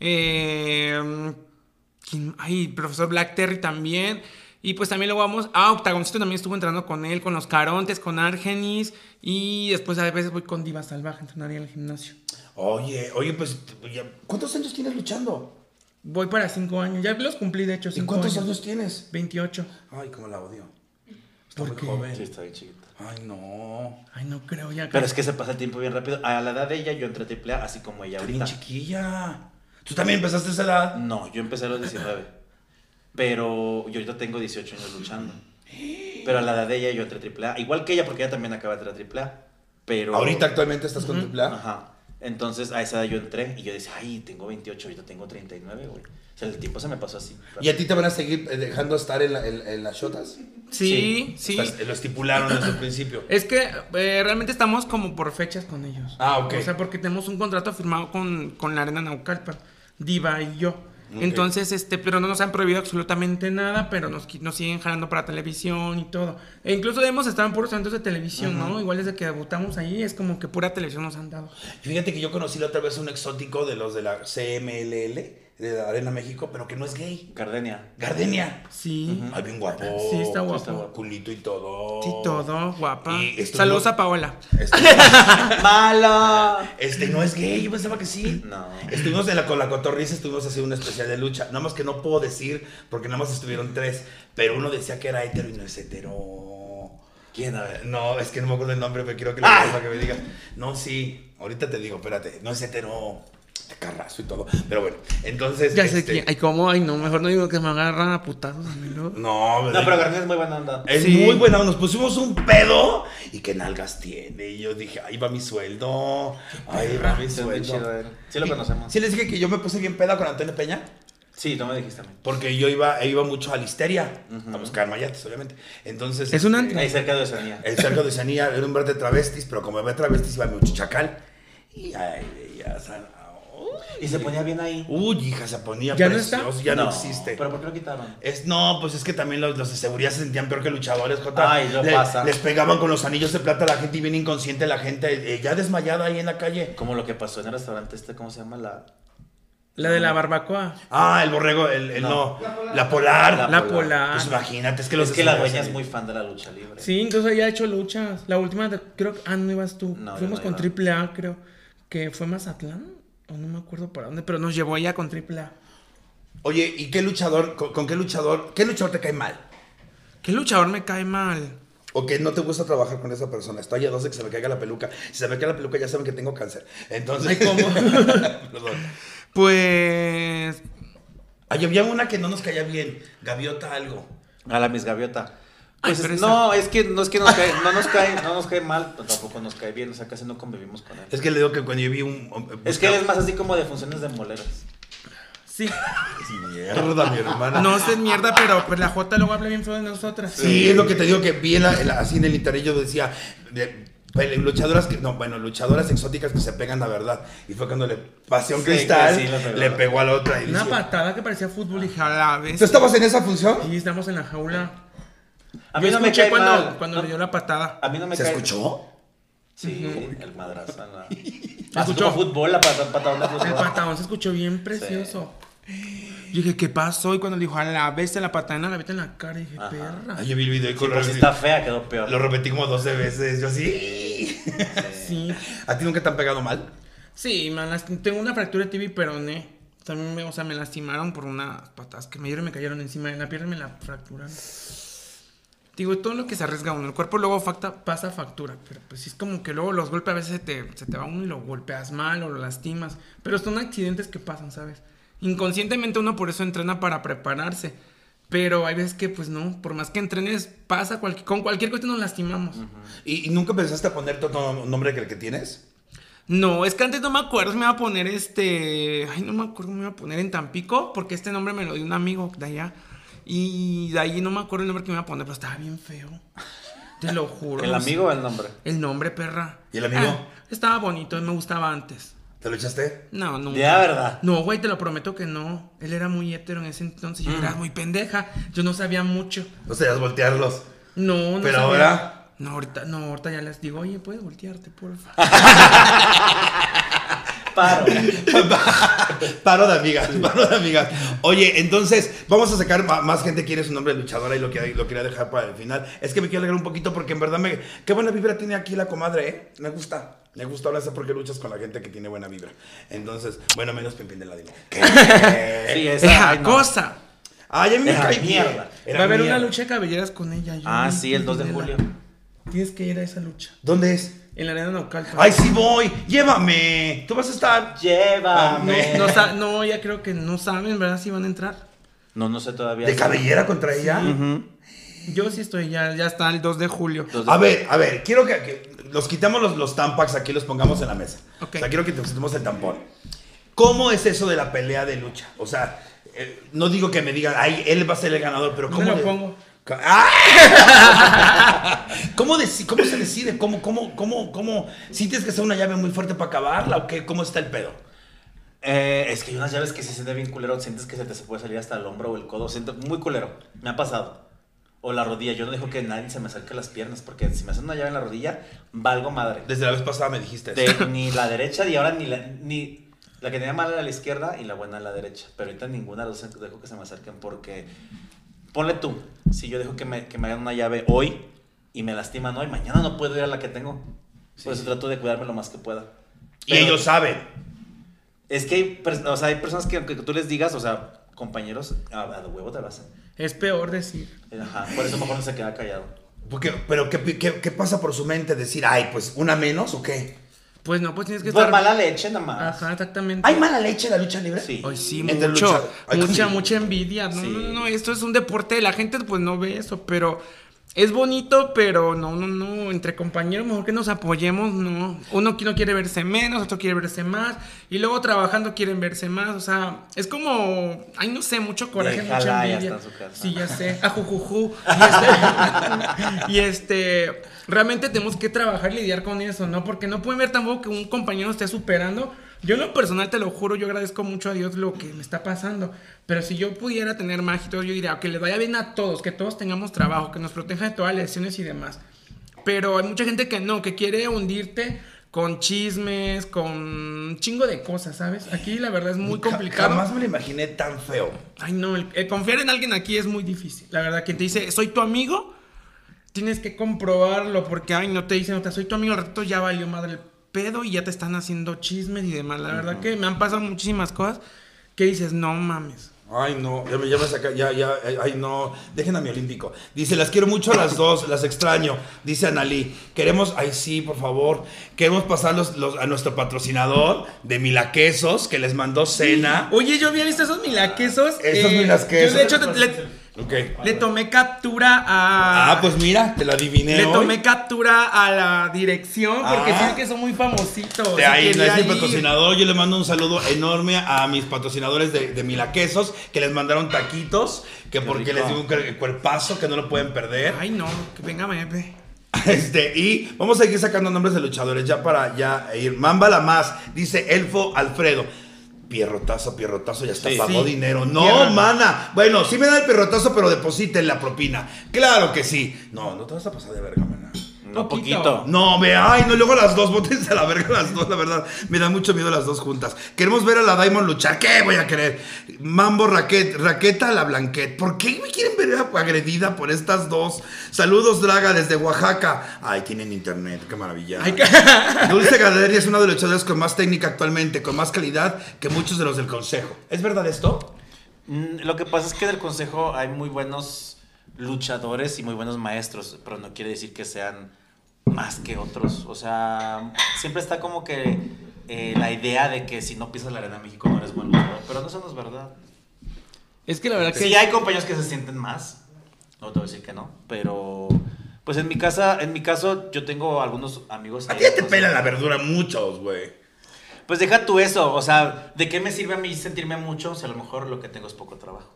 Eh, ¿quién? Ay, profesor Black Terry también. Y pues también luego vamos a Octagoncito, también estuve entrenando con él, con los Carontes, con Argenis. Y después a veces voy con Diva Salvaje a entrenar ahí en el gimnasio.
Oye, oye, pues, ya- ¿cuántos años tienes luchando?
Voy para cinco años. Ya los cumplí, de hecho,
¿Y
cinco
cuántos
años.
años tienes?
veintiocho.
Ay, cómo la odio. Está
¿Por
muy
qué?
joven.
Sí, está bien chiquita.
Ay, no.
Ay, no creo ya.
Pero es que se pasa el tiempo bien rápido. A la edad de ella yo entré a triple A, así como ella
Está bien
ahorita.
chiquilla. ¿Tú también empezaste a esa edad?
No, yo empecé a los diecinueve. Pero yo ahorita tengo dieciocho años luchando. Pero a la edad de ella yo entré a triple A. Igual que ella, porque ella también acaba de entrar a triple A. Pero...
¿Ahorita actualmente estás con tu plan?
Ajá. Entonces a esa edad yo entré y yo decía, ay, tengo veintiocho, ahorita tengo treinta y nueve, güey. O sea, el tiempo se me pasó así.
¿Y a ti te van a seguir eh, dejando estar en, la- en- en las shotas?
Sí, sí.
Estás- lo estipularon desde el principio.
Es que eh, realmente estamos como por fechas con ellos.
Ah, ok.
O sea, porque tenemos un contrato firmado con, con la Arena Naucalpan, Diva y yo.
Ok.
Entonces, este, pero no nos han prohibido absolutamente nada, pero nos, qui- nos siguen jalando para televisión y todo. E incluso hemos estado en puros eventos de televisión, ¿no? Igual desde que debutamos ahí, es como que pura televisión nos han dado.
Y fíjate que yo conocí la otra vez un exótico de los de la C M L L. de Arena México, pero que no es gay.
Gardenia.
Gardenia.
Sí.
Ay, bien guapo.
Sí, está guapo.
Sí, está guapo.
Culito y todo.
Sí, todo, guapa.
Y estuvimos-
Saludos a Paola.
Este,
¡Malo!
este no es gay, yo pensaba que sí.
No.
Estuvimos en la, con la cotorriza, estuvimos haciendo un especial de lucha. Nada más que no puedo decir, porque nada más estuvieron tres. Pero uno decía que era hetero y no es hetero.
¿Quién? A ver.
No, es que no me acuerdo el nombre, pero quiero que lo digas para que me digas. No, sí, ahorita te digo, espérate, no es hetero. De carrazo y todo. Pero bueno, entonces.
Ya sé
este,
quién. Ay, ¿cómo? Ay, no, mejor no digo que me agarran a putazos a mí, ¿no?
No,
No, pero Gardenia es muy buena onda.
es
Sí.
muy buena. Nos pusimos un pedo y qué nalgas tiene. Y yo dije, ahí va mi sueldo. Ahí va mi
Sí, es muy chido,
sueldo.
él. Sí lo conocemos.
Sí les dije que yo me puse bien peda con Antonio Peña.
Sí, tú me dijiste a mí.
Porque yo iba, iba mucho a Listeria,
Ujú.
a buscar mayates, obviamente. Entonces.
Es un
este,
antro.
Ahí cerca de Oceanía.
El cerco de Oceanía era un bar de travestis, pero como había travestis iba mucho chacal. Y ay, ya san-
Y se ponía bien ahí.
Uy, hija, se ponía
¿Ya no
precioso,
está?
ya no, existe.
¿Pero por qué lo quitaron?
Es, no, pues es que también los, los de seguridad se sentían peor que luchadores, Jota.
Ay, lo
Le-
pasa.
Les pegaban con los anillos de plata a la gente y bien inconsciente la gente, eh, ya desmayada ahí en la calle.
Como lo que pasó en el restaurante este, ¿cómo se llama? La...
La de la barbacoa.
Ah, el borrego, el, el no.
No.
La polar.
La
La
polar.
polar.
Pues imagínate, es que los
Es
de
que la
seguridad
dueña es
se-
muy fan de la lucha libre.
Sí, entonces ella ha hecho luchas. La última, de- creo que. Ah, no ibas tú.
No, yo
Fuimos
no
con
iba.
Triple A, creo. Que fue Mazatlán. O no me acuerdo para dónde. Pero nos llevó ella con Triple A.
Oye, ¿y qué luchador, con, con qué luchador, qué luchador te cae mal?
¿Qué luchador me cae mal?
O que no te gusta trabajar con esa persona. Estoy a dos de que se me caiga la peluca. Si se me cae la peluca ya saben que tengo cáncer. Entonces.
Ay, ¿cómo?
Perdón.
Pues.
Ay, había una que no nos caía bien. Gaviota algo.
A la Miss Gaviota.
Ay,
Pues
pero
es-
esa-
no, es que no es que nos cae, no nos cae, no nos cae mal, pero tampoco nos cae bien, o sea, casi no convivimos con él.
Es que le digo que cuando yo vi un. un-
Es que él es más así como de funciones de moleras.
Sí.
Mierda, mi hermana.
No sé mierda, pero pues la J luego habla bien feo de nosotras.
Sí, es lo que te digo que vi en la- en la- así en el internet. Yo decía. de- pues, luchadoras que. No, bueno, luchadoras exóticas que se pegan la verdad. Y fue cuando le pasé un
Sí,
cristal.
que sí, le pegó.
le pegó a la otra. Y
Una
decía,
patada que parecía fútbol y a la vez.
¿tú estabas en esa función?
Sí, estamos en la jaula.
A mí
Yo
no me
escuché
cae
cuando,
mal.
cuando
No,
le dio la patada.
a mí no me
¿Se
cae.
escuchó?
Sí, el madrazo. ¿no? Así
escuchó?
como fútbol, la patadón, patadón de
El
fútbol.
patadón se escuchó bien precioso. Yo dije, ¿qué pasó? Y cuando dijo, a la vez la patada en la gaveta en la cara, dije,
Ajá.
perra.
Ay, yo vi el video y
Sí,
con
pero si está fea, quedó peor.
lo repetí como doce veces. Yo así.
Sí.
¿A ti nunca te han pegado mal?
Sí, man, las- tengo una fractura de tibia y peroné. También me, o sea, me lastimaron por unas patadas que me dieron y me cayeron encima de la pierna y me la fracturaron. Digo, todo lo que se arriesga uno. El cuerpo luego facta, pasa factura. Pero pues sí es como que luego los golpes a veces se te, se te va uno y lo golpeas mal o lo lastimas. Pero son accidentes que pasan, ¿sabes? Inconscientemente uno por eso entrena para prepararse. Pero hay veces que pues no, por más que entrenes, pasa, cual- con cualquier cuestión nos lastimamos.
¿Y, y nunca pensaste ponerte otro nombre que el que tienes?
No, es que antes no me acuerdo si me iba a poner este... Ay, no me acuerdo me iba a poner en Tampico, porque este nombre me lo dio un amigo de allá. Y de ahí no me acuerdo el nombre que me iba a poner, pero estaba bien feo. Te lo juro.
¿El
no sé.
amigo o el nombre?
El nombre, perra.
¿Y el amigo?
Ah, estaba bonito, me gustaba antes.
¿Te lo echaste?
No, no.
Ya, ¿verdad?
No, güey, te lo prometo que no. Él era muy hétero en ese entonces, yo era muy pendeja. Yo no sabía mucho.
No sabías voltearlos.
No, no
Pero
sabía.
ahora-
No, ahorita, no, ahorita ya les digo, oye, puedes voltearte, porfa.
Paro.
Paro de amigas, paro de amigas. Oye, entonces, vamos a sacar ma- más gente quiere su nombre de luchadora y lo, que, lo quería dejar para el final. Es que me quiero alegrar un poquito porque en verdad me... Qué buena vibra tiene aquí la comadre, ¿eh? Me gusta. Me gusta hablar porque luchas con la gente que tiene buena vibra. Entonces, bueno, menos Pimpín de la Dilo.
Sí,
Esa
esa. ay, no.
cosa.
Ay, a mí me
Era
cae
mierda.
bien. Era
Va a haber
mierda.
una lucha de cabelleras con ella. yo
Ah,
no
sí, el dos de
entiendo
julio.
la- Tienes que ir a esa lucha.
¿Dónde es?
En la arena Naucalpan.
Ay, sí voy. Llévame. Tú vas a estar.
Llévame.
No, sa- no, ya creo que no saben, ¿verdad? Si van a entrar.
No, no sé todavía.
¿De cabellera contra ella?
Ujú.
Yo sí estoy, ya, ya está el dos de julio.
Dos de-
A ver, a ver, quiero que, que los quitamos los, los tampax aquí y los pongamos en la mesa.
Ok.
O sea, quiero que te quitemos el tampón. ¿Cómo es eso de la pelea de lucha? O sea, eh, no digo que me digan, ay, él va a ser el ganador, pero ¿cómo?
¿Dónde lo
de-
pongo?
¡Ah! ¿Cómo, deci- ¿Cómo se decide? ¿Cómo, cómo, cómo, cómo? ¿Sí tienes que hacer una llave muy fuerte para acabarla o qué? ¿Cómo está el pedo?
Eh, es que hay unas llaves que se siente bien culero. Sientes que se te se puede salir hasta el hombro o el codo. Siento muy culero. Me ha pasado. O la rodilla. Yo no dejo que nadie se me acerque a las piernas. Porque si me hacen una llave en la rodilla, valgo madre.
Desde la vez pasada me dijiste eso.
De, ni la derecha, ni ahora, ni la, ni La que tenía mala era la izquierda y la buena a la derecha. Pero ahorita ninguna de los dejo que se me acerquen porque... Ponle tú, si yo dejo que me, que me hagan una llave hoy y me lastiman hoy, mañana no puedo ir a la que tengo. Sí, Por eso sí. trato de cuidarme lo más que pueda.
Y pero, ellos saben.
Es que hay, o sea, hay personas que aunque tú les digas, o sea, compañeros, a, a de huevo te lo hacen.
Es peor decir.
Ajá, por eso mejor no se queda callado.
Porque, pero ¿qué, qué, ¿qué pasa por su mente? Decir, ay, pues, ¿una menos o qué?
Pues no, pues tienes que
pues
estar...
mala leche nada más.
Ajá, exactamente.
¿Hay mala leche en la lucha libre?
Sí. Ay, sí,
Entre
mucho.
Lucha... Ay,
mucha,
sí.
mucha envidia. No,
sí.
no, no, esto es un deporte. La gente pues no ve eso, pero... Es bonito, pero no, no, no. Entre compañeros, mejor que nos apoyemos, no. Uno no quiere verse menos, otro quiere verse más. Y luego trabajando quieren verse más. O sea, es como. Ay, no sé, mucho coraje,
Déjala,
mucha envidia.
ya está en su casa.
Sí, ya sé. Ajujuju. Y este. y este. Realmente tenemos que trabajar y lidiar con eso, ¿no? Porque no pueden ver tampoco que un compañero esté superando. Yo en lo personal, te lo juro, yo agradezco mucho a Dios lo que me está pasando. Pero si yo pudiera tener magia y todo, yo diría que les vaya bien a todos, que todos tengamos trabajo, que nos proteja de todas las lesiones y demás. Pero hay mucha gente que no, que quiere hundirte con chismes, con un chingo de cosas, ¿sabes? Aquí la verdad es muy complicado.
Jamás me lo imaginé tan feo.
Ay, no, el, el confiar en alguien aquí es muy difícil. La verdad, quien te dice, soy tu amigo, tienes que comprobarlo, porque, ay, no te dicen, no, soy tu amigo, al rato ya valió madre el pedo y ya te están haciendo chismes y demás. La verdad uh-huh. que me han pasado muchísimas cosas que dices, no mames.
Ay, no, ya me, ya me saca, ya, ya, ay, no, dejen a mi olímpico. Dice, las quiero mucho a las dos, las extraño. Dice Analí, queremos, ay, sí, por favor, queremos pasar los, los, a nuestro patrocinador de Milaquesos, que les mandó cena.
Oye, yo había visto esos Milaquesos.
Esos
eh,
Milaquesos.
Yo, de hecho, te, le,
okay.
le tomé captura a...
Ah, pues mira, te lo adiviné
Le
hoy.
tomé captura a la dirección, porque
ah.
sí que son muy famositos.
De ahí, no es mi
ir.
patrocinador. Yo le mando un saludo enorme a mis patrocinadores de, de Milaquesos, que les mandaron taquitos, que Qué porque rico. Les dio un cuerpazo que no lo pueden perder.
Ay, no, que venga, Mepe.
Este, y vamos a seguir sacando nombres de luchadores ya para ya ir. Mamba la más, dice Elfo Alfredo. Pierrotazo, pierrotazo, ya está, sí, pagó sí. dinero. No, Pierrota. Mana. Bueno, sí me da el pierrotazo, pero depositen la propina. Claro que sí. No, no te vas a pasar de verga, mana.
No, poquito. poquito.
No, ve, ay, no, luego las dos, bótense a la verga las dos, la verdad. Me da mucho miedo las dos juntas. Queremos ver a la Diamond luchar. ¿Qué voy a querer? Mambo Raquet, Raqueta la Blanquet. ¿Por qué me quieren ver agredida por estas dos? Saludos, Draga, desde Oaxaca. Ay, tienen internet, qué maravilla. Ay, Dulce Gaderia es uno de los luchadores con más técnica actualmente, con más calidad que muchos de los del Consejo. ¿Es verdad esto?
Mm, lo que pasa es que del Consejo hay muy buenos luchadores y muy buenos maestros, pero no quiere decir que sean más que otros. O sea, siempre está como que eh, la idea de que si no pisas la Arena México no eres buen luchador, pero no, eso no es verdad.
Es que la verdad que...
Sí hay compañeros que se sienten más, no te voy a decir que no, pero... Pues en mi casa, en mi caso, yo tengo algunos amigos...
A ti ya te pelan la verdura muchos, güey.
Pues deja tú eso, o sea, ¿de qué me sirve a mí sentirme mucho si a lo mejor lo que tengo es poco trabajo?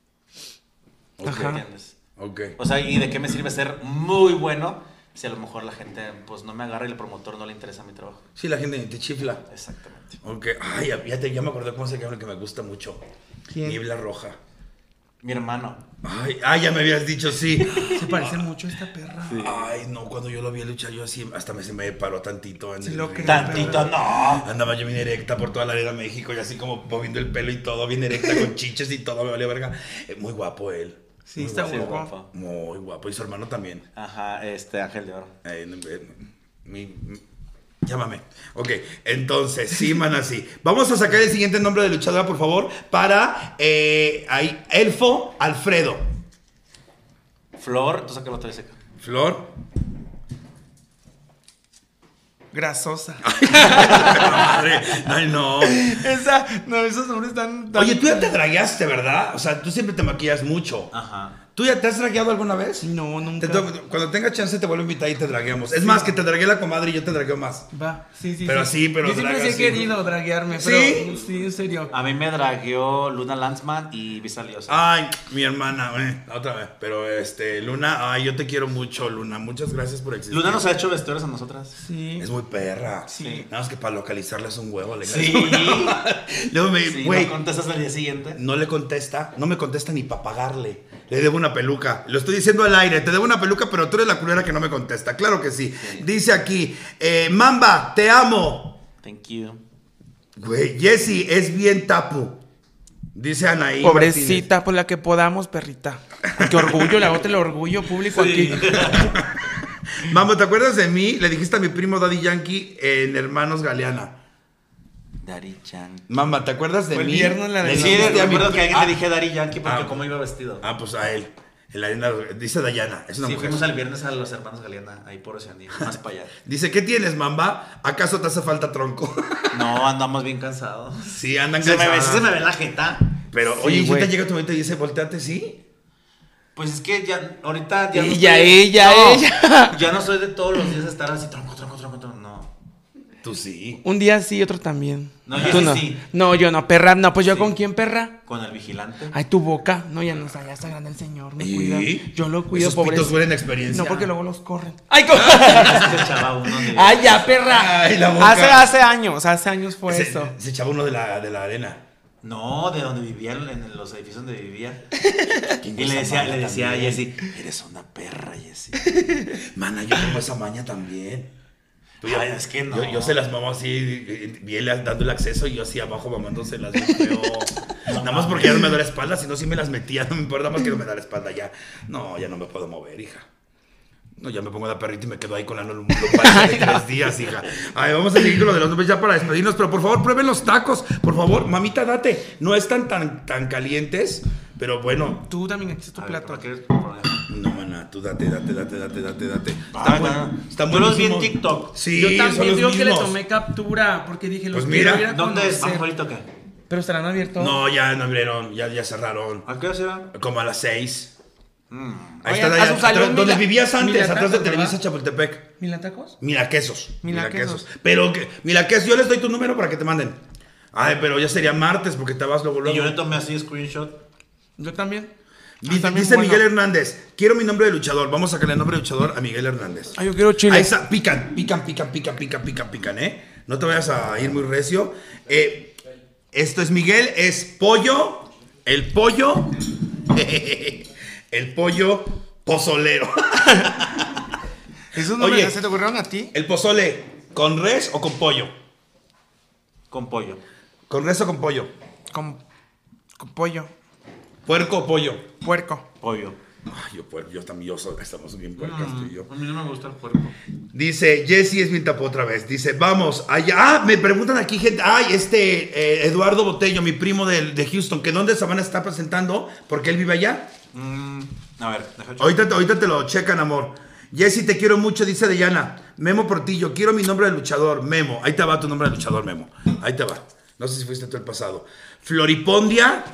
Ajá.
¿Entiendes?
Ok.
O sea, ¿y de qué me sirve ser muy bueno si a lo mejor la gente pues no me agarra y el promotor no le interesa mi trabajo?
Sí, la gente te chifla.
Exactamente.
Ok. Ay, ya, ya, te, ya me acordé cómo se llama el que me gusta mucho.
¿Quién?
Niebla Roja.
Mi hermano.
Ay, ay, ya me habías dicho, sí.
Se parece mucho a esta perra.
Sí. Ay, no, cuando yo lo vi luchar, yo así, hasta me, se me paró tantito. En
sí,
el
lo que
tantito, no.
Andaba yo bien erecta por toda la Arena México y así como moviendo el pelo y todo, bien erecta con chiches y todo, me valió verga. Eh, muy guapo él.
Sí,
muy
está
guapo.
guapo.
Muy guapo. Y su hermano también.
Ajá, este, Ángel de Oro.
Eh, eh, mi, mi, llámame. Ok, entonces, sí, man, así. Vamos a sacar el siguiente nombre de luchadora, por favor, para eh, ahí, Elfo Alfredo.
Flor, tú saca la otra vez acá.
Flor.
Grasosa.
Madre. Ay, no.
Esa, no, esos nombres están... Tan...
Oye, tú ya te dragueaste, ¿verdad? O sea, tú siempre te maquillas mucho.
Ajá.
¿Tú ya te has dragueado alguna vez?
No, nunca.
Te, cuando tenga chance te vuelvo a invitar y te dragueamos. Es sí. más, que te dragué la comadre y yo te dragueo más.
Va, sí, sí.
Pero
sí,
sí, pero
yo siempre sí he querido draguearme,
¿Sí?
pero sí, en serio.
A mí me dragueó Luna Lanzman y Visa Liosa.
Ay, mi hermana, eh, otra vez. Pero este, Luna, ay, yo te quiero mucho, Luna. Muchas gracias por existir.
Luna nos ha hecho vestuarios a nosotras.
Sí.
Es muy perra.
Sí.
Nada más que para localizarla es un huevo. Le
sí.
Luego me,
sí,
güey,
¿no contestas al día siguiente?
No le contesta, no me contesta ni para pagarle. Le debo una peluca. Lo estoy diciendo al aire. Te debo una peluca, pero tú eres la culera que no me contesta. Claro que sí. sí. Dice aquí, eh, Mamba, te amo.
Thank you.
Güey, Jessie es bien tapu. Dice Anaí.
Pobrecita, por la que podamos, perrita. Qué orgullo, la otra el orgullo público
Sí.
aquí.
Mamá, ¿te acuerdas de mí? Le dijiste a mi primo Daddy Yankee en Hermanos Galeana.
Daddy Yankee.
Mamá, ¿te acuerdas de
Fue el
mí?
viernes la
Le
de-
Sí,
dijiste a mi
recuerdo
pri-
que a alguien
ah,
le dije Daddy Yankee porque
Ah.
cómo iba vestido.
Ah, pues a él. En la arena, dice Dayana, es una
Sí,
mujer.
fuimos el viernes a los hermanos Galeana, ahí por Oceanía, más para allá.
Dice, ¿qué tienes, Mamba? ¿Acaso te hace falta tronco?
No, andamos bien cansados.
Sí, andan
Se me, ve,
cansadas.
sí se me ve la jeta.
Pero,
Sí,
oye, ¿y si
güey.
te llega tu momento y dice, volteate, sí?
Pues es que ya, ahorita ya no
Ella,
estoy-
ella,
no,
ella.
Ya no soy de todos los días estar así, tronco, tronco, tronco, tronco, no.
Tú sí.
Un día sí, otro también.
No, yo
Tú
sí,
no.
sí.
No, yo no, perra. No, pues yo
Sí.
con quién, perra.
Con el vigilante.
Ay, tu boca. No, ya no está, ya está grande el señor. Me cuida.
¿Y?
Yo lo cuido,
Esos
pobre.
pitos huelen a experiencia.
No, porque luego los corren. Ay, co-
Se echaba uno de-
Ay, ya, perra.
Ay, la boca.
Hace, hace años, hace años fue
se,
eso.
se echaba uno de la, de la arena.
No, de donde vivía, en los edificios donde vivía.
¿Quién
Y le
esa
decía,
maña
le decía a
también?
Jessie, eres una perra, Jessie.
Mana, yo tengo esa maña también. Tú ya-
Ay, es que no.
Yo, yo se las mamo así, y- y él dando el acceso y yo así abajo mamándoselas bien feo. Nada más porque ya no me da la espalda, si no sí me las metía, no me importa más que no me da la espalda ya. No, ya no me puedo mover, hija. No, ya me pongo de perrito y me quedo ahí con la lumbalgia de tres días, hija. Ay, vamos a seguir con lo de los nombres ya para despedirnos, pero por favor, prueben los tacos. Por favor, mamita, date. No están tan, tan calientes, pero bueno.
Tú también, aquí está tu
A ver,
plato.
¿para qué eres problema?
No, mana, tú date, date, date, date, date, date.
Ah,
buen-
no.
están
Yo los vi en
buenísimos.
TikTok.
Sí,
Yo
son
también
los
digo que le
mismos.
tomé captura porque dije, los
Pues
quiero
mira,
ir a
¿Dónde es?
conocer.
¿Más bonito qué?
Pero estarán abiertos.
No, ya no abrieron, ya, ya cerraron.
¿A qué hora será?
Como a las seis.
Mm.
Ahí
Oigan,
está,
a
allá,
su salón,
atrás, donde
Mila-
vivías antes,
Mila
atrás de
Tacos,
Televisa
¿verdad?
Chapultepec.
¿Mila tacos?
Mira quesos.
Mila
Mira quesos.
quesos.
Pero que, mira quesos, yo les doy tu número para que te manden. Ay, pero ya sería martes porque te vas luego
Y
luego.
yo le tomé así screenshot.
Yo también.
Dice,
Ah, también
dice
bueno.
Miguel Hernández, quiero mi nombre de luchador. Vamos a sacarle el nombre de luchador a Miguel Hernández.
Ay, yo quiero chile.
Ahí está, pican, pican, pican, pican, pican, pican, pican, ¿eh? No te vayas a ir muy recio. Eh, esto es Miguel, es pollo, el pollo, el pollo pozolero.
¿Esos nombres
Oye.
se te ocurrieron a ti?
El pozole, ¿con res o con pollo?
Con pollo.
¿Con res o con pollo?
Con, con pollo.
¿Puerco o pollo?
Puerco.
Pollo.
Ay, yo, puer- yo también, yo soy- estamos bien puercas tú y yo.
A mí no me gusta el puerco.
Dice, Jessie es bien tapó otra vez. Dice, vamos, allá. Ah, me preguntan aquí, gente. Ay, este, eh, Eduardo Botello, mi primo de, de Houston, que dónde se van a estar presentando, porque él vive allá.
Mm, a ver, déjame
Ahorita, te- ahorita te lo checan, amor. Jessie, te quiero mucho, dice Dayana. Memo Portillo, quiero mi nombre de luchador. Memo, ahí te va tu nombre de luchador, Memo. Ahí te va. No sé si fuiste tú el pasado. Floripondia.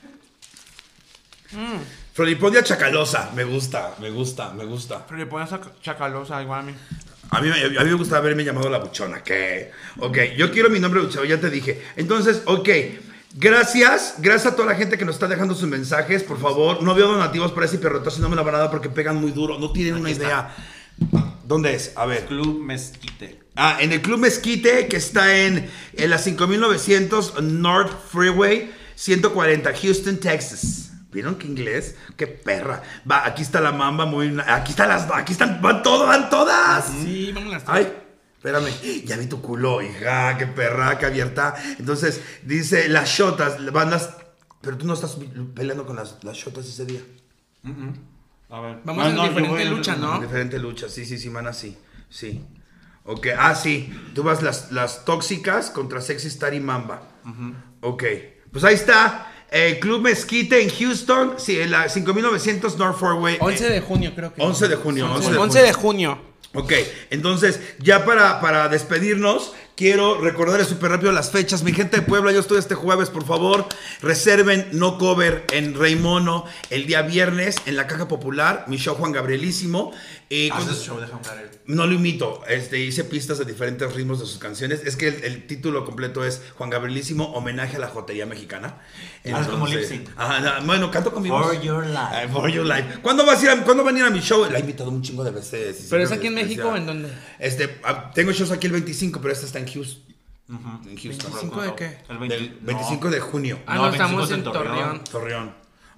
Floripondia Chacalosa. Me gusta, me gusta, me gusta.
Pero le pones a chacalosa igual a mí.
A mí, a mí me gusta haberme llamado la buchona. ¿Qué? Ok, yo quiero mi nombre de luchador, ya te dije. Entonces, ok. Gracias, gracias a toda la gente que nos está dejando sus mensajes. Por favor, no veo donativos para ese perrotazo, no me la van a dar porque pegan muy duro. No tienen una idea. ¿Dónde es? A ver.
Club Mezquite.
Ah, en el Club Mezquite, que está en, en la cinco mil novecientos North Freeway, ciento cuarenta, Houston, Texas. ¿Vieron qué inglés? ¡Qué perra! Va, aquí está la mamba, muy... Aquí están las... Aquí están... ¡Van todas! ¡Van todas!
Sí, vamos las
Ay, espérame. Ya vi tu culo, hija. ¡Qué perra! ¡Qué abierta! Entonces, dice las shotas, van las... Pero tú no estás peleando con las, las shotas ese día.
A ver.
Vamos
Ah,
en
no, yo
diferente
voy en-
lucha, ¿no?
Diferente lucha, sí, sí, sí, mana, sí. Sí. Ok, ah, sí. Tú vas las, las tóxicas contra Sexy Star y Mamba. Ok. Pues ahí está. El Club Mezquite en Houston. Sí, en la cinco mil novecientos North Freeway.
once de junio creo que.
once de junio.
once,
once de
once de junio.
Ok, entonces, ya para, para despedirnos, quiero recordarles súper rápido las fechas. Mi gente de Puebla, yo estoy este jueves, por favor, reserven No Cover en Rey Mono el día viernes en la Caja Popular, mi show Juan Gabrielísimo. Eh, con-
Haces show de Juan Gabriel.
no lo imito, este, hice pistas de diferentes ritmos de sus canciones. Es que el, el título completo es Juan Gabrielísimo, homenaje a la jotería mexicana.
Ah, es como lip sync.
Ajá, na- bueno, canto con mi voz.
For Your Life.
Ay, For Your Life. ¿Cuándo, vas a ir a, ¿Cuándo van a ir a mi show? La he invitado un chingo de veces. y
¿Pero es
siempre
aquí en
me
México
decía-
o en dónde?
Este, ah, tengo shows aquí el veinticinco, pero este está en Houston. En Houston.
¿veinticinco de qué?
El veinte-
Del veinticinco de junio.
Ah,
No,
no,
el veinticinco
estamos
es en
en
Torreón.
Torreón.
Torreón.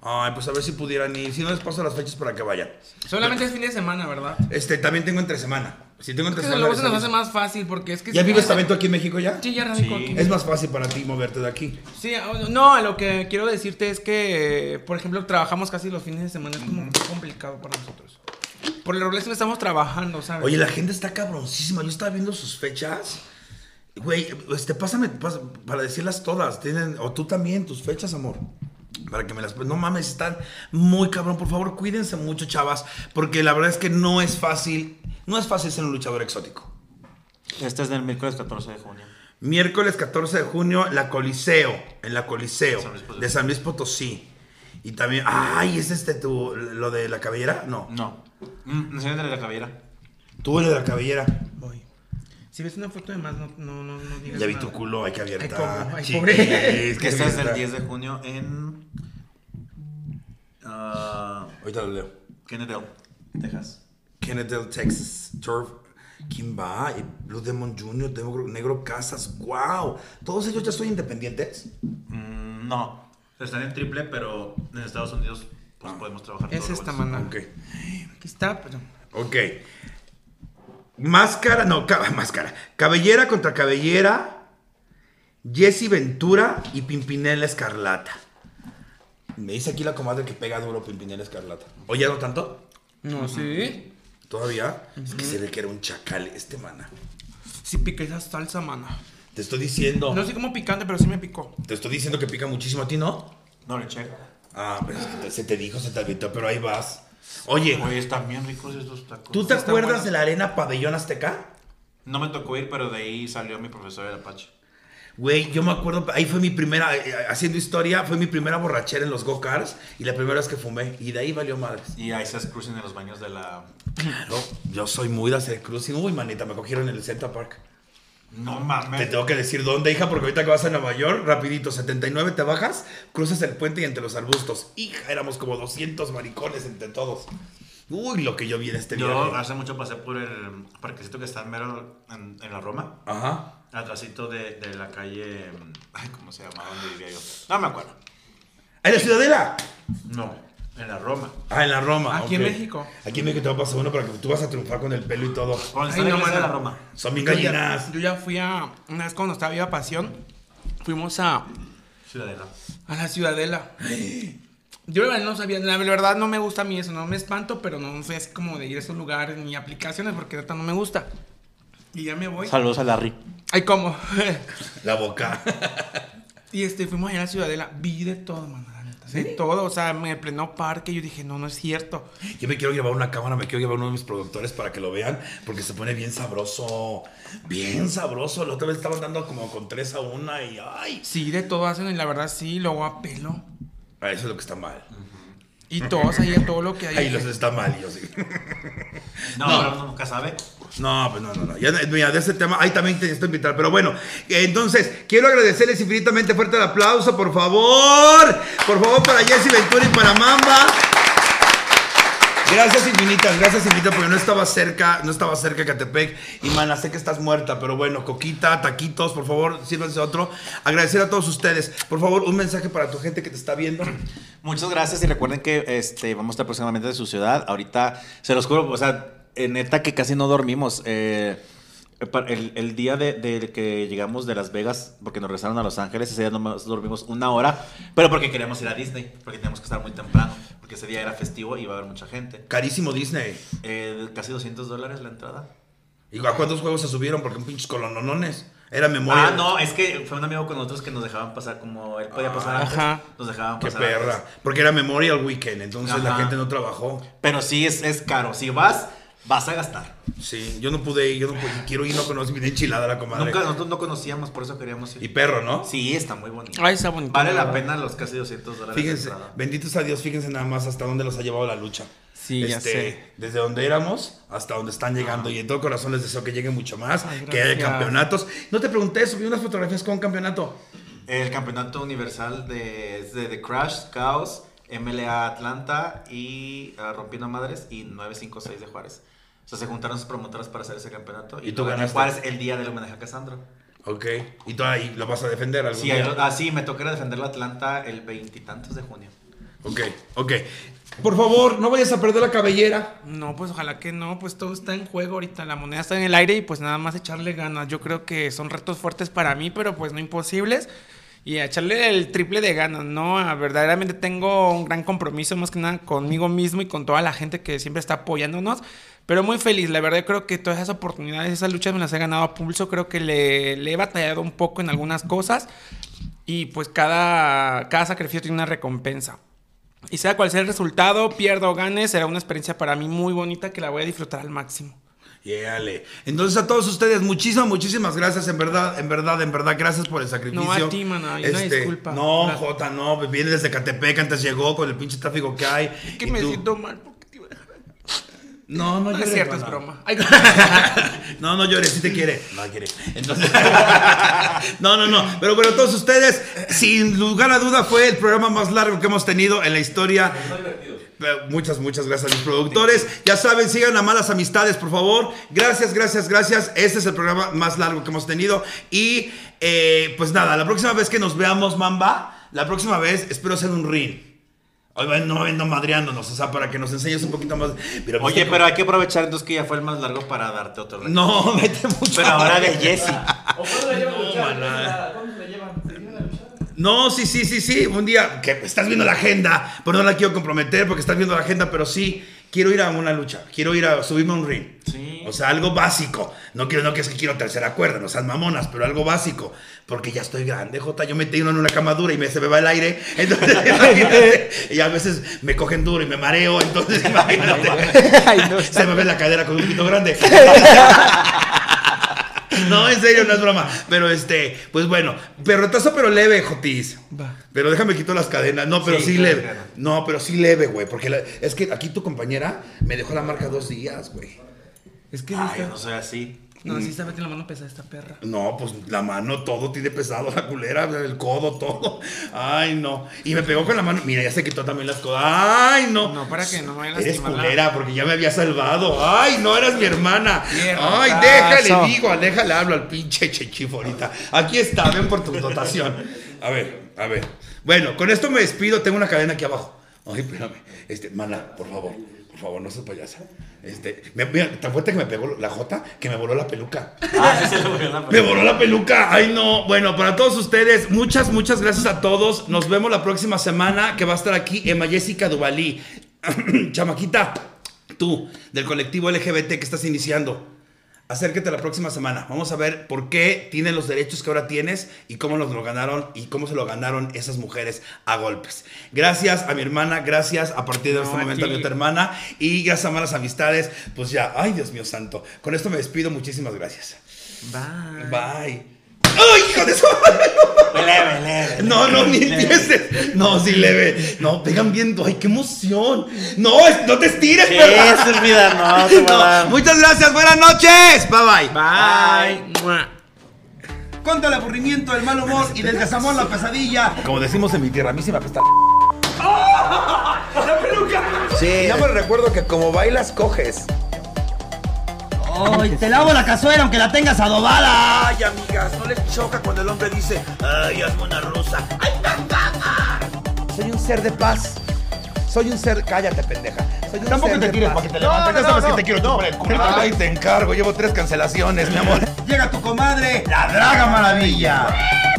Ay, pues a ver si pudieran ir. Si no les paso las fechas para que vayan.
Solamente es fin de semana, ¿verdad?
Este, también tengo entre semana. Si tengo entre
Es que
semana.
luego se nos
les
hace
aviso.
más fácil porque es que...
¿Ya
si-
vives también tú aquí en México ya?
Sí, ya radico
Sí.
aquí.
Es más fácil para ti moverte de aquí.
Sí, no, lo que quiero decirte es que, por ejemplo, trabajamos casi los fines de semana. Es como muy complicado para nosotros. Por el rol que estamos trabajando, ¿sabes?
Oye, la gente está cabroncísima. Yo estaba viendo sus fechas. Güey, este, pásame pas- para decirlas todas. Tienen, o tú también, tus fechas, amor. Para que me las... No mames, están muy cabrón. Por favor, cuídense mucho, chavas. Porque la verdad es que no es fácil. No es fácil ser un luchador exótico.
Este es del miércoles catorce de junio.
Miércoles catorce de junio, la Coliseo. En la Coliseo.
San Luis Potosí.
De San Luis Potosí. Y también... Ay, ¿es este tu... lo de la cabellera? No.
No. Mm, enséñate la cabellera.
Tú el de la cabellera.
Voy. Si ves una foto de más, no, no, no, no digas
Ya vi
nada.
tu culo, hay que abierta.
Ay, cómo, ay,
Chiquis,
pobre.
es que
Este es
abierta.
del diez de junio en... ah,
Ahorita lo leo.
Kennedale, Texas.
Kennedale, Texas. Turf. ¿Quién va? Y Blue Demon junior, Negro, Negro Casas. ¡Wow! ¿Todos ellos ya son independientes?
Mm, no. Están en triple, pero en Estados Unidos pues, podemos trabajar
Es
todos
esta,
los
mana.
Ok.
Aquí está, pero...
Ok. Máscara, no, ca- máscara. Cabellera contra cabellera. Jesse Ventura y Pimpinela Escarlata. Me dice aquí la comadre que pega duro Pimpinela Escarlata. ¿O ya no tanto?
No, sí.
¿Todavía? Es que se ve que era un chacal este, mana.
Sí pica esa salsa, mana.
Te estoy diciendo.
No sé cómo picante, pero sí me picó.
Te estoy diciendo que pica muchísimo. ¿A ti no?
No le checo.
Ah, pero es que te- se te dijo, se te advirtió, pero ahí vas. Oye,
Oye, están bien ricos estos tacos.
¿tú te
están
acuerdas
buenos.
de la arena Pabellón Azteca?
No me tocó ir, pero de ahí salió mi profesor del Apache.
Güey, yo me acuerdo, ahí fue mi primera, eh, haciendo historia, fue mi primera borrachera en los go-karts y la primera vez que fumé. Y de ahí valió madres.
Y ahí se crucen en los baños de la...
Claro, yo soy muy de hacer cruising. Uy, manita, me cogieron en el Central Park.
No
Te
mames.
tengo que decir dónde, hija, porque ahorita que vas a Nueva York, rapidito, setenta y nueve te bajas, cruzas el puente y entre los arbustos. Hija, éramos como doscientos maricones entre todos. Uy, lo que yo vi en este
Yo
viaje.
hace mucho pasé por el parquecito que está en mero en, en la Roma.
Ajá.
Atrásito de, de la calle... Ay, ¿cómo se llamaba? ¿Dónde vivía yo? No me acuerdo.
¿Ah, en la Ciudadela?
No, en la Roma.
Ah, en la Roma.
Aquí en
ok.
México.
Aquí en México te va a pasar uno para que tú vas a triunfar con el pelo y todo.
¿Dónde está
Ay,
la
no,
iglesia de
mana.
la Roma?
Son bien
Yo ya-
gallinas.
Yo ya fui a... Una vez cuando estaba viva Pasión, fuimos a,
Ciudadela.
a la Ciudadela. Yo la verdad no sabía, la verdad no me gusta a mí eso, no me espanto, pero no soy así como de ir a esos lugares ni aplicaciones porque ahorita no me gusta. Y ya me voy.
Saludos a Larry.
Ay, ¿cómo?
La boca.
Y este, fuimos allá a la Ciudadela, vi de todo, mano, la neta, de todo, o sea, en pleno parque, yo dije, no, no es cierto.
Yo me quiero llevar una cámara, me quiero llevar uno de mis productores para que lo vean, porque se pone bien sabroso. Bien sabroso. La otra vez estaban dando como con tres a una y ay.
Sí, de todo hacen y la verdad sí, luego a pelo.
Ah, eso es lo que está mal.
Y todos ahí, todo lo que hay.
Ahí los está mal, yo sí.
No,
No.
pero uno nunca sabe.
No, pues no, no, no. Ya, mira, de ese tema, ahí también te necesito invitar. Pero bueno, entonces, quiero agradecerles infinitamente fuerte el aplauso, por favor. Por favor, para Jesse Ventura y para Mamba. Gracias infinitas, gracias infinitas, porque no estaba cerca, no estaba cerca de Catepec. Y mana, sé que estás muerta, pero bueno, coquita, taquitos, por favor, sírvanse otro. Agradecer a todos ustedes. Por favor, un mensaje para tu gente que te está viendo.
Muchas gracias y recuerden que este, vamos a estar próximamente de su ciudad. Ahorita, se los juro, o sea, eh, neta que casi no dormimos. Eh, el, el día de, de que llegamos de Las Vegas, porque nos regresaron a Los Ángeles, ese día nomás dormimos una hora, pero porque queríamos ir a Disney, porque teníamos que estar muy temprano, porque ese día era festivo y iba a haber mucha gente.
Carísimo Disney.
Eh, casi doscientos dólares la entrada.
¿Y a cuántos juegos se subieron? Porque un pinches colononones. Era memoria.
Ah, no, es que fue un amigo con nosotros que nos dejaban pasar, como él podía pasar antes,
Ajá.
nos dejaban
Qué
pasar
perra.
antes.
Porque era Memorial Weekend, entonces la
Ajá.
gente no trabajó.
Pero sí es, es caro, si vas, vas a gastar.
Sí, yo no pude ir, yo no pude, quiero ir, no conozco bien enchilada la comadre.
Nunca, nosotros no conocíamos, por eso queríamos ir.
Y perro, ¿no?
Sí, está muy bonito.
Ay, está bonito.
Vale la
¿verdad?
pena los casi doscientos dólares.
Fíjense,
de entrada.
benditos a Dios, fíjense nada más hasta dónde los ha llevado la lucha.
Sí, ya sé.
Desde donde éramos hasta donde están llegando. Y en todo corazón les deseo que lleguen mucho más,
Ay,
que haya
gracias.
campeonatos. No te pregunté, subí unas fotografías con un campeonato.
El campeonato universal de, es de The Crash, Chaos, M L A Atlanta y uh, Rompiendo Madres y nueve cinco seis de Juárez. O sea, se juntaron sus promotoras para hacer ese campeonato.
¿Y
Y,
tú
tú gané
ganaste?
Juárez el día del homenaje a Casandro.
Ok. Y tú ahí lo vas a defender algún
Sí,
día.
ahí lo- ah, sí, me toca ir a defender la Atlanta el veintitantos de junio.
Ok, ok. Por favor, no vayas a perder la cabellera.
No, pues ojalá que no, pues todo está en juego ahorita, la moneda está en el aire y pues nada más echarle ganas. Yo creo que son retos fuertes para mí, pero pues no imposibles. Y a echarle el triple de ganas, ¿no? A, verdaderamente tengo un gran compromiso más que nada conmigo mismo y con toda la gente que siempre está apoyándonos. Pero muy feliz, la verdad yo creo que todas esas oportunidades, esas luchas me las he ganado a pulso. Creo que le, le he batallado un poco en algunas cosas. Y pues cada, cada sacrificio tiene una recompensa. Y sea cual sea el resultado, pierda o gane, será una experiencia para mí muy bonita que la voy a disfrutar al máximo.
Yéale. Entonces a todos ustedes, muchísimas, muchísimas gracias, en verdad, en verdad, en verdad, gracias por el sacrificio.
No, a ti, mano, hay una disculpa.
No,
La...
Jota, no, viene desde Catepec, antes llegó con el pinche tráfico que hay.
Es que me tú... siento mal porque te iba a dejar.
No, no, no llores.
Es cierto,
no,
es broma.
No, no llores, si te quiere. No quiere. Entonces, no, no, no. Pero bueno, todos ustedes, sin lugar a duda, fue el programa más largo que hemos tenido en la historia. Muchas, muchas gracias a los productores. Ya saben, sigan a Malas Amistades, por favor. Gracias, gracias, gracias. Este es el programa más largo que hemos tenido. Y eh, pues nada, la próxima vez que nos veamos, Mamba, la próxima vez espero hacer un ring. Hoy no vengo madreándonos, o sea, para que nos enseñes un poquito más.
Pero Oye, pero hay que aprovechar entonces que ya fue el más largo para darte otro reto.
No, mete mucho.
Pero ahora de Jessy.
¿O cuándo le llevan a luchar? ¿Cuándo le llevan?
No, sí, sí, sí, sí. Un día que estás viendo la agenda, pero no la quiero comprometer porque estás viendo la agenda, pero sí, quiero ir a una lucha. Quiero ir a subirme a un ring.
Sí.
O sea, algo básico. No quiero, no que es que quiero tercera cuerda, no sean mamonas, pero algo básico. Porque ya estoy grande, Jota. Yo me tengo en una cama dura y me, se me va el aire. Entonces, y a veces me cogen duro y me mareo. Entonces, imagínate. Ay, no, se me ve la cadera con un pito grande. No, en serio, no es broma. Pero este, pues bueno, perrotazo pero leve, Jotis. Va. Pero déjame quito las cadenas. No, pero sí, sí leve. Claro. No, pero sí leve, güey. Porque la, es que aquí tu compañera me dejó la marca dos días, güey.
Es que
Ay, yo no soy así.
No, sí sabe que la mano pesa esta perra.
No, pues la mano, todo tiene pesado, la culera, el codo, todo. Ay, no. Y me pegó con la mano. Mira, ya se quitó también las cosas. Ay, no.
No, para que no vaya a
Eres culera, porque ya me había salvado. Ay, no, eras mi hermana.
Tierra,
Ay, déjale, digo, déjale, hablo al pinche chechifo ahorita. Aquí está, ven por tu dotación. A ver, a ver. Bueno, con esto me despido, tengo una cadena aquí abajo. Ay, espérame. Este, mana, por favor. Por favor, no seas payasa. Este, me, mira, tan fuerte que me pegó la jota que me voló la peluca.
Ah, sí, se le voló la peluca.
Me voló la peluca. Ay, no. Bueno, para todos ustedes, muchas, muchas gracias a todos. Nos vemos la próxima semana que va a estar aquí Emma Jessica Duvalí. Chamaquita, tú, del colectivo L G B T que estás iniciando. Acércate la próxima semana. Vamos a ver por qué tienes los derechos que ahora tienes y cómo nos lo ganaron y cómo se lo ganaron esas mujeres a golpes. Gracias a mi hermana, gracias a partir de no, este momento a mi otra hermana y gracias a Malas Amistades. Pues ya, ay Dios mío santo. Con esto me despido, muchísimas gracias.
Bye.
Bye. ¡Ay, hijo de eso!
Leve, leve.
No, no, ni empieces. No, sí, leve. No, pegan viendo. ¡Ay, qué emoción! No, no te estires,
sí, se olvida, no, te
no.
va a...
Muchas gracias, buenas noches. Bye, bye.
Bye. Bye.
Contra el aburrimiento, el mal humor y del desamor, la pesadilla. Como decimos en mi tierra, a mí se me apesta. ¡Oh! ¡La peluca!
Sí. Ya me recuerdo que como bailas, coges.
¡Ay, te lavo la cazuela aunque la tengas adobada!
Ay, amigas, no les choca cuando el hombre dice, ay, hazme una rusa. ¡Ay, papá! Soy un ser de paz. Soy un ser... Cállate, pendeja. Soy un
Tampoco
ser
te
de
tires
paz.
para que te levantes.
No, no,
ya sabes
no, no.
que te quiero chupar el culo.
Ay, te encargo. Llevo tres cancelaciones, mi amor. Llega tu comadre, la Draga Maravilla.